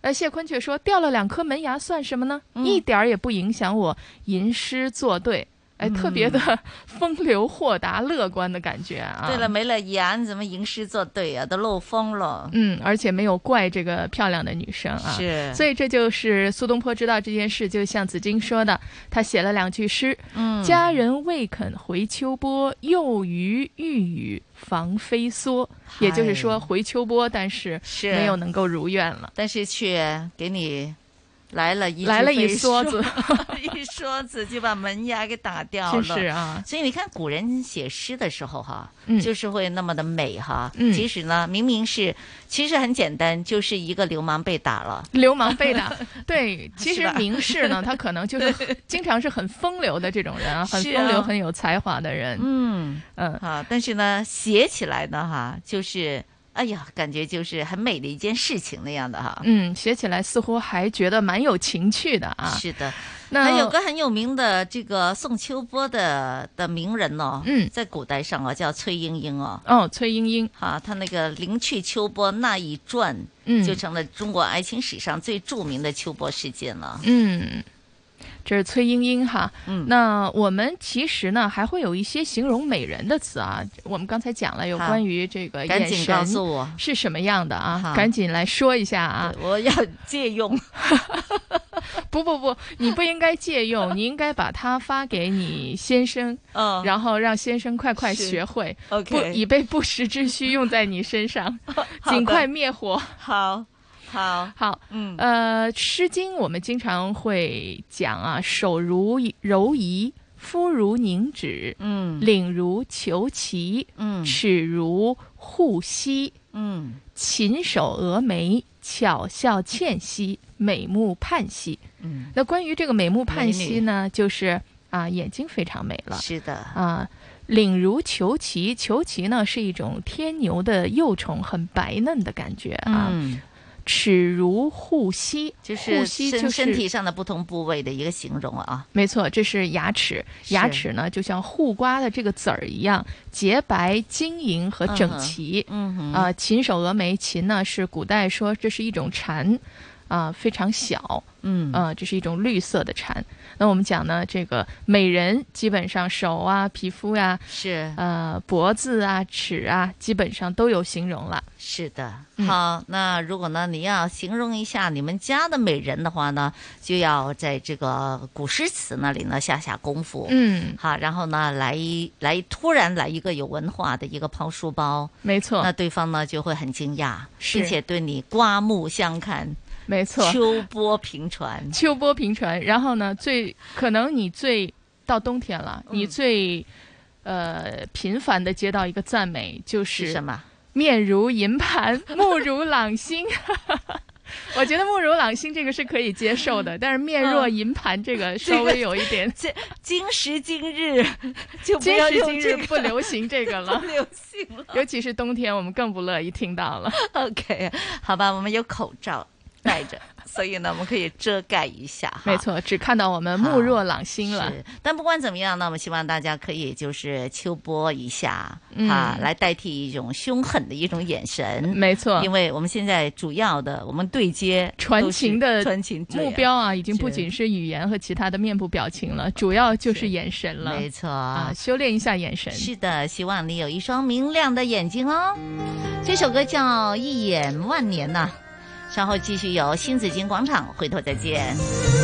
呃，谢坤却说掉了两颗门牙算什么呢？嗯、一点儿也不影响我吟诗作对。哎，特别的风流豁达、乐观的感觉啊！ 对了，没了牙，你怎么吟诗作对啊？都漏风了。 嗯，而且没有怪这个漂亮的女生啊。 是， 所以这就是苏东坡知道这件事，就像子衿说的，他写了两句诗： 嗯， 佳人未肯回秋波，又于欲语防飞梭。也就是说，回秋波，但是没有能够如愿了， 但是却给你。来了一来了一梭子， 一梭子就把门牙给打掉了。 是啊， 所以你看古人写诗的时候哈， 嗯、 就是会那么的美哈。 嗯， 即使呢明明是，其实很简单，就是一个流氓被打了。 流氓被打，对，其实名士呢，他可能就是经常是很风流的这种人啊，很风流、很有才华的人。 嗯嗯， 啊，但是呢，写起来呢哈，就是。哎呀，感觉就是很美的一件事情那样的哈。 嗯，写起来似乎还觉得蛮有情趣的啊。 是的， 那还有个很有名的这个宋秋波的的名人哦， 嗯， 在古代上哦叫崔莺莺哦。 哦，崔莺莺哈，他那个《临去秋波那一传》， 嗯， 就成了中国爱情史上最著名的秋波事件了。 嗯。这是崔莺莺哈， 嗯， 那我们其实呢还会有一些形容美人的词啊。我们刚才讲了有关于这个眼神告诉我是什么样的啊，赶紧来说一下啊。 我要借用， 不不不，你不应该借用，你应该把它发给你先生， 嗯， 然后让先生快快学会， 不以备不时之需用在你身上，尽快灭火。 好。好好， 嗯， 呃，《诗经》我们经常会讲啊，手如柔夷，肤如凝脂， 嗯， 领如虬蛴， 嗯， 齿如护膝， 嗯， 琴手蛾眉，巧笑倩兮，美目盼兮。 嗯， 那关于这个美目盼兮呢，就是啊，眼睛非常美了。 是的啊。领如虬蛴，虬蛴呢是一种天牛的幼虫，很白嫩的感觉啊。 嗯。 齿如护膝， 就是身身体上的不同部位的一个形容啊。 没错，这是牙齿。牙齿呢，就像护瓜的这个籽儿一样，洁白、晶莹和整齐。 嗯哼， 啊、呃，琴手蛾眉，琴呢是古代说这是一种蝉，啊、呃，非常小。 嗯， 啊、呃，这是一种绿色的蝉。那我们讲呢，这个美人基本上手啊、皮肤呀、啊， 是呃脖子啊、齿啊，基本上都有形容了。 是的， 嗯、 好，那如果呢你要形容一下你们家的美人的话呢，就要在这个古诗词那里呢下下功夫。 嗯， 好，然后呢来来突然来一个有文化的一个抛书包， 没错， 那对方呢就会很惊讶， 是并且对你刮目相看。 没错， 秋波频传， 秋波频传。然后呢，最可能你最到冬天了，嗯、你最呃频繁的接到一个赞美，就是什么？ 面如银盘，目如朗星。我觉得目如朗星这个是可以接受的，但是面若银盘这个稍微有一点。 这、这今时今日就不要用这个， 今时今日不流行这个了， 不流行了。 尤其是冬天，我们更不乐意听到了。 OK， 好吧，我们有口罩戴着，所以呢，我们可以遮盖一下。 没错，只看到我们目若朗星了。 但不管怎么样呢，我们希望大家可以就是秋波一下、 嗯、 啊，来代替一种凶狠的一种眼神。 没错， 因为我们现在主要的我们对接传情的传情目标啊，已经不仅是语言和其他的面部表情了，主要就是眼神了。 没错啊，修炼一下眼神。 是的，希望你有一双明亮的眼睛哦。这首歌叫《一眼万年》呐。稍后继续有新紫荆广场，回头再见。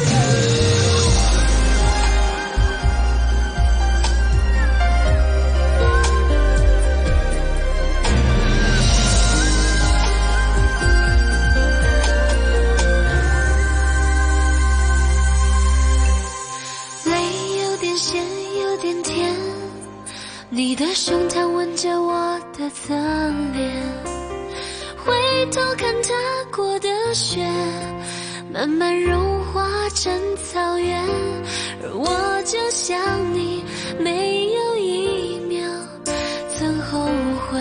泪有点咸，有点甜，你的胸膛吻着我的侧脸。回头看踏过的雪，慢慢融化成草原，而我就像你，没有一秒曾后悔。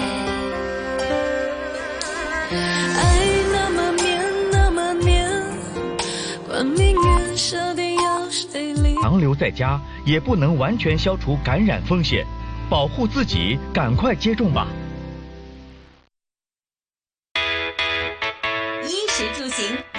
爱那么绵，那么绵，管命运设定要谁理。 长留在家也不能完全消除感染风险，保护自己，赶快接种吧。 衣食住行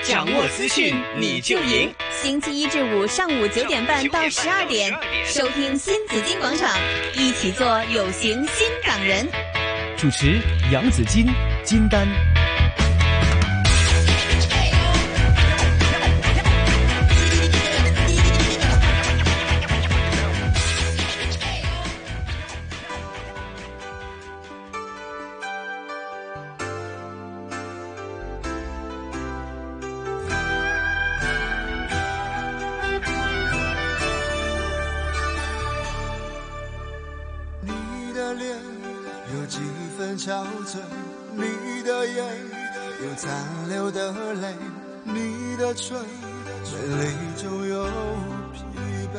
掌握资讯你就赢。 星期一至五上午九点半到十二点，收听新紫金广场，一起做有型新港人。 主持杨紫金、金丹。 憔悴，你的眼有残留的泪，你的唇美丽中有疲惫。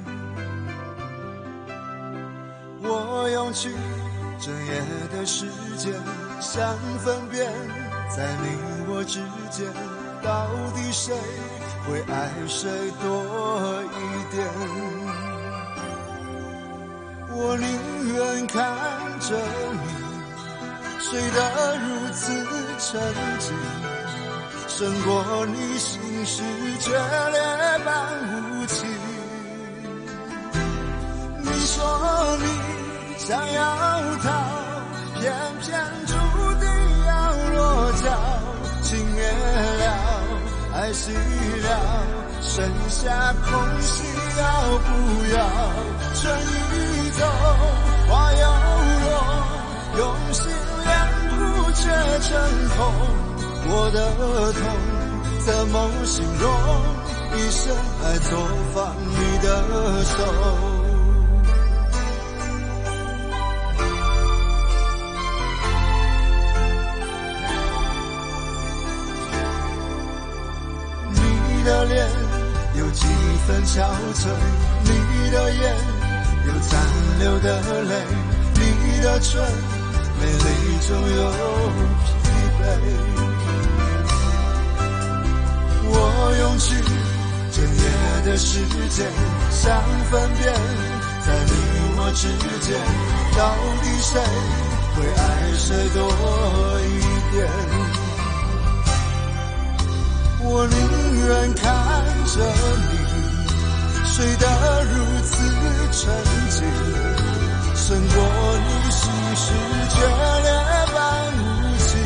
我用去整夜的时间，想分辨在你我之间，到底谁会爱谁多一点。我宁愿看着你睡得如此沉静，胜过你心事决裂般无情。你说你想要逃，偏偏注定要落脚，情灭了，爱熄了，剩下空隙要不要？春已走，花又落，用心良苦却成空，我的痛怎么形容？一生爱错放你的手。你的脸有几分憔悴，你的眼有残留的泪，你的唇美丽中有疲惫。我用去整夜的时间，想分辨在你我之间，到底谁会爱谁多一点。我宁愿看着你睡得如此沉静，胜过你心事决裂般无情。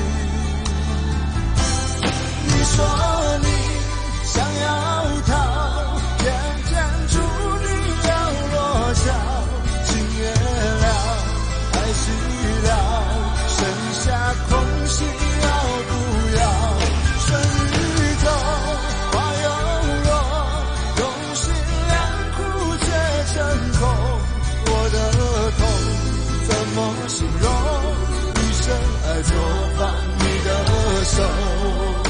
你说你想要逃，偏偏注定要落脚，情灭了，爱熄了，剩下空隙要不要？春已走，花又落，用心良苦却成空，我的痛怎么形容？一生爱错放你的手。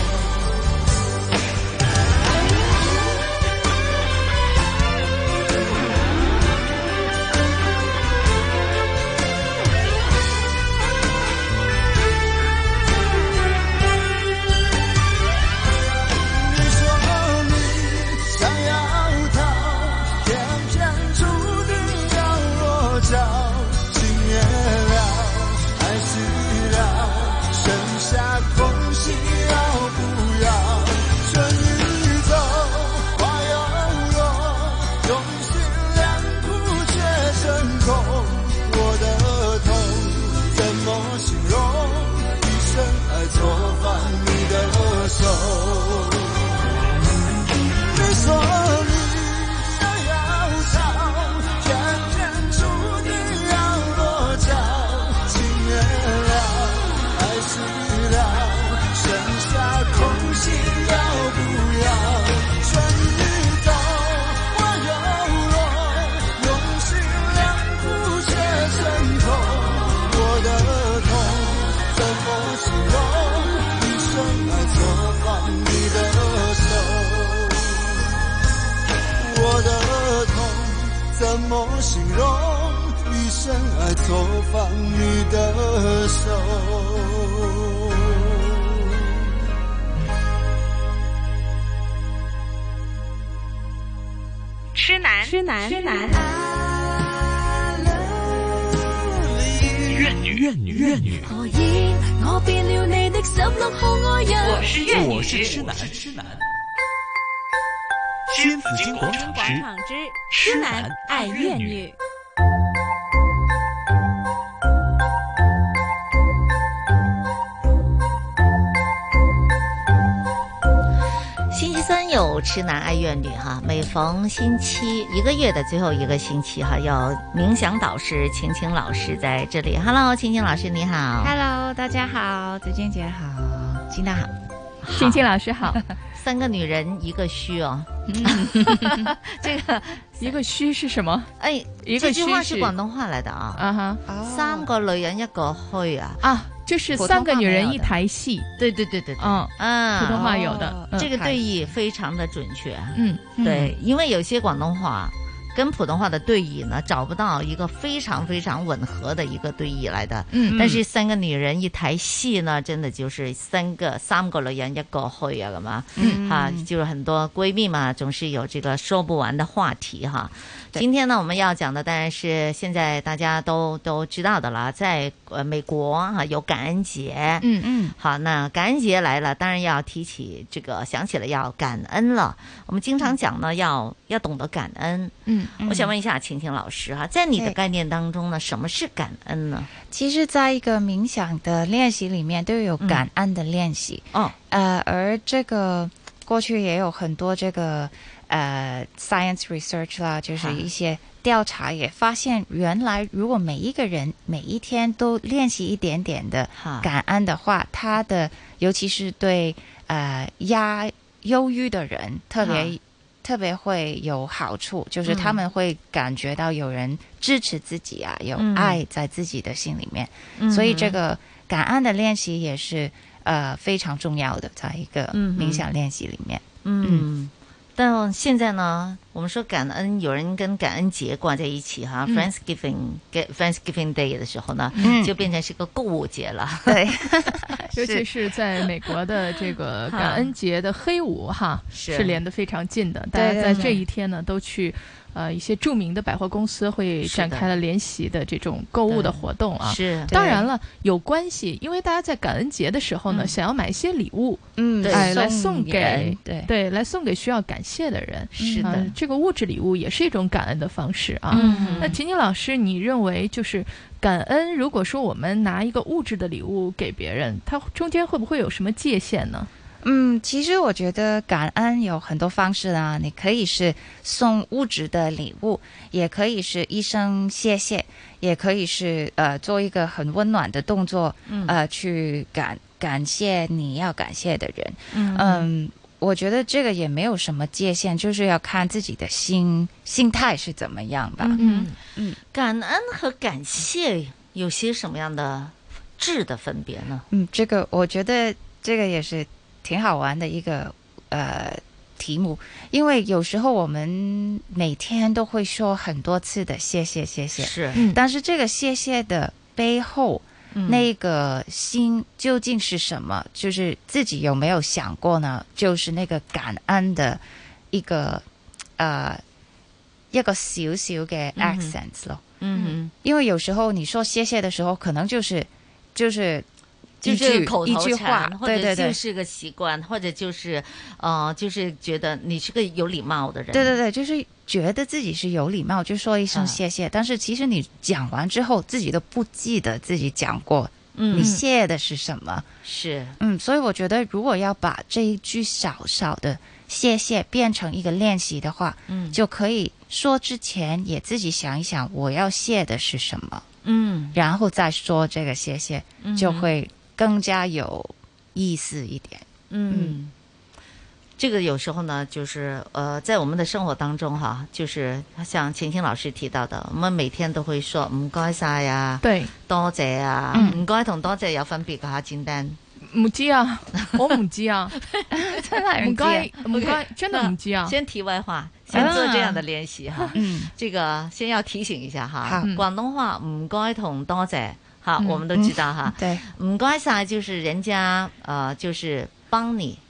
怎么形容？一生爱错放你的手。 痴男，痴男，痴男。 越怨女，怨女，怨女。 何以我變了你的十六號愛人？ 我是怨女，我是痴男，痴男。新紫荊廣場之痴男愛怨女。 星期三有痴男爱怨女哈，每逢星期一个月的最后一个星期哈，有冥想导师晴晴老师在这里。Hello， 晴晴老师你好。 Hello， 大家好，子君姐好， 金大好， 晴晴老师好。 三个女人一个虚哦，这个一个虚是什么？ 哎， 一个虚这句话是广东话来的啊。啊哈，三个女人一个虚啊啊。就是三个女人一台戏， 对对对对对， 嗯啊， 普通话有的， 哦嗯、这个对译非常的准确， 嗯， 对，因为有些广东话跟普通话的对译呢，找不到一个非常非常吻合的一个对译来的， 嗯， 但是三个女人一台戏呢，真的就是三个三个女人一個虛啊，咁啊，嗯，哈，就是很多閨蜜嘛，總是有這個說不完的話題哈。今天呢，我們要講的當然是現在大家都都知道的啦，在呃美國哈有感恩節， 嗯嗯， 好，那感恩節來了，當然要提起這個，想起了要感恩了。我們經常講呢，要要懂得感恩， 嗯， 我想問一下晴晴老師哈，在你的概念當中呢，什麼是感恩呢？ 其實，在一個冥想的練習裡面，都有感恩的練習， 哦、 嗯，呃，而這個過去也有很多這個。呃 ，science research 啦，就是一些調查也發現，原來如果每一個人每一天都練習一點點的感恩的話，他的尤其是對呃壓憂鬱的人特別特別會有好處，就是他們會感覺到有人支持自己啊，有愛在自己的心裡面，嗯、所以這個感恩的練習也是呃非常重要的，在一個冥想練習裡面， 嗯。嗯但現在呢，我們說感恩，有人跟感恩節掛在一起哈、嗯、，Friendsgiving Friendsgiving Day 的時候呢，嗯、就變成是個購物節了。 對， 尤其是在美國的這個感恩節的黑五哈，是，是連得非常近的，大家在這一天呢都去。呃，一些著名的百貨公司會展開了聯席的這種購物的活動啊。 是， 當然了，有關係，因為大家在感恩節的時候呢，嗯、想要買一些禮物， 嗯， 哎， 送來送給對對，來送給需要感謝的人。 是的、 呃，這個物質禮物也是一種感恩的方式啊。 嗯， 那晴晴老師，你認為就是感恩，如果說我們拿一個物質的禮物給別人，它中間會不會有什麼界限呢？ 嗯，其實我覺得感恩有很多方式啊，你可以是送物質的禮物，也可以是一聲謝謝，也可以是呃做一個很溫暖的動作，嗯、呃去感感謝你要感謝的人。嗯，嗯，我覺得這個也沒有什麼界限，就是要看自己的心心態是怎麼樣吧。 嗯嗯，感恩和感謝有些什麼樣的質的分別呢？ 嗯，這個我覺得這個也是挺好玩的一個呃題目，因為有時候我們每天都會說很多次的謝謝謝謝， 是， 嗯、但是這個謝謝的背後，嗯、那個心究竟是什麼？就是自己有沒有想過呢？就是那個感恩的一個呃一個小小嘅 accents 咯。 嗯哼， 因為有時候你說謝謝的時候，可能就是就是。 就是口頭一句話， 或者就是個習慣，或者就是呃，就是覺得你是個有禮貌的人。 對對對，就是覺得自己是有禮貌，就說一聲謝謝。嗯、但是其實你講完之後，自己都不記得自己講過，嗯，你謝的是什麼？ 是， 嗯，所以我覺得如果要把這一句少少的謝謝變成一個練習的話，嗯，就可以說之前也自己想一想，我要謝的是什麼， 嗯， 然後再說這個謝謝，嗯、就會更加有意思一點。 嗯，嗯，這個有時候呢，就是呃，在我們的生活當中哈，就是像晴晴老師提到的，我們每天都會說唔該晒啊， 對， 多謝啊，唔該同多謝有分別噶吓，簡單。 唔知啊，我唔知啊， 真係唔該唔該，真的唔知啊。 先題外話，先做這樣的練習哈。嗯，這個先要提醒一下哈，廣東話唔該同多謝。好，嗯、我們都知道哈。 對， 唔該晒就是人家呃，就是幫你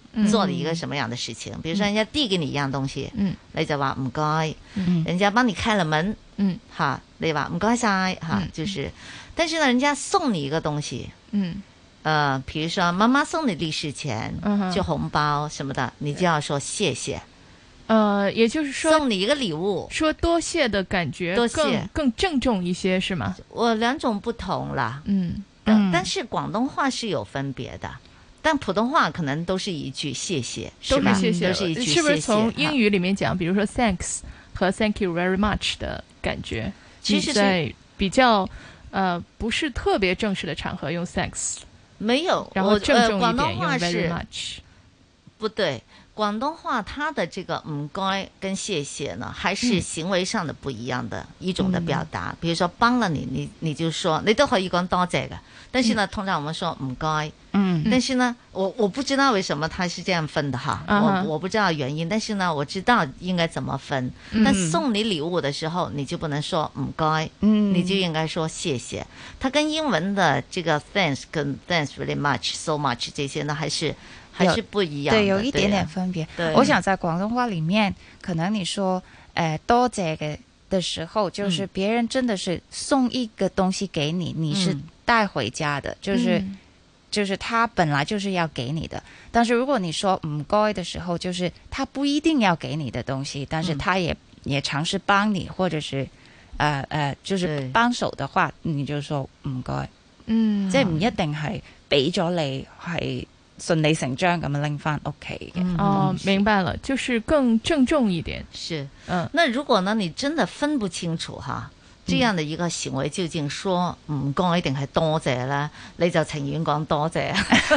做了一个什麼樣的事情，嗯、比如說人家遞給你一樣東西， 嗯， 你就話唔該，嗯，人家幫你開了門， 嗯， 哈，你話唔該晒，哈，就是，但是呢，人家送你一個東西， 嗯， 呃，比如說媽媽送你利是錢， 嗯， 就紅包什麼的，你就要說謝謝。 呃，也就是說送你一個禮物， 說多謝的感覺多更謝更鄭重一些，是嗎？ 我兩種不同啦， 嗯， 但但是廣東話是有分別的，但普通話可能都是一句謝謝， 都是謝謝， 都是一句謝謝。 是不是從英語裡面講，比如說 thanks 和 thank you very much 的感覺， 其實在比較呃不是特別正式的場合用 thanks， 沒有， 然後鄭重一點、呃、 用 very much， 不對。廣東話它的這個唔該跟謝謝呢，還是行為上的不一樣的一種的表達。嗯、比如說幫了你，你你就說你都可以講多謝嘅，但是呢，嗯、通常我們說唔該。 嗯， 但是呢，我我不知道為什麼它是這樣分的哈， 嗯、 我我不知道原因，但是呢，我知道應該怎麼分。 嗯、 但送你禮物的時候，你就不能說唔該， 嗯， 你就應該說謝謝。它跟英文的這個 thanks 跟 thanks really much so much 這些呢，還是。還是不一樣的， 對，有一點點分別。我想在廣東話裡面，可能你說，誒、呃，多謝嘅的時候，就是別人真的是送一個東西給你，嗯、你是帶回家的，就是、嗯、就是他本來就是要給你的。但是如果你說唔該的時候，就是他不一定要給你的東西，但是他也、嗯、也嘗試幫你，或者是，誒、呃、誒、呃，就是幫手的話，你就說唔該。 嗯， 即係唔一定係俾咗你係。順理成章咁樣拎翻屋企嘅。 哦，明白了，就是更鄭重一點。 是， 嗯， 那如果呢，你真的分不清楚哈，這樣的一個行為究竟說唔該定係多謝呢？你就情願講多謝。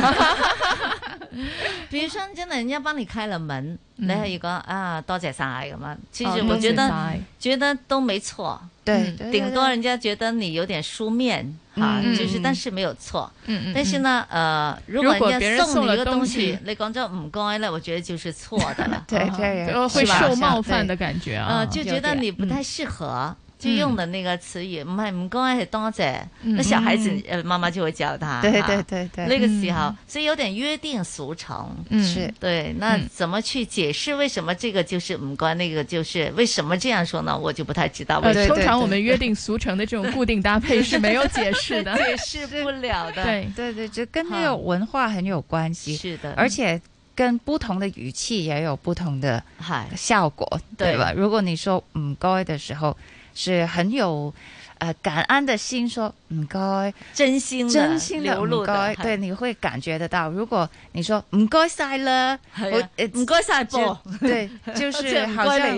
比如說真的人家幫你開了門，嗯、你可以講啊多謝晒咁樣。其實我覺得、哦、覺得都沒錯。 對， 頂多人家覺得你有點書面，哈、嗯，就是但是沒有錯。嗯嗯。但是呢，呃，如果人家送你一個東西，你講咗唔該呢，我覺得就是錯的了。 對對， 會受冒犯的感覺啊， 呃，就覺得你不太適合。就用的那個詞語唔係唔該係多謝，那小孩子呃媽媽就會教他。 對對對對。 那個時候，所以有點約定俗成。 嗯，是對。那怎麼去解釋為什麼這個就是唔該，那個就是為什麼這樣說呢？我就不太知道。 呃，通常我們約定俗成的這種固定搭配是沒有解釋的， 解釋不了的。 對對對，就跟那個文化很有關係。 是的， 而且跟不同的語氣也有不同的效果，對吧？如果你說唔該的時候。是很有，呃，感恩的心說唔該， 真心的真心的流露的， 對，你會感覺得到。如果你說唔該晒啦， 我唔該晒噃， 對，就是好像，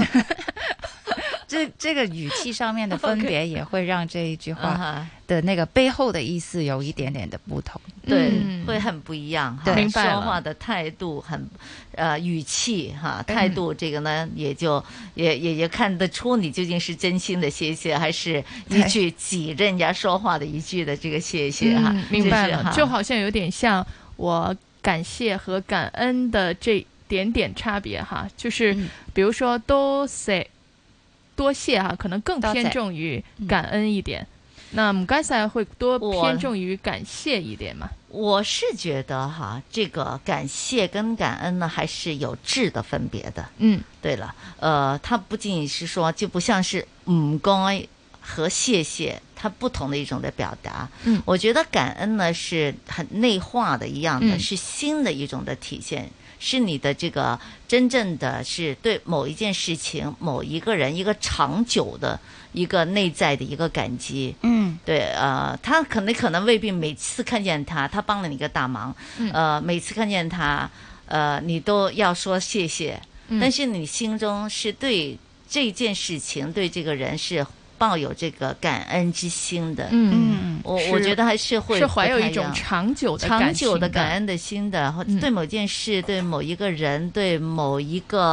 這這個語氣上面的分別也會讓這一句話的那個背後的意思有一點點的不同， 對， 嗯、 會很不一樣。 明白了， 說話的態度很，呃，語氣哈，態度這個呢，也就也也也看得出你究竟是真心的謝謝，還是一句擠着人家說話的一句的這個謝謝哈、 嗯。明白了，就好像有點像我感謝和感恩的這點點差別哈，就是比如說多謝。多謝哈，可能更偏重於感恩一點。那唔該晒會多偏重於感謝一點嘛？ 我是覺得哈，這個感謝跟感恩呢，還是有質的分別的。 嗯， 對了，呃，它不僅僅是說，就不像是唔該和謝謝，它不同的一種的表達。 嗯， 我覺得感恩呢是很內化的一樣的， 嗯、是心的一種的體現。是你的這個真正的是對某一件事情、某一個人一個長久的一個內在的一個感激。 嗯， 對，呃，他可能可能未必每次看見他，他幫了你一個大忙， 嗯、 呃，每次看見他，呃，你都要說謝謝。 嗯、 但是你心中是對這件事情、對這個人是抱有這個感恩之心的。 嗯， 我我覺得還是會是懷有一種長久的長久的感恩的心的，對某件事、對某一個人、對某一個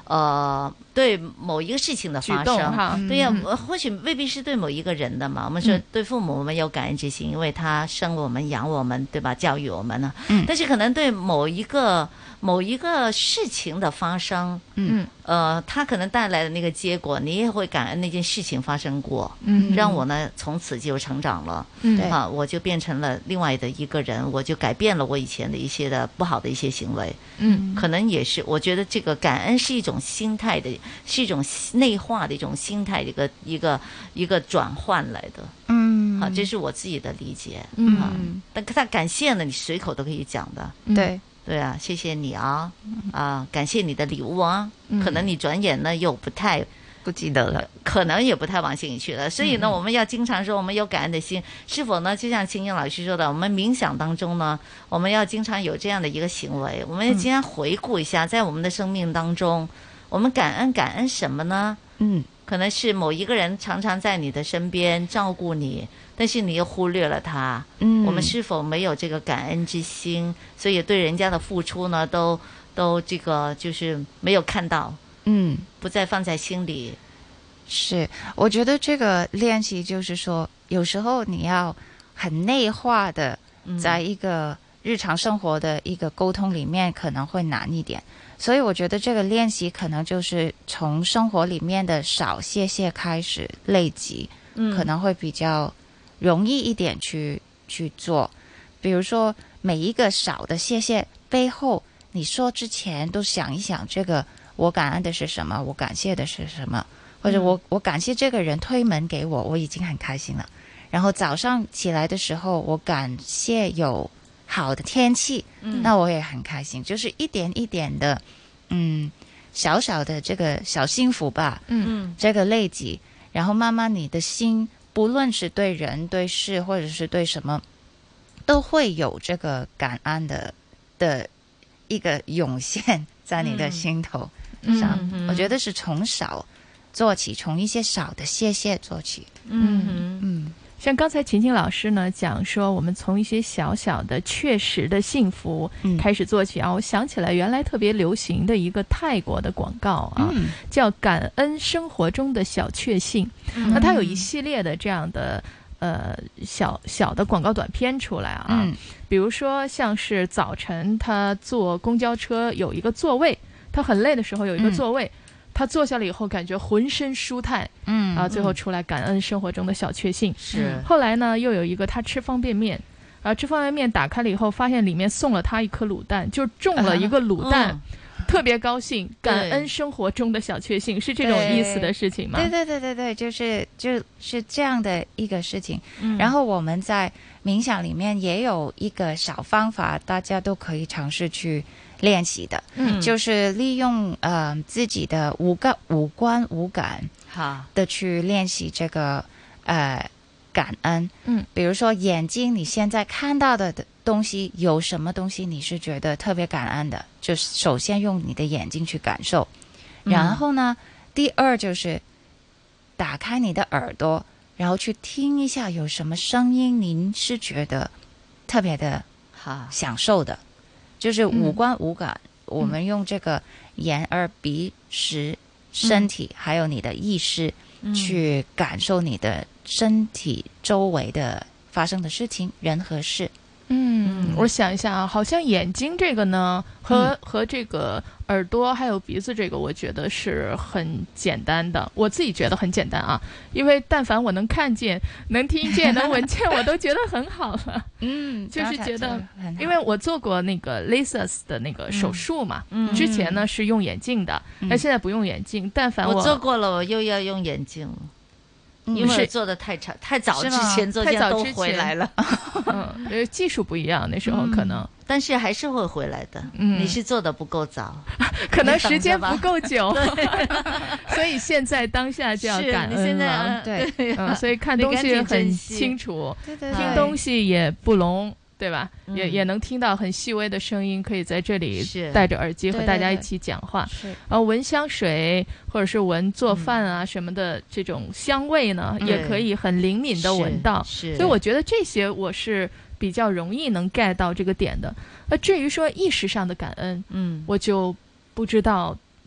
呃，对某一个事情的发生，对呀、啊，或许未必是对某一个人的嘛。我们说对父母我们有感恩之心，因为他生我们、养我们，对吧？教育我们呢。嗯。但是可能对某一个某一个事情的发生，嗯，呃，他可能带来的那个结果，你也会感恩那件事情发生过，嗯，让我呢从此就成长了，嗯，啊，我就变成了另外的一个人，我就改变了我以前的一些的不好的一些行为，嗯，可能也是，我觉得这个感恩是一种心态的，是一种内化的一种心态的一个一个一个转换来的，嗯，啊，这是我自己的理解，嗯，啊、但他感谢呢，你随口都可以讲的， 对。 对啊，谢谢你啊，啊，感谢你的礼物啊，嗯、可能你转眼呢又不太不记得了， 可能也不太往心里去了。所以呢，嗯、我们要经常说我们有感恩的心，是否呢？就像青青老师说的，我们冥想当中呢，我们要经常有这样的一个行为，我们要经常回顾一下，在我们的生命当中，我们感恩感恩什么呢？嗯，可能是某一个人常常在你的身边照顾你。但是你又忽略了他，嗯，我们是否没有这个感恩之心？所以对人家的付出呢，都都这个就是没有看到，嗯，不再放在心里。 是，我觉得这个练习就是说，有时候你要很内化的，在一个日常生活的一个沟通里面，可能会难一点。所以我觉得这个练习可能就是从生活里面的少谢谢开始累积，嗯，可能会比较容易一点去去做。比如说每一个少的谢谢背后，你说之前都想一想，这个我感恩的是什么，我感谢的是什么，或者我我感谢这个人推门给我，我已经很开心了。然后早上起来的时候，我感谢有好的天气，嗯，那我也很开心。就是一点一点的，嗯，小小的这个小幸福吧，嗯，这个累积，然后慢慢你的心，不论是对人、对事，或者是对什么，都会有这个感恩的的一个涌现在你的心头上。嗯、我觉得是从少做起，从一些少的谢谢做起。 嗯嗯。像刚才琴琴老师呢讲说，我们从一些小小的确实的幸福开始做起啊、嗯，我想起来原来特别流行的一个泰国的广告啊，嗯、叫感恩生活中的小确幸。嗯、那它有一系列的这样的呃小小的广告短片出来啊，嗯、比如说像是早晨他坐公交车有一个座位，他很累的时候有一个座位。嗯，他坐下了以后感觉浑身舒坦，嗯，啊，最后出来感恩生活中的小确幸。是，后来呢又有一个他吃方便面，啊，吃方便面打开了以后发现里面送了他一颗卤蛋，就中了一个卤蛋，啊嗯、特别高兴，感恩生活中的小确幸，是这种意思的事情吗？ 对对对对对，就是就是这样的一个事情。嗯、然后我们在冥想里面也有一个小方法，大家都可以尝试去练习的，嗯，就是利用呃自己的五个五官五感，好的去练习这个呃感恩，嗯，比如说眼睛，你现在看到的东西有什么东西你是觉得特别感恩的，就是首先用你的眼睛去感受，然后呢，嗯、第二就是打开你的耳朵，然后去听一下有什么声音您是觉得特别的好享受的。就是五官五感、嗯、我们用这个眼耳鼻舌身体、嗯、还有你的意识、嗯、去感受你的身体周围的发生的事情，人和事。 嗯，我想一下啊，好像眼睛这个呢和、嗯、和这个耳朵还有鼻子这个我觉得是很简单的，我自己觉得很简单啊，因为但凡我能看见能听见能闻见我都觉得很好了。嗯，就是觉得因为我做过那个 LASIK 的那个手术嘛、嗯、之前呢是用眼镜的，那、嗯、现在不用眼镜，但凡我我做过了我又要用眼镜了，因为做的太长太早之前做，现在都回来了。 嗯，技术不一样，那时候可能、嗯， 但是还是会回来的。嗯，你是做的不够早， 可能时间不够久，所以现在当下就要感恩了。 对， 嗯，所以看东西很清楚，对对对，听东西也不聋。对吧？嗯、也也能听到很细微的声音，可以在这里戴着耳机和大家一起讲话。是，然后闻香水或者是闻做饭啊什么的、嗯、这种香味呢，也可以很灵敏的闻到。是，所以我觉得这些我是比较容易能 get 到这个点的。那至于说意识上的感恩，嗯，我就不知道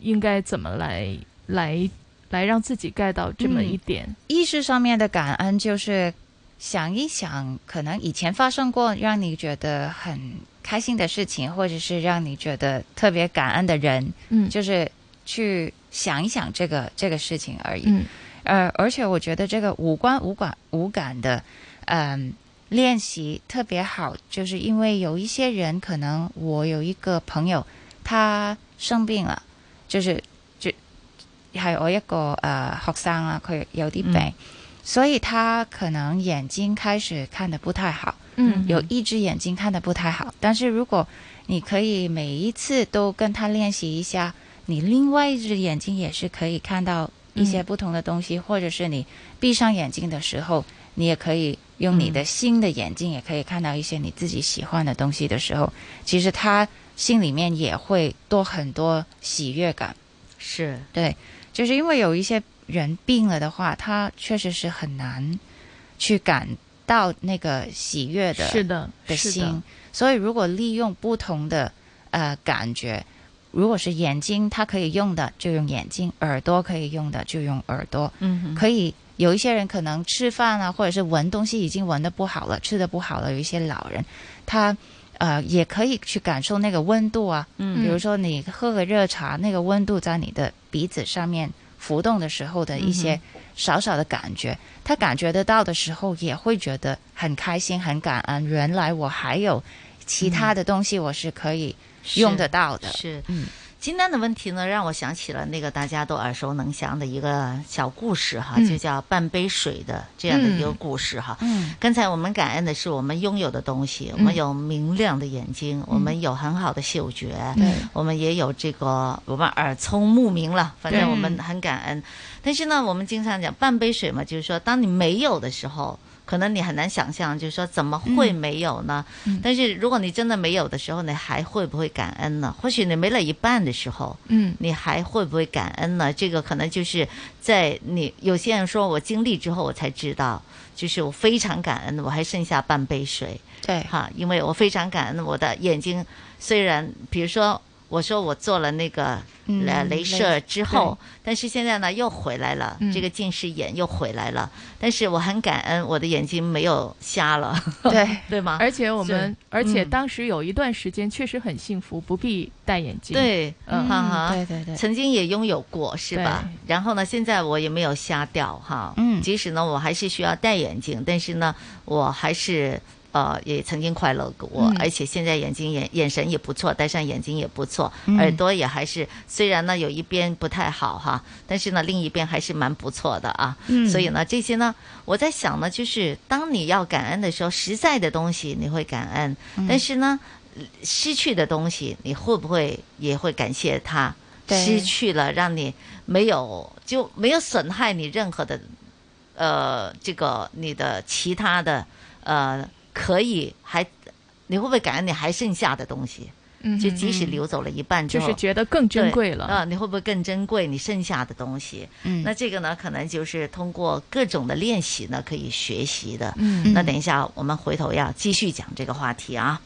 应该怎么来来来让自己盖到这么一点、 嗯、意识上面的感恩，就是想一想可能以前发生过让你觉得很开心的事情，或者是让你觉得特别感恩的人， 嗯， 就是去想一想这个这个事情而已。 嗯， 呃，而且我觉得这个无关无感无感的嗯练习特别好，就是因为有一些人，可能我有一个朋友他生病了，就是就係我一個誒、呃、學生啦，佢有啲病、嗯，所以他可能眼睛開始看得不太好， 嗯， 有一隻眼睛看得不太好。但是如果你可以每一次都跟他練習一下，你另外一隻眼睛也是可以看到一些不同的東西，嗯、或者是你閉上眼睛的時候，你也可以用你的新的眼睛也可以看到一些你自己喜歡的東西的時候，其實他心裡面也會多很多喜悅感。 是， 對，就是因為有一些人病了的話，他確實是很難去感到那個喜悅的， 是的， 的心。 是的。 所以如果利用不同的呃感覺，如果是眼睛他可以用的就用眼睛，耳朵可以用的就用耳朵， 嗯， 可以。有一些人可能吃飯啊，或者是聞東西已經聞得不好了，吃得不好了，有一些老人他呃也可以去感受那個溫度啊，嗯，比如說你喝個熱茶，那個溫度在你的鼻子上面浮動的時候的一些少少的感覺，嗯，他感覺得到的時候也會覺得很開心很感恩，原來我還有其他的東西我是可以用得到的。 是，是嗯。 今天的問題呢，讓我想起了那個大家都耳熟能詳的一個小故事哈， 嗯， 就叫半杯水的這樣的一個故事哈。 嗯， 剛才我們感恩的是我們擁有的東西，嗯，我們有明亮的眼睛，嗯，我們有很好的嗅覺， 嗯， 我們也有這個我們耳聰目明了，反正我們很感恩。但是呢，我們經常講半杯水嘛，就是說當你沒有的時候，可能你很難想象，就是說怎麼會沒有呢？ 嗯， 但是如果你真的沒有的時候，你還會不會感恩呢？或許你沒了一半的時候， 嗯， 你還會不會感恩呢？這個可能就是在你有些人說我經歷之後我才知道，就是我非常感恩，我還剩下半杯水。 對， 哈，因為我非常感恩我的眼睛，雖然比如說我說我做了那個嗯鐳射之後，但是現在呢又回來了， 嗯， 這個近視眼又回來了，但是我很感恩我的眼睛沒有瞎了， 對對嗎？ 而且我們，而且當時有一段時間確實很幸福，不必戴眼鏡。 對， 嗯， 哈哈， 對對對， 曾經也擁有過，是吧？然後呢，現在我也沒有瞎掉，哈， 嗯， 即使呢我還是需要戴眼鏡，但是呢我還是。呃，也曾經快樂過，嗯，而且現在眼睛眼眼神也不錯，戴上眼鏡也不錯，嗯，耳朵也還是雖然呢有一邊不太好哈，但是呢另一邊還是蠻不錯的啊。嗯，所以呢這些呢，我在想呢，就是當你要感恩的時候，實在的東西你會感恩，嗯，但是呢失去的東西你會不會也會感謝它？失去了讓你沒有就沒有損害你任何的，呃，這個你的其他的，呃。可以還你會不會感恩你還剩下的東西，嗯，就即使流走了一半之後， 就是覺得更珍貴了啊，你會不會更珍貴你剩下的東西？嗯，那這個呢可能就是通過各種的練習呢可以學習的。嗯，那等一下我們回頭要繼續講這個話題啊。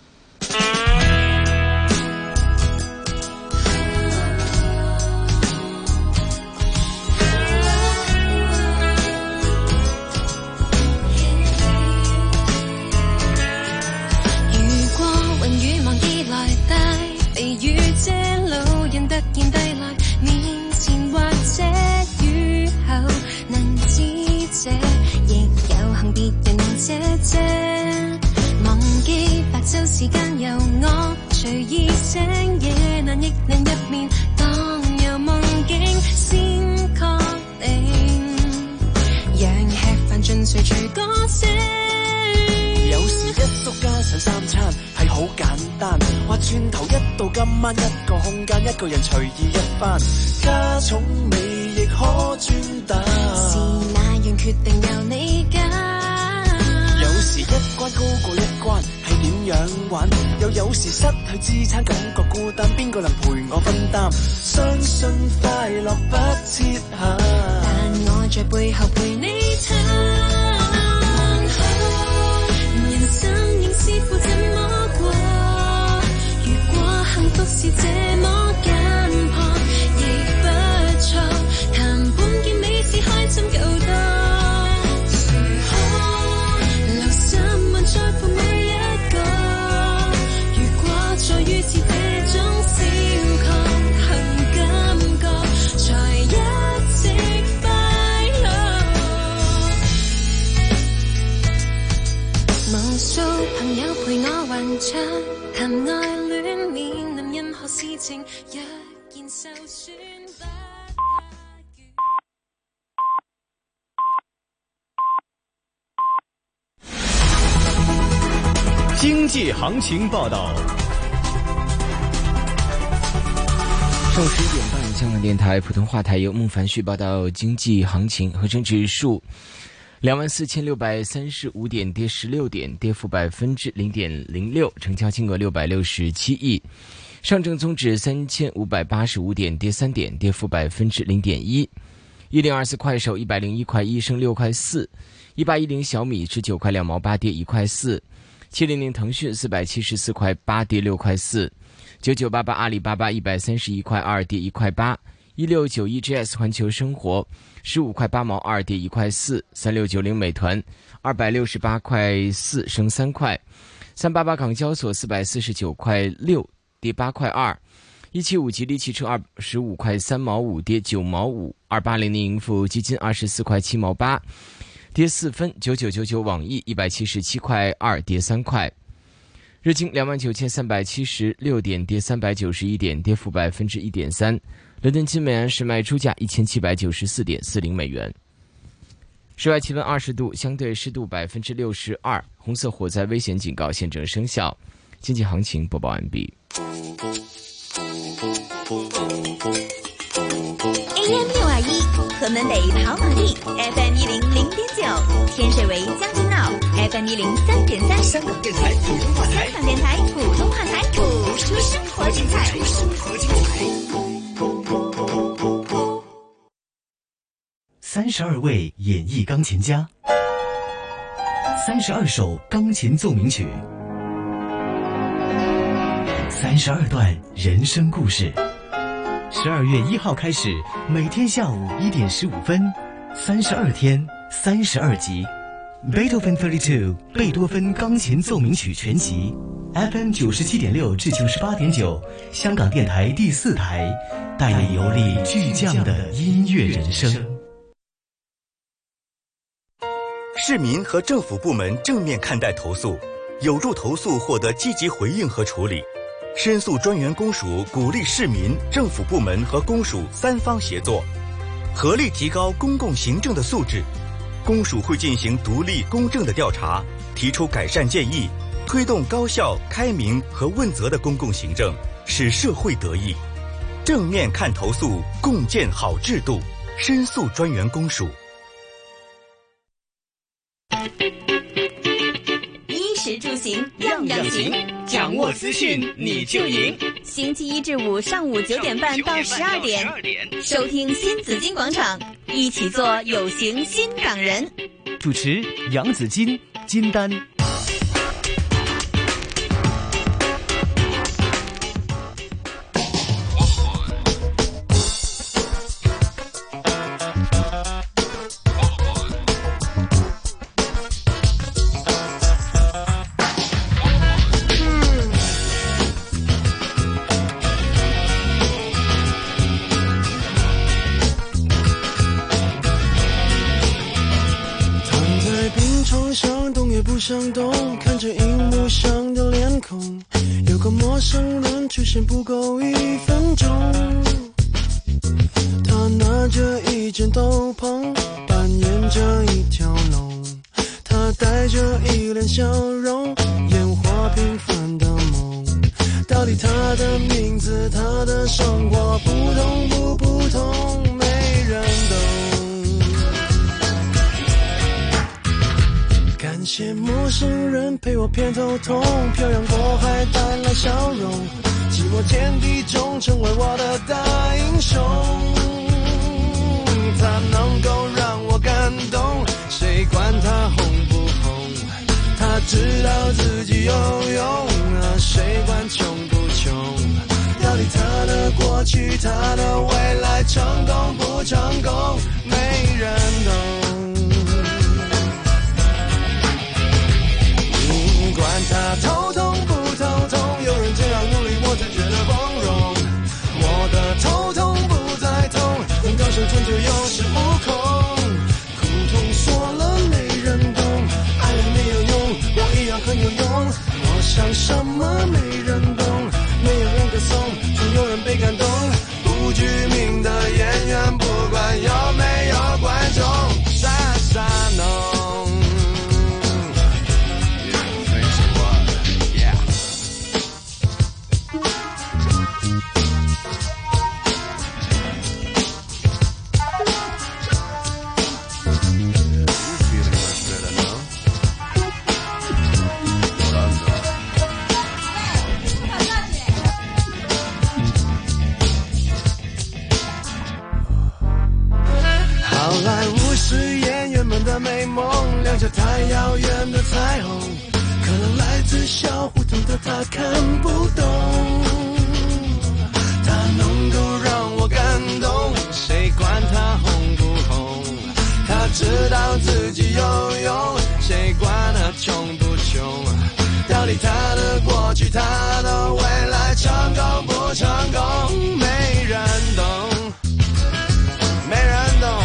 忘記白晝時間由我隨意醒，夜難亦能入眠，當有夢境先確定，讓吃飯盡隨隨歌聲。 有時一宿加上三餐係好簡單，話轉頭一到今晚一個空間，一個人隨意一番，加重味亦可專打， 是那樣決定由你揀。 有時一關高過一關，係點樣玩？又有時失去支撐，感覺孤單，邊個能陪我分擔？相信快樂不設限， 但我在背後陪你撐。人生應是負怎麼過？如果幸福是這麼緊迫，亦幻象，談愛戀面臨任何事情，若然受損不經濟行情報道。 上午十一點半，香港電台普通話台由孟凡旭報道經濟行情。恒生指數兩萬四千六百三十五點，跌十六點，跌幅百分之零點零六，成交金額六百六十七億。上證綜指三千五百八十五點，跌三點，跌幅百分之零點一。一零二四快手一百零一塊一，升六塊四。一八一零小米十九塊兩毛八，跌一塊四。七零零騰訊四百七十四塊八，跌六塊四。九九八八阿里巴巴一百三十一塊二，跌一塊八。一六九一 G S 環球生活十五塊八毛二，跌一塊四。三六九零美团二百六十八塊四，升三塊。三八八港交所四百四十九塊六，跌八塊二。一七五吉利汽車二十五塊三毛五，跌九毛五。二八零零盈富基金二十四塊七毛八，跌四分。九九九九網易一百七十七塊二，跌三塊。日經兩萬九千三百七十六點，跌三百九十一點，跌幅百分之一點三。伦敦金每安士賣出價一千七百九十四點四零美元。室外氣溫二十度，相對濕度百分之六十二，紅色火災危險警告現正生效。經濟行情播報完畢。 A M 六二一，河門北跑馬地 ，F M 一零零點九，天水圍將軍澳 ，F M 一零三點三，香港電台普通話台，香港電台普通話台，播出生活精彩，生活精彩。 三十二位演艺鋼琴家，三十二首鋼琴奏鳴曲，三十二段人生故事。十二月一號開始，每天下午一點十五分，三十二天，三十二集。Beethoven thirty-two 貝多芬鋼琴奏鳴曲全集 ，F M 九十七點六至九十八點九，香港電台第四台，帶你遊歷巨匠的音樂人生。 市民和政府部門正面看待投訴，有助投訴獲得積極回應和處理。申訴專員公署鼓勵市民、政府部門和公署三方協作，合力提高公共行政的素質。公署會進行獨立公正的調查，提出改善建議，推動高效、開明和問責的公共行政，使社會得益。正面看投訴，共建好制度。申訴專員公署。 衣食住行樣樣行，掌握資訊你就贏。星期一至五上午九點半到十二點，收聽新紫荊廣場，一起做有型新港人。 主持楊紫荊、金丹。 想动，看着荧幕上的脸孔，有个陌生人出现不够一分钟。他拿着一件斗篷，扮演着一条龙，他带着一脸笑容，演活平凡的梦。到底他的名字，他的生活不同不不同，没人懂。感谢陌生人陪我偏头痛，漂洋过海带来笑容，寂寞天地中成为我的大英雄。他能够让我感动，谁管他红不红，他知道自己有用啊，谁管穷不穷，到底他的过去，他的未来，成功不成功，没人懂。管他头痛不头痛，有人这样努力我才觉得光荣。我的头痛不再痛，能高声吞就有恃无恐。苦痛说了没人懂，爱了没有用，我一样很有用。我是想什么没人懂，没有人歌颂，总有人被感动。不具名的演员，不管有没有观众，傻傻弄。美梦亮着太遥远的彩虹，可能来自小胡同的他看不懂，他能够让我感动，谁管他红不红，他知道自己有用，谁管他穷不穷，到底他的过去他的未来成功不成功，没人懂，没人懂，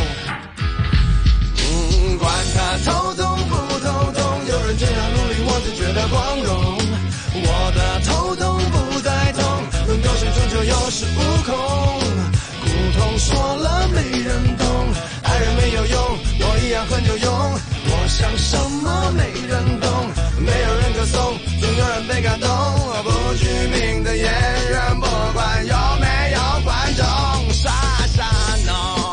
管他头痛不头痛，有人这样努力我只觉得光荣，我的头痛不再痛，能够生存就有恃无恐，苦痛说了没人懂，爱人没有用，我一样很有用，我想什么没人懂，没有人歌颂，总有人被感动，不具名的演员，不管有没有观众，傻傻弄。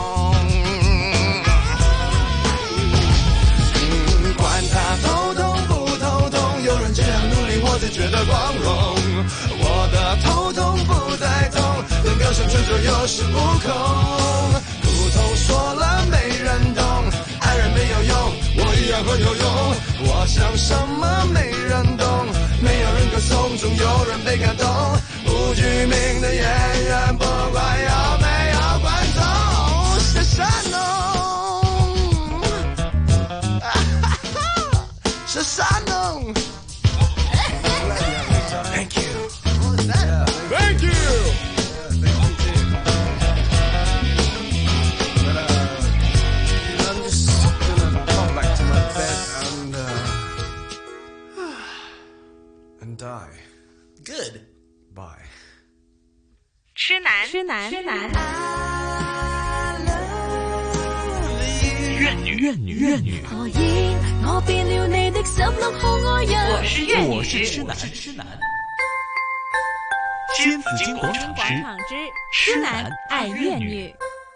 头痛不头痛，有人这样努力我才觉得光荣，我的头痛不再痛，能够生存就有恃无恐，苦痛说了没人懂，爱人没有用，我一样很有用，我想什么没人懂，没有人歌颂，总有人被感动，不具名的演员，不管有没有观众，傻傻弄。Sasano. Thank you. Thank you. But, uh, I'm just gonna come back to my bed and, uh, and die. Good. Bye. 痴男，痴男，痴男。 怨女，怨女，怨女。 我變了你的十六號愛人。 我是怨女，我是痴男，痴男。金紫荊廣場之痴男愛怨女。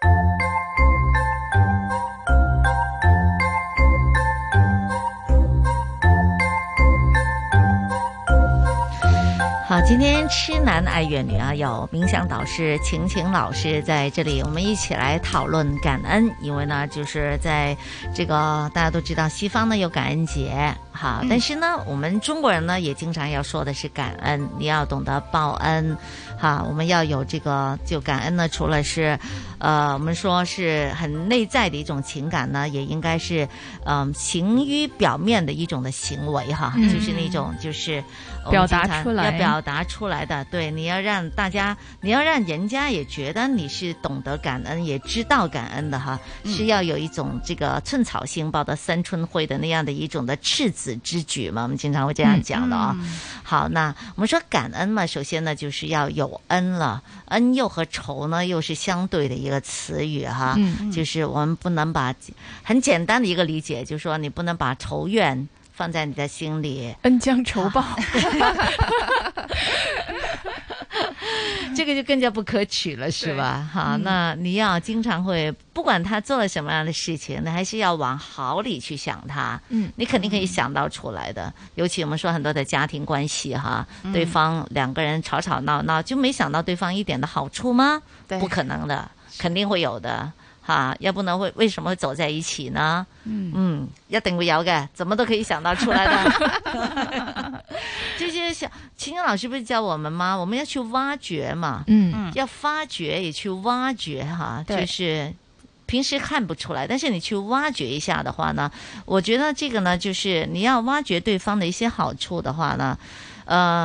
好，今天痴男爱怨女啊，有冥想导师晴晴老师在这里，我们一起来讨论感恩。因为呢，就是在这个大家都知道，西方呢有感恩节，哈，但是呢，我们中国人呢也经常要说的是感恩，你要懂得报恩，哈，我们要有这个就感恩呢，除了是，呃，我们说是很内在的一种情感呢，也应该是，嗯、呃，行于表面的一种的行为哈，嗯、就是那种就是表达出来， 要表达出来的，对，你要让大家，你要让人家也觉得你是懂得感恩，也知道感恩的哈，嗯、是要有一种这个寸草心报的三春晖的那样的一种的赤子之举嘛，我们经常会这样讲的啊、哦。嗯、好，那我们说感恩嘛，首先呢就是要有恩了，恩又和仇呢又是相对的一个词语哈，嗯嗯、就是我们不能把很简单的一个理解，就是说你不能把仇怨放在你的心里， 恩将仇报。 这个就更加不可取了，是吧？哈，嗯、那你要经常会，不管他做了什么样的事情，你还是要往好里去想他。嗯，你肯定可以想到出来的。嗯、尤其我们说很多的家庭关系哈，嗯、对方两个人吵吵闹闹，就没想到对方一点的好处吗？对，不可能的，肯定会有的。哈，要不然會為什麼會走在一起呢？嗯嗯，一定會有嘅，怎麼都可以想到出來的。就是想晴晴老師不是教我們嗎？我們要去挖掘嘛，嗯，要發掘也去挖掘哈，就是平時看不出來，但是你去挖掘一下的話呢，我覺得這個呢，就是你要挖掘對方的一些好處的話呢，呃。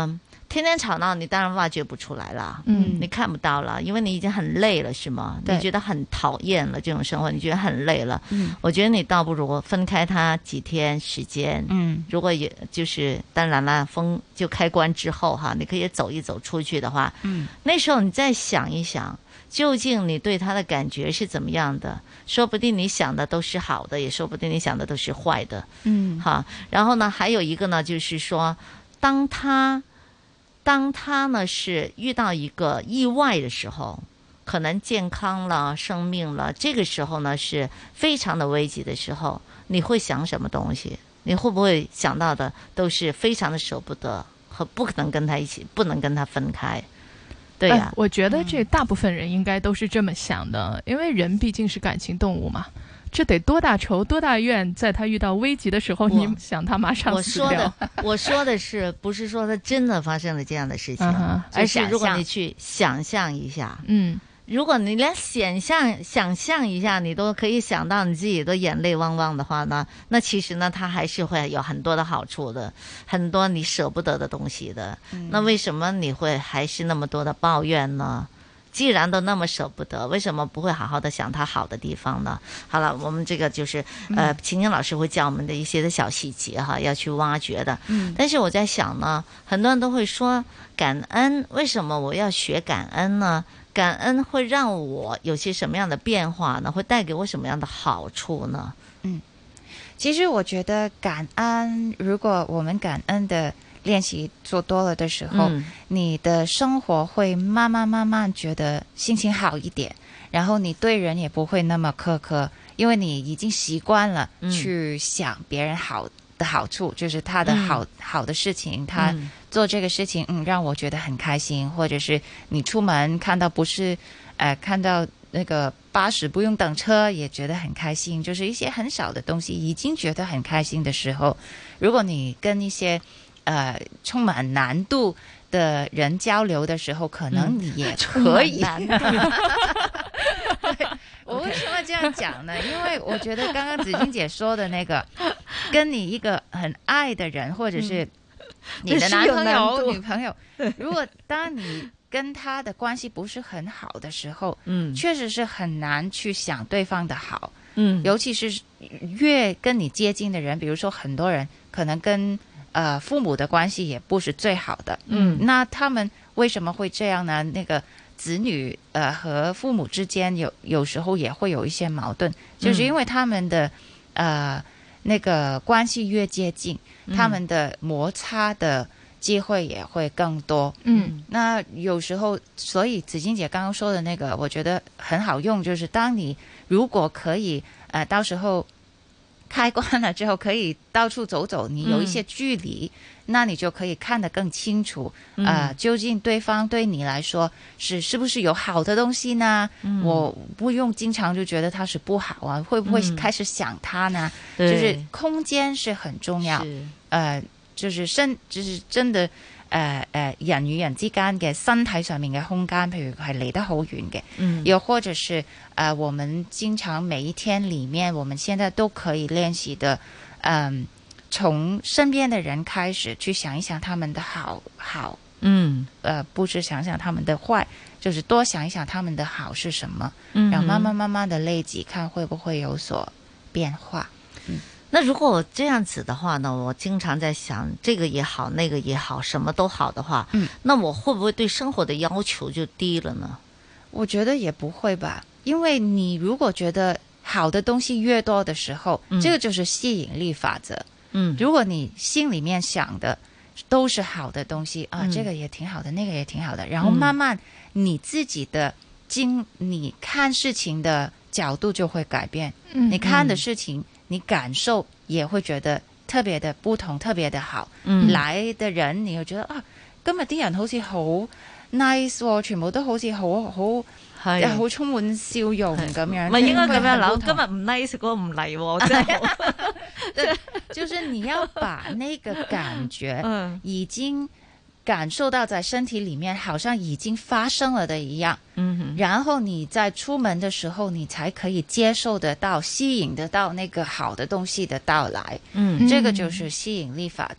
天天吵闹，你当然挖掘不出来了， 嗯， 你看不到了，因为你已经很累了，是吗？你觉得很讨厌了这种生活，你觉得很累了， 嗯， 我觉得你倒不如分开他几天时间， 嗯， 如果也就是当然了，风就开关之后哈，你可以走一走出去的话， 嗯， 那时候你再想一想，究竟你对他的感觉是怎么样的？说不定你想的都是好的，也说不定你想的都是坏的， 嗯， 哈。然后呢，还有一个呢，就是说，当他。当他呢是遇到一个意外的时候，可能健康了、生命了，这个时候呢是非常的危急的时候，你会想什么东西？你会不会想到的都是非常的舍不得和不可能跟他一起，不能跟他分开？对呀、啊呃，我觉得这大部分人应该都是这么想的，嗯、因为人毕竟是感情动物嘛。这得多大仇多大怨，在他遇到危急的时候，你想他马上死掉。 我说的，我说的是不是说他真的发生了这样的事情， 嗯、 而是如果你去想象一下， 嗯， 如果你连想象想象一下，你都可以想到你自己都眼泪汪汪的话呢，那其实呢，它还是会有很多的好处的，很多你舍不得的东西的。 嗯、 那为什么你会还是那么多的抱怨呢？既然都那么舍不得，为什么不会好好的想他好的地方呢？好了，我们这个就是呃，晴晴老师会教我们的一些的小细节哈，要去挖掘的。 嗯， 但是我在想呢，很多人都会说感恩，为什么我要学感恩呢？感恩会让我有些什么样的变化呢？会带给我什么样的好处呢？ 嗯，其实我觉得感恩，如果我们感恩的练习做多了的时候、嗯、你的生活会慢慢慢慢觉得心情好一点，然后你对人也不会那么苛刻，因为你已经习惯了去想别人好的好处、嗯、就是他的好、嗯、好的事情，他做这个事情嗯让我觉得很开心，或者是你出门看到不是呃看到那个巴士不用等车也觉得很开心，就是一些很少的东西已经觉得很开心的时候，如果你跟一些呃，充满难度的人交流的时候，可能你也可以。 嗯、难度对，我为什么这样讲呢？因为我觉得刚刚子金姐说的那个，跟你一个很爱的人，或者是你的男朋友、女朋友，如果当你跟他的关系不是很好的时候， 嗯， 确实是很难去想对方的好， 嗯， 尤其是越跟你接近的人，比如说很多人可能跟呃，父母的关系也不是最好的， 嗯， 那他们为什么会这样呢？那个子女呃和父母之间有有时候也会有一些矛盾，就是因为他们的呃那个关系越接近， 嗯、 他们的摩擦的机会也会更多， 嗯， 那有时候，所以子金姐刚刚说的那个，我觉得很好用，就是当你如果可以呃到时候。开关了之后可以到处走走，你有一些距离、嗯、那你就可以看得更清楚、 嗯、 呃，究竟对方对你来说是是不是有好的东西呢、 嗯、 我不用经常就觉得他是不好啊，会不会开始想他呢、 嗯、 就是空間是很重要，呃就是身就是真的誒誒人與人之間嘅身體上面嘅空間，譬如係離得好遠嘅， 嗯， 又或者是誒、呃、我們經常每一天裡面，我們現在都可以練習的，嗯，從身邊的人開始去想一想他們的好好， 嗯， 呃，不是想想他們的壞，就是多想一想他們的好是什麼， 嗯， 然後慢慢慢慢的累積，看會不會有所變化。嗯， 那如果我這樣子的話呢，我經常在想這個也好那個也好什麼都好的話， 嗯， 那我會不會對生活的要求就低了呢？ 我覺得也不會吧，因為你如果覺得好的東西越多的時候，嗯，這個就是吸引力法則。 嗯， 如果你心裡面想的都是好的東西啊， 嗯， 這個也挺好的，那個也挺好的，然後慢慢你自己的經你看事情的角度就會改變， 嗯， 你看的事情，嗯，你感受也會覺得特別的不同，特別的好。 嗯， 來的人你又覺得啊，今日啲人好似好 nice，哦，全部都好似好好係好充滿笑容咁樣。 唔係應該咁樣諗，今日唔 nice 嗰個唔嚟喎，真係。 對，就是你要把那個感覺已經感受到在身體裡面，好像已經發生了的一樣。 嗯， 然後你在出門的時候，你才可以接受得到、吸引得到那個好的東西的到來。 嗯， 這個就是吸引力法則。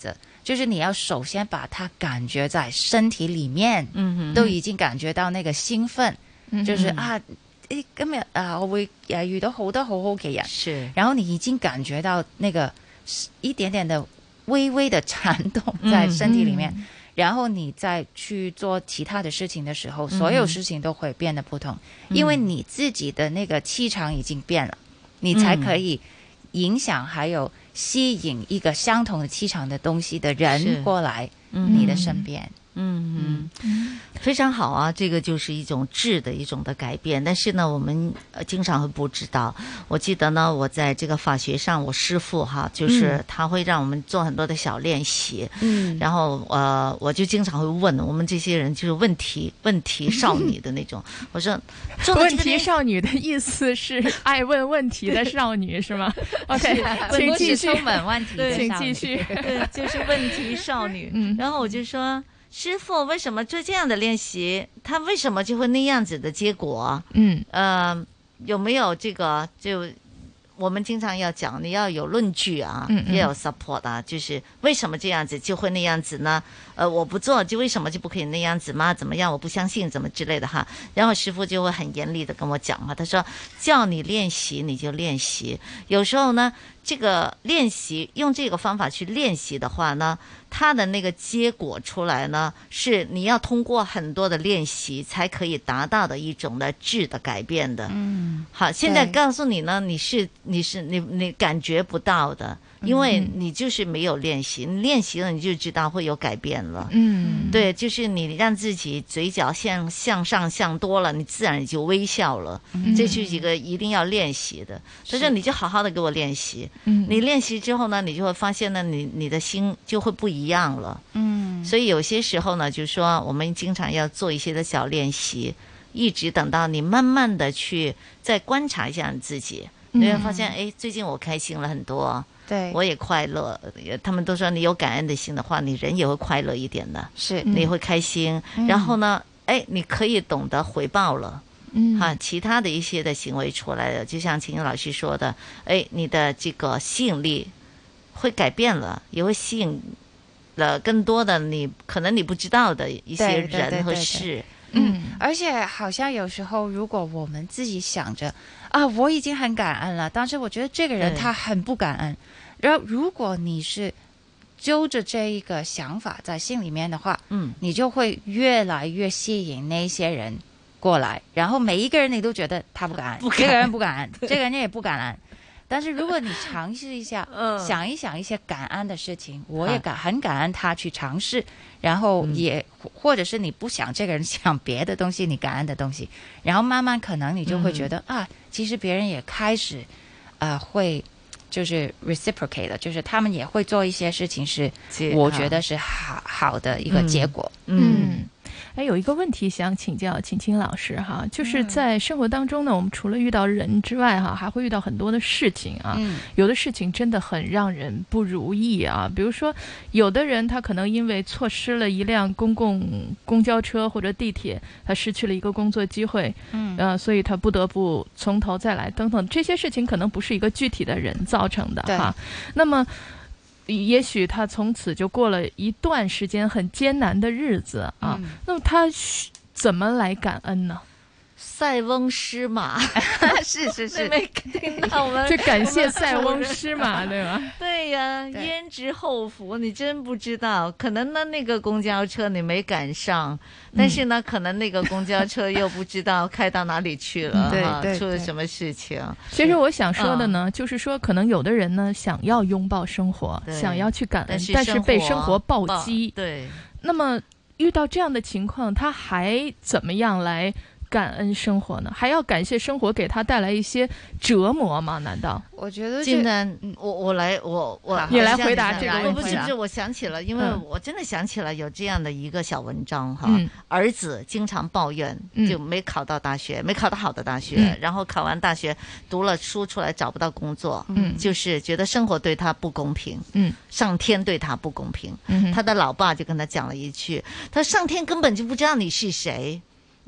就是你要首先把它感覺在身體裡面，嗯，都已經感覺到那個興奮，嗯、就是啊，誒今日啊我會誒遇到好多好好嘅人，是，然後你已經感覺到那個一點點的微微的顫動在身體裡面，嗯、然後你再去做其他的事情的時候，嗯、所有事情都會變得不同，嗯、因為你自己的那個氣場已經變了，你才可以影響還有吸引一個相同的氣場的東西的人過來你的身邊。 嗯嗯，非常好啊，這個就是一種質的一種的改變，但是呢我們經常會不知道。我記得呢我在這個法學上，我師父哈就是他會讓我們做很多的小練習，嗯，然後呃我就經常會問我們這些人，就是問題問題少女的那種，我說問題少女的意思是愛問問題的少女是嗎？OK，請繼續， 充滿問題的請繼續，對，就是問題少女。嗯，然後我就說，師父為什麼做這樣的練習，他為什麼就會那樣子的結果？嗯，呃，有沒有這個就我們經常要講，你要有論據啊，嗯嗯要有 support 啊，就是為什麼這樣子就會那樣子呢？呃，我不做就為什麼就不可以那樣子嗎？怎麼樣？我不相信，怎麼之類的哈。然後師父就會很嚴厲的跟我講哈，他說叫你練習你就練習，有時候呢，這個練習用這個方法去練習的話呢，它的那個結果出來呢，是你要通過很多的練習才可以達到的一種的質的改變的。嗯，好，現在告訴你呢，你是你是你你感覺不到的，因為你就是沒有練習，你練習了你就知道會有改變了。嗯，對，就是你讓自己嘴角向向上向多了，你自然就微笑了。嗯，這就是一個一定要練習的。他說你就好好的給我練習。嗯，你練習之後呢，你就會發現呢，你你的心就會不一樣了。嗯，所以有些時候呢，就是說我們經常要做一些的小練習，一直等到你慢慢的去再觀察一下你自己，嗯，你會發現，哎，最近我開心了很多。對，我也快樂。他們都說你有感恩的心的話，你人也會快樂一點的。是，你會開心。嗯，然後呢，哎，你可以懂得回報了。嗯，哈，其他的一些的行為出來了，就像秦英老師說的，哎，你的這個吸引力會改變了，也會吸引了更多的你可能你不知道的一些人和事。對對對對對。 嗯，而且好像有時候如果我們自己想着啊，我已經很感恩了，但是我覺得這個人他很不感恩，然後如果你是揪着這一個想法在心裡面的話，嗯，你就會越來越吸引那些人過來，然後每一個人你都覺得他不感恩，這個人不感恩，這個人也不感恩。但是如果你嘗試一下，嗯，想一想一些感恩的事情，我也感很感恩他去嘗試，然後也、嗯、或者是你不想這個人想別的東西，你感恩的東西，然後慢慢可能你就會覺得、嗯、啊，其實別人也開始啊、呃、會就是 reciprocate 了，就是他們也會做一些事情，是我覺得是好好的一個結果。嗯。嗯哎，有一個問題想請教青青老師哈，就是在生活當中呢，我們除了遇到人之外哈，還會遇到很多的事情啊。嗯，有的事情真的很讓人不如意啊。比如說，有的人他可能因為錯失了一輛公共公交車或者地鐵，他失去了一個工作機會，嗯，呃，所以他不得不從頭再來等等。這些事情可能不是一個具體的人造成的哈。那麼也許他從此就過了一段時間很艱難的日子啊，嗯，那麼他怎麼來感恩呢？ 塞翁失馬， 是是是， 沒聽到我們就感謝塞翁失馬，對吧？ 對呀，啊，焉知後福？你真不知道，可能呢那個公交車你沒趕上，但是呢，嗯，可能那個公交車又不知道開到哪裡去了，對對，出了什麼事情？ 其實我想說的呢，嗯，就是說可能有的人呢想要擁抱生活，想要去感恩，但是，但是被生活暴擊。對，那麼遇到這樣的情況，他還怎麼樣來感恩生活呢？還要感謝生活給他帶來一些折磨嗎？難道？ 我覺得今天我我來我我你來回答這個問題。 不是不是，我想起了，因為我真的想起了有這樣的一個小文章哈，嗯，兒子經常抱怨，就沒考到大學，嗯，沒考到好的大學，嗯，然後考完大學讀了書出來找不到工作，嗯，就是覺得生活對他不公平，嗯，上天對他不公平，嗯，他的老爸就跟他講了一句，他說上天根本就不知道你是誰。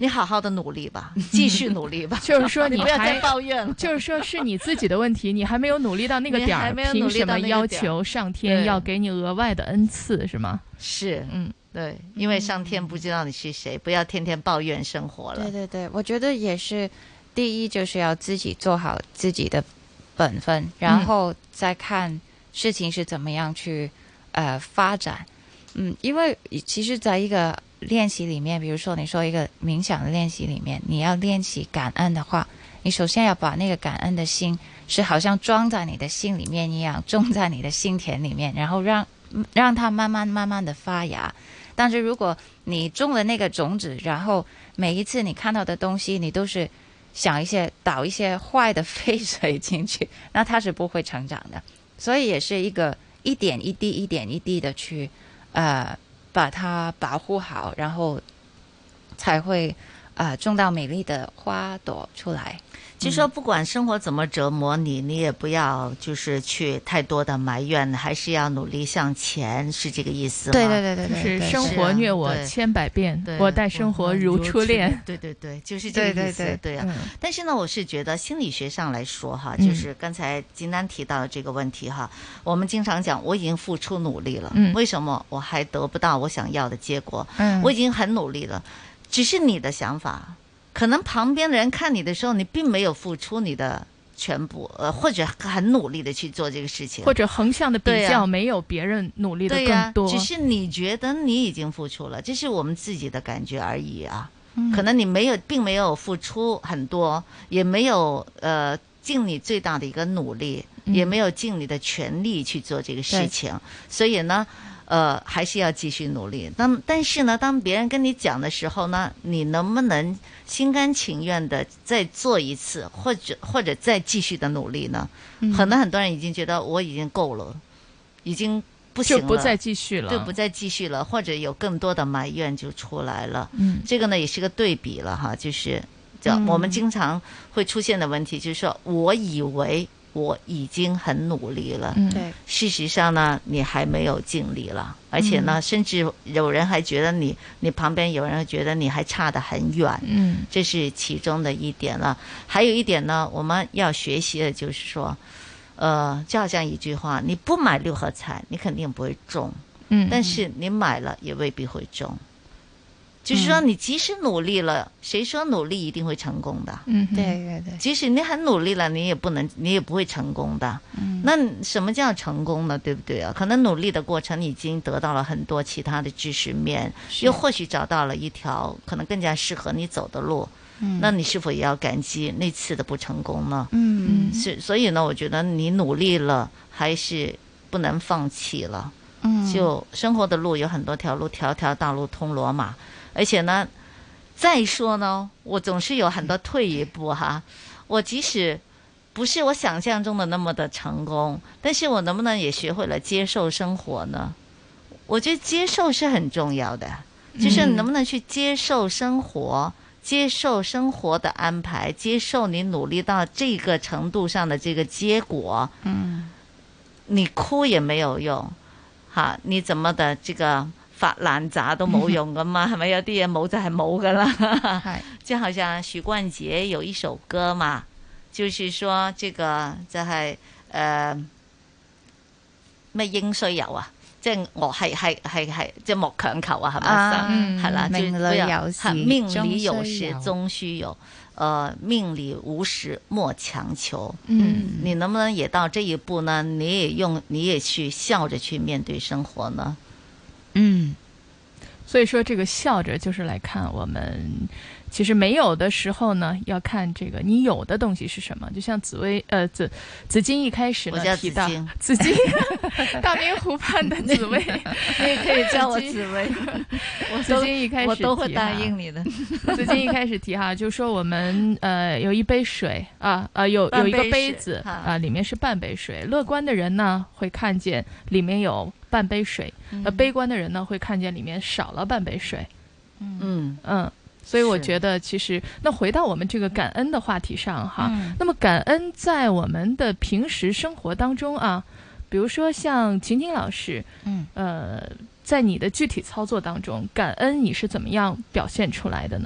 你好好的努力吧，继续努力吧。 就是说你不要再抱怨了。 就是说是你自己的问题，你还没有努力到那个点儿，凭什么要求上天要给你额外的恩赐，是吗？ 是，嗯，对，因为上天不知道你是谁，不要天天抱怨生活了。 对对对，我觉得也是，第一就是要自己做好自己的本分，然后再看事情是怎么样去呃发展。嗯，因为其实在一个练习里面，比如说你说一个冥想的练习里面，你要练习感恩的话，你首先要把那个感恩的心是好像装在你的心里面一样，种在你的心田里面，然后让让它慢慢慢慢的发芽。但是如果你种了那个种子，然后每一次你看到的东西你都是想一些倒一些坏的废水进去，那它是不会成长的。所以也是一个一点一滴一点一滴的去呃把它保护好，然后才会呃种到美丽的花朵出来。 其实说不管生活怎么折磨你，你也不要就是去太多的埋怨，还是要努力向前，是这个意思吗？ 对对对对对， 是生活虐我千百遍，我待生活如初恋。 对对对，就是这个意思。对对对对啊、嗯！但是呢，我是觉得心理学上来说哈，就是刚才金丹提到的这个问题哈，嗯、我们经常讲我已经付出努力了，嗯、为什么我还得不到我想要的结果？嗯，我已经很努力了，只是你的想法。可能旁边的人看你的时候，你并没有付出你的全部，呃，或者很努力的去做这个事情， 或者横向的比较，没有别人努力的更多。 对啊，只是你觉得你已经付出了，这是我们自己的感觉而已啊。嗯、可能你没有，并没有付出很多，也没有呃尽你最大的一个努力，嗯、也没有尽你的全力去做这个事情，所以呢。呃，还是要继续努力。当但是呢，当别人跟你讲的时候呢，你能不能心甘情愿的再做一次，或者或者再继续的努力呢？嗯、可能很多人已经觉得我已经够了，已经不行了， 就不再继续了， 对，不再继续了，或者有更多的埋怨就出来了。 嗯， 这个呢也是个对比了哈，就是叫我们经常会出现的问题，就是说我以为。我已经很努力了， 嗯，对。 事实上呢，你还没有尽力了，而且呢，嗯、甚至有人还觉得你，你旁边有人觉得你还差得很远， 嗯， 这是其中的一点了。还有一点呢，我们要学习的就是说，呃，就好像一句话，你不买六合彩，你肯定不会中， 嗯， 但是你买了也未必会中。就是说，你即使努力了，嗯、谁说努力一定会成功的？ 嗯， 对对对。 即使你很努力了，你也不能，你也不会成功的。 嗯， 那什么叫成功呢？对不对啊？可能努力的过程，你已经得到了很多其他的知识面，又或许找到了一条可能更加适合你走的路。嗯，那你是否也要感激那次的不成功呢？ 嗯， 是，所以呢，我觉得你努力了，还是不能放弃了。 嗯， 就生活的路有很多条路，条条大路通罗马。而且呢，再说呢，我总是有很多退一步哈。我即使不是我想象中的那么的成功，但是我能不能也学会了接受生活呢？我觉得接受是很重要的，就是你能不能去接受生活，嗯、接受生活的安排，接受你努力到这个程度上的这个结果。 嗯， 你哭也没有用，哈，你怎麼的這個發爛渣都冇用噶嘛，係咪？有啲嘢冇就係冇噶啦。係，就好像許冠傑有一首歌嘛，就是說這個就係誒咩應須有啊，即係我係係係係即係莫強求啊，係咪？係啦， 命裏有時命裏有時終須有。呃，命里無時莫強求。 嗯， 你能不能也到這一步呢？你也用，你也去笑着去面對生活呢？ 嗯，所以說這個笑着就是來看我們其實沒有的時候呢，要看這個你有的東西是什麼。就像紫薇呃紫紫荊一開始呢提到紫荊，大明湖畔的紫薇， 你也可以叫我紫薇。 我紫荊一開始我都會答應你的。 紫荊一開始提哈，就說我們呃有一杯水啊呃有有一個杯子啊，裡面是半杯水。樂觀的人呢會看見裡面有半杯水，而悲觀的人呢會看見裡面少了半杯水。 嗯嗯。所以我覺得其實那回到我們這個感恩的話題上哈，嗯、那麼感恩在我們的平時生活當中啊，比如說像晴晴老師， 嗯， 呃，在你的具體操作當中，感恩你是怎麼樣表現出來的呢？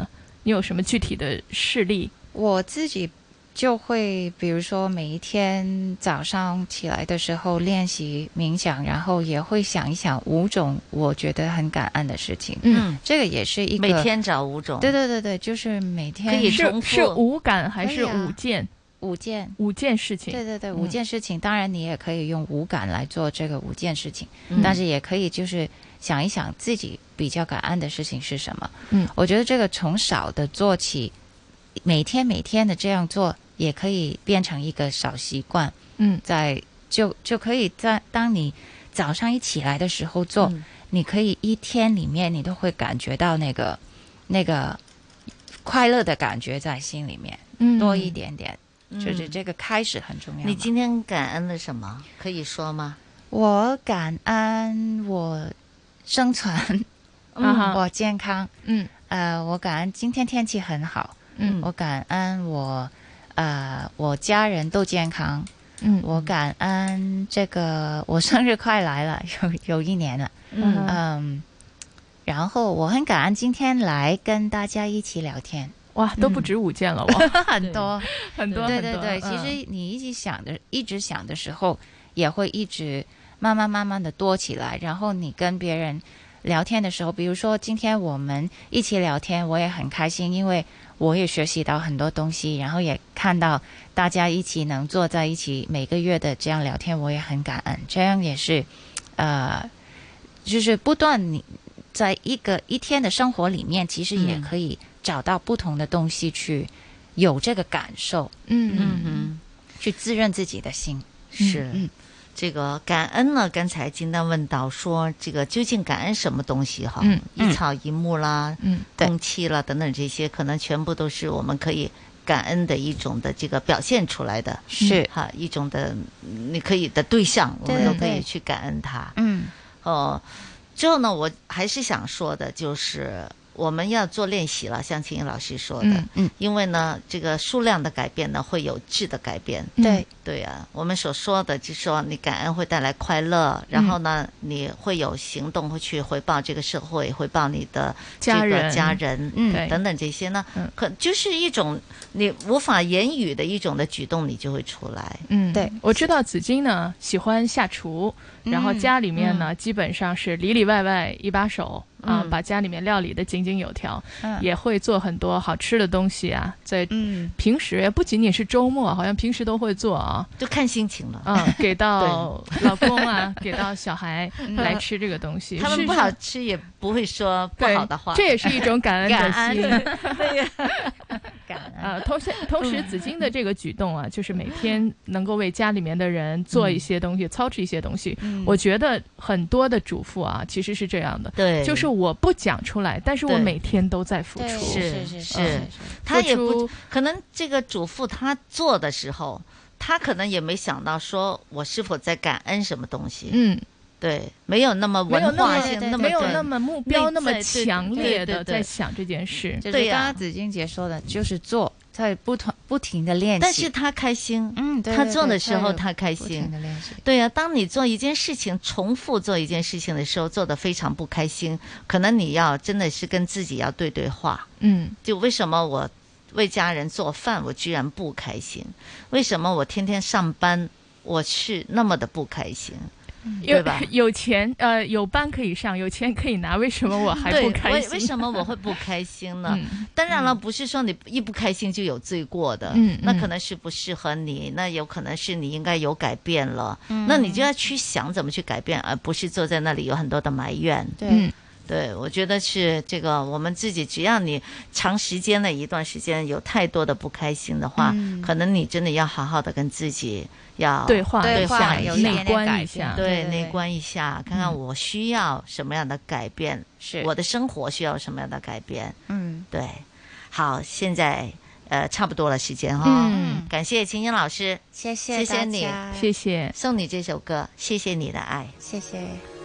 你有什么具体的事例？ 我自己就会比如说每一天早上起来的时候练习冥想，然后也会想一想五种我觉得很感恩的事情。 嗯， 这个也是一个每天找五种。 对对对对，就是每天可以重复。 是是五感还是五件？ 五件五件事情。 对对对， 嗯、 五件事情。当然你也可以用五感来做这个五件事情， 嗯、 但是也可以就是想一想自己比较感恩的事情是什么。 嗯， 我觉得这个从少的做起，每天每天的这样做，也可以变成一个小习惯。 嗯， 在就就可以在当你早上一起来的时候做，嗯、你可以一天里面你都会感觉到那个那个快乐的感觉在心里面， 嗯、 多一点点。就是这个开始很重要。 你今天感恩了什么？可以说吗？ 我感恩我生存， 嗯， 我健康， 嗯， 呃，我感恩今天天气很好， 嗯， 我感恩我，呃，我家人都健康， 嗯， 我感恩这个我生日快来了，有有一年了， 嗯嗯，然后我很感恩今天来跟大家一起聊天。 哇，都不止五件了，哇， 嗯、很多很多， 对对对。 嗯、 其实你一直想的，一直想的时候，也会一直慢慢慢慢的多起来。然后你跟别人聊天的时候，比如说今天我们一起聊天，我也很开心，因为我也学习到很多东西，然后也看到大家一起能坐在一起，每个月的这样聊天，我也很感恩。这样也是，呃，就是不断你在一个一天的生活里面，其实也可以、嗯。找到不同的东西去有这个感受， 嗯嗯嗯， 去滋润自己的心。 是， 嗯， 这个感恩呢，刚才金丹问到说，这个究竟感恩什么东西哈？ 嗯， 一草一木啦， 嗯， 空气啦等等这些，可能全部都是我们可以感恩的一种的这个表现出来的， 是哈，一种的你可以的对象，我们都可以去感恩它。 嗯， 哦，之后呢，我还是想说的就是。我们要做练习了，像秦英老师说的， 嗯嗯， 因为呢，这个数量的改变呢，会有质的改变。 对对啊，我们所说的就是说，你感恩会带来快乐，然后呢，你会有行动，会去回报这个社会，回报你的这个家人、 家人， 嗯， 等等这些呢， 嗯， 可就是一种你无法言语的一种的举动，你就会出来。 嗯， 对， 我知道紫金呢喜欢下厨，然后家里面呢、嗯、基本上是里里外外一把手。啊、嗯，把家里面料理的井井有条、嗯，也会做很多好吃的东西啊。在平时也不仅仅是周末，好像平时都会做啊， 就看心情了。 嗯，给到老公啊，给到小孩来吃这个东西。 他们不好吃也不会说不好的话， 这也是一种感恩的心。 对呀， 感恩啊。同时，同时，紫金的这个举动啊，就是每天能够为家里面的人做一些东西，嗯、操持一些东西、嗯。我觉得很多的主妇啊，其实是这样的。 对， 就是。我不讲出来，但是我每天都在付出。 是是是， 嗯、他也不可能。这个主妇他做的时候，他可能也没想到说我是否在感恩什么东西。 嗯， 对，没有那么文化性，那么没有那么目标那么强烈的在想这件事。 就是刚刚紫金姐说的，就是做。在不同不停的练习， 但是他开心， 嗯，对对对， 他做的时候他开心， 不停的练习， 对呀、啊。当你做一件事情，重复做一件事情的时候，做得非常不开心，可能你要真的是跟自己要对对话， 嗯， 就为什么我为家人做饭，我居然不开心？为什么我天天上班，我是那么的不开心？ 有有钱呃有班可以上，有钱可以拿，为什么我还不开心？ 为为什么我会不开心呢？ 嗯、 当然了，不是说你一不开心就有罪过的， 嗯， 那可能是不适合你，那有可能是你应该有改变了， 嗯、 那你就要去想怎么去改变，而不是坐在那里有很多的埋怨。 对。 嗯对，我觉得是这个，我们自己只要你长时间的一段时间有太多的不开心的话， 嗯、 可能你真的要好好的跟自己要对话对话有内观一下， 对内观一下，看看我需要什么样的改变， 是、 嗯、我的生活需要什么样的改变。 嗯， 对。好，现在呃差不多了时间哈、哦， 嗯， 感谢秦英老师， 谢谢谢谢你， 谢谢， 送你这首歌，谢谢你的爱， 谢谢。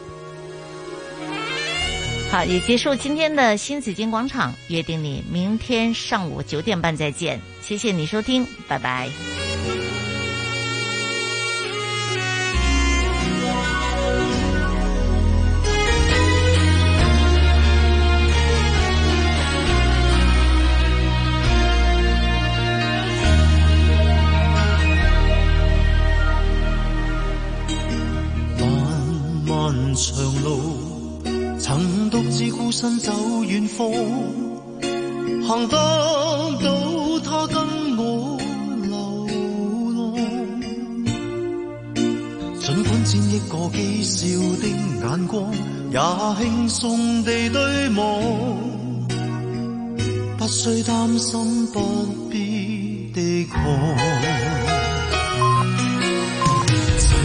好，也结束今天的新紫金广场，约定你明天上午九点半再见。谢谢你收听，拜拜。 長路，曾獨自孤身走遠方，行得到他跟我流浪。儘管沾一個譏笑的眼光，也輕鬆地對望，不需擔心，不必地狂。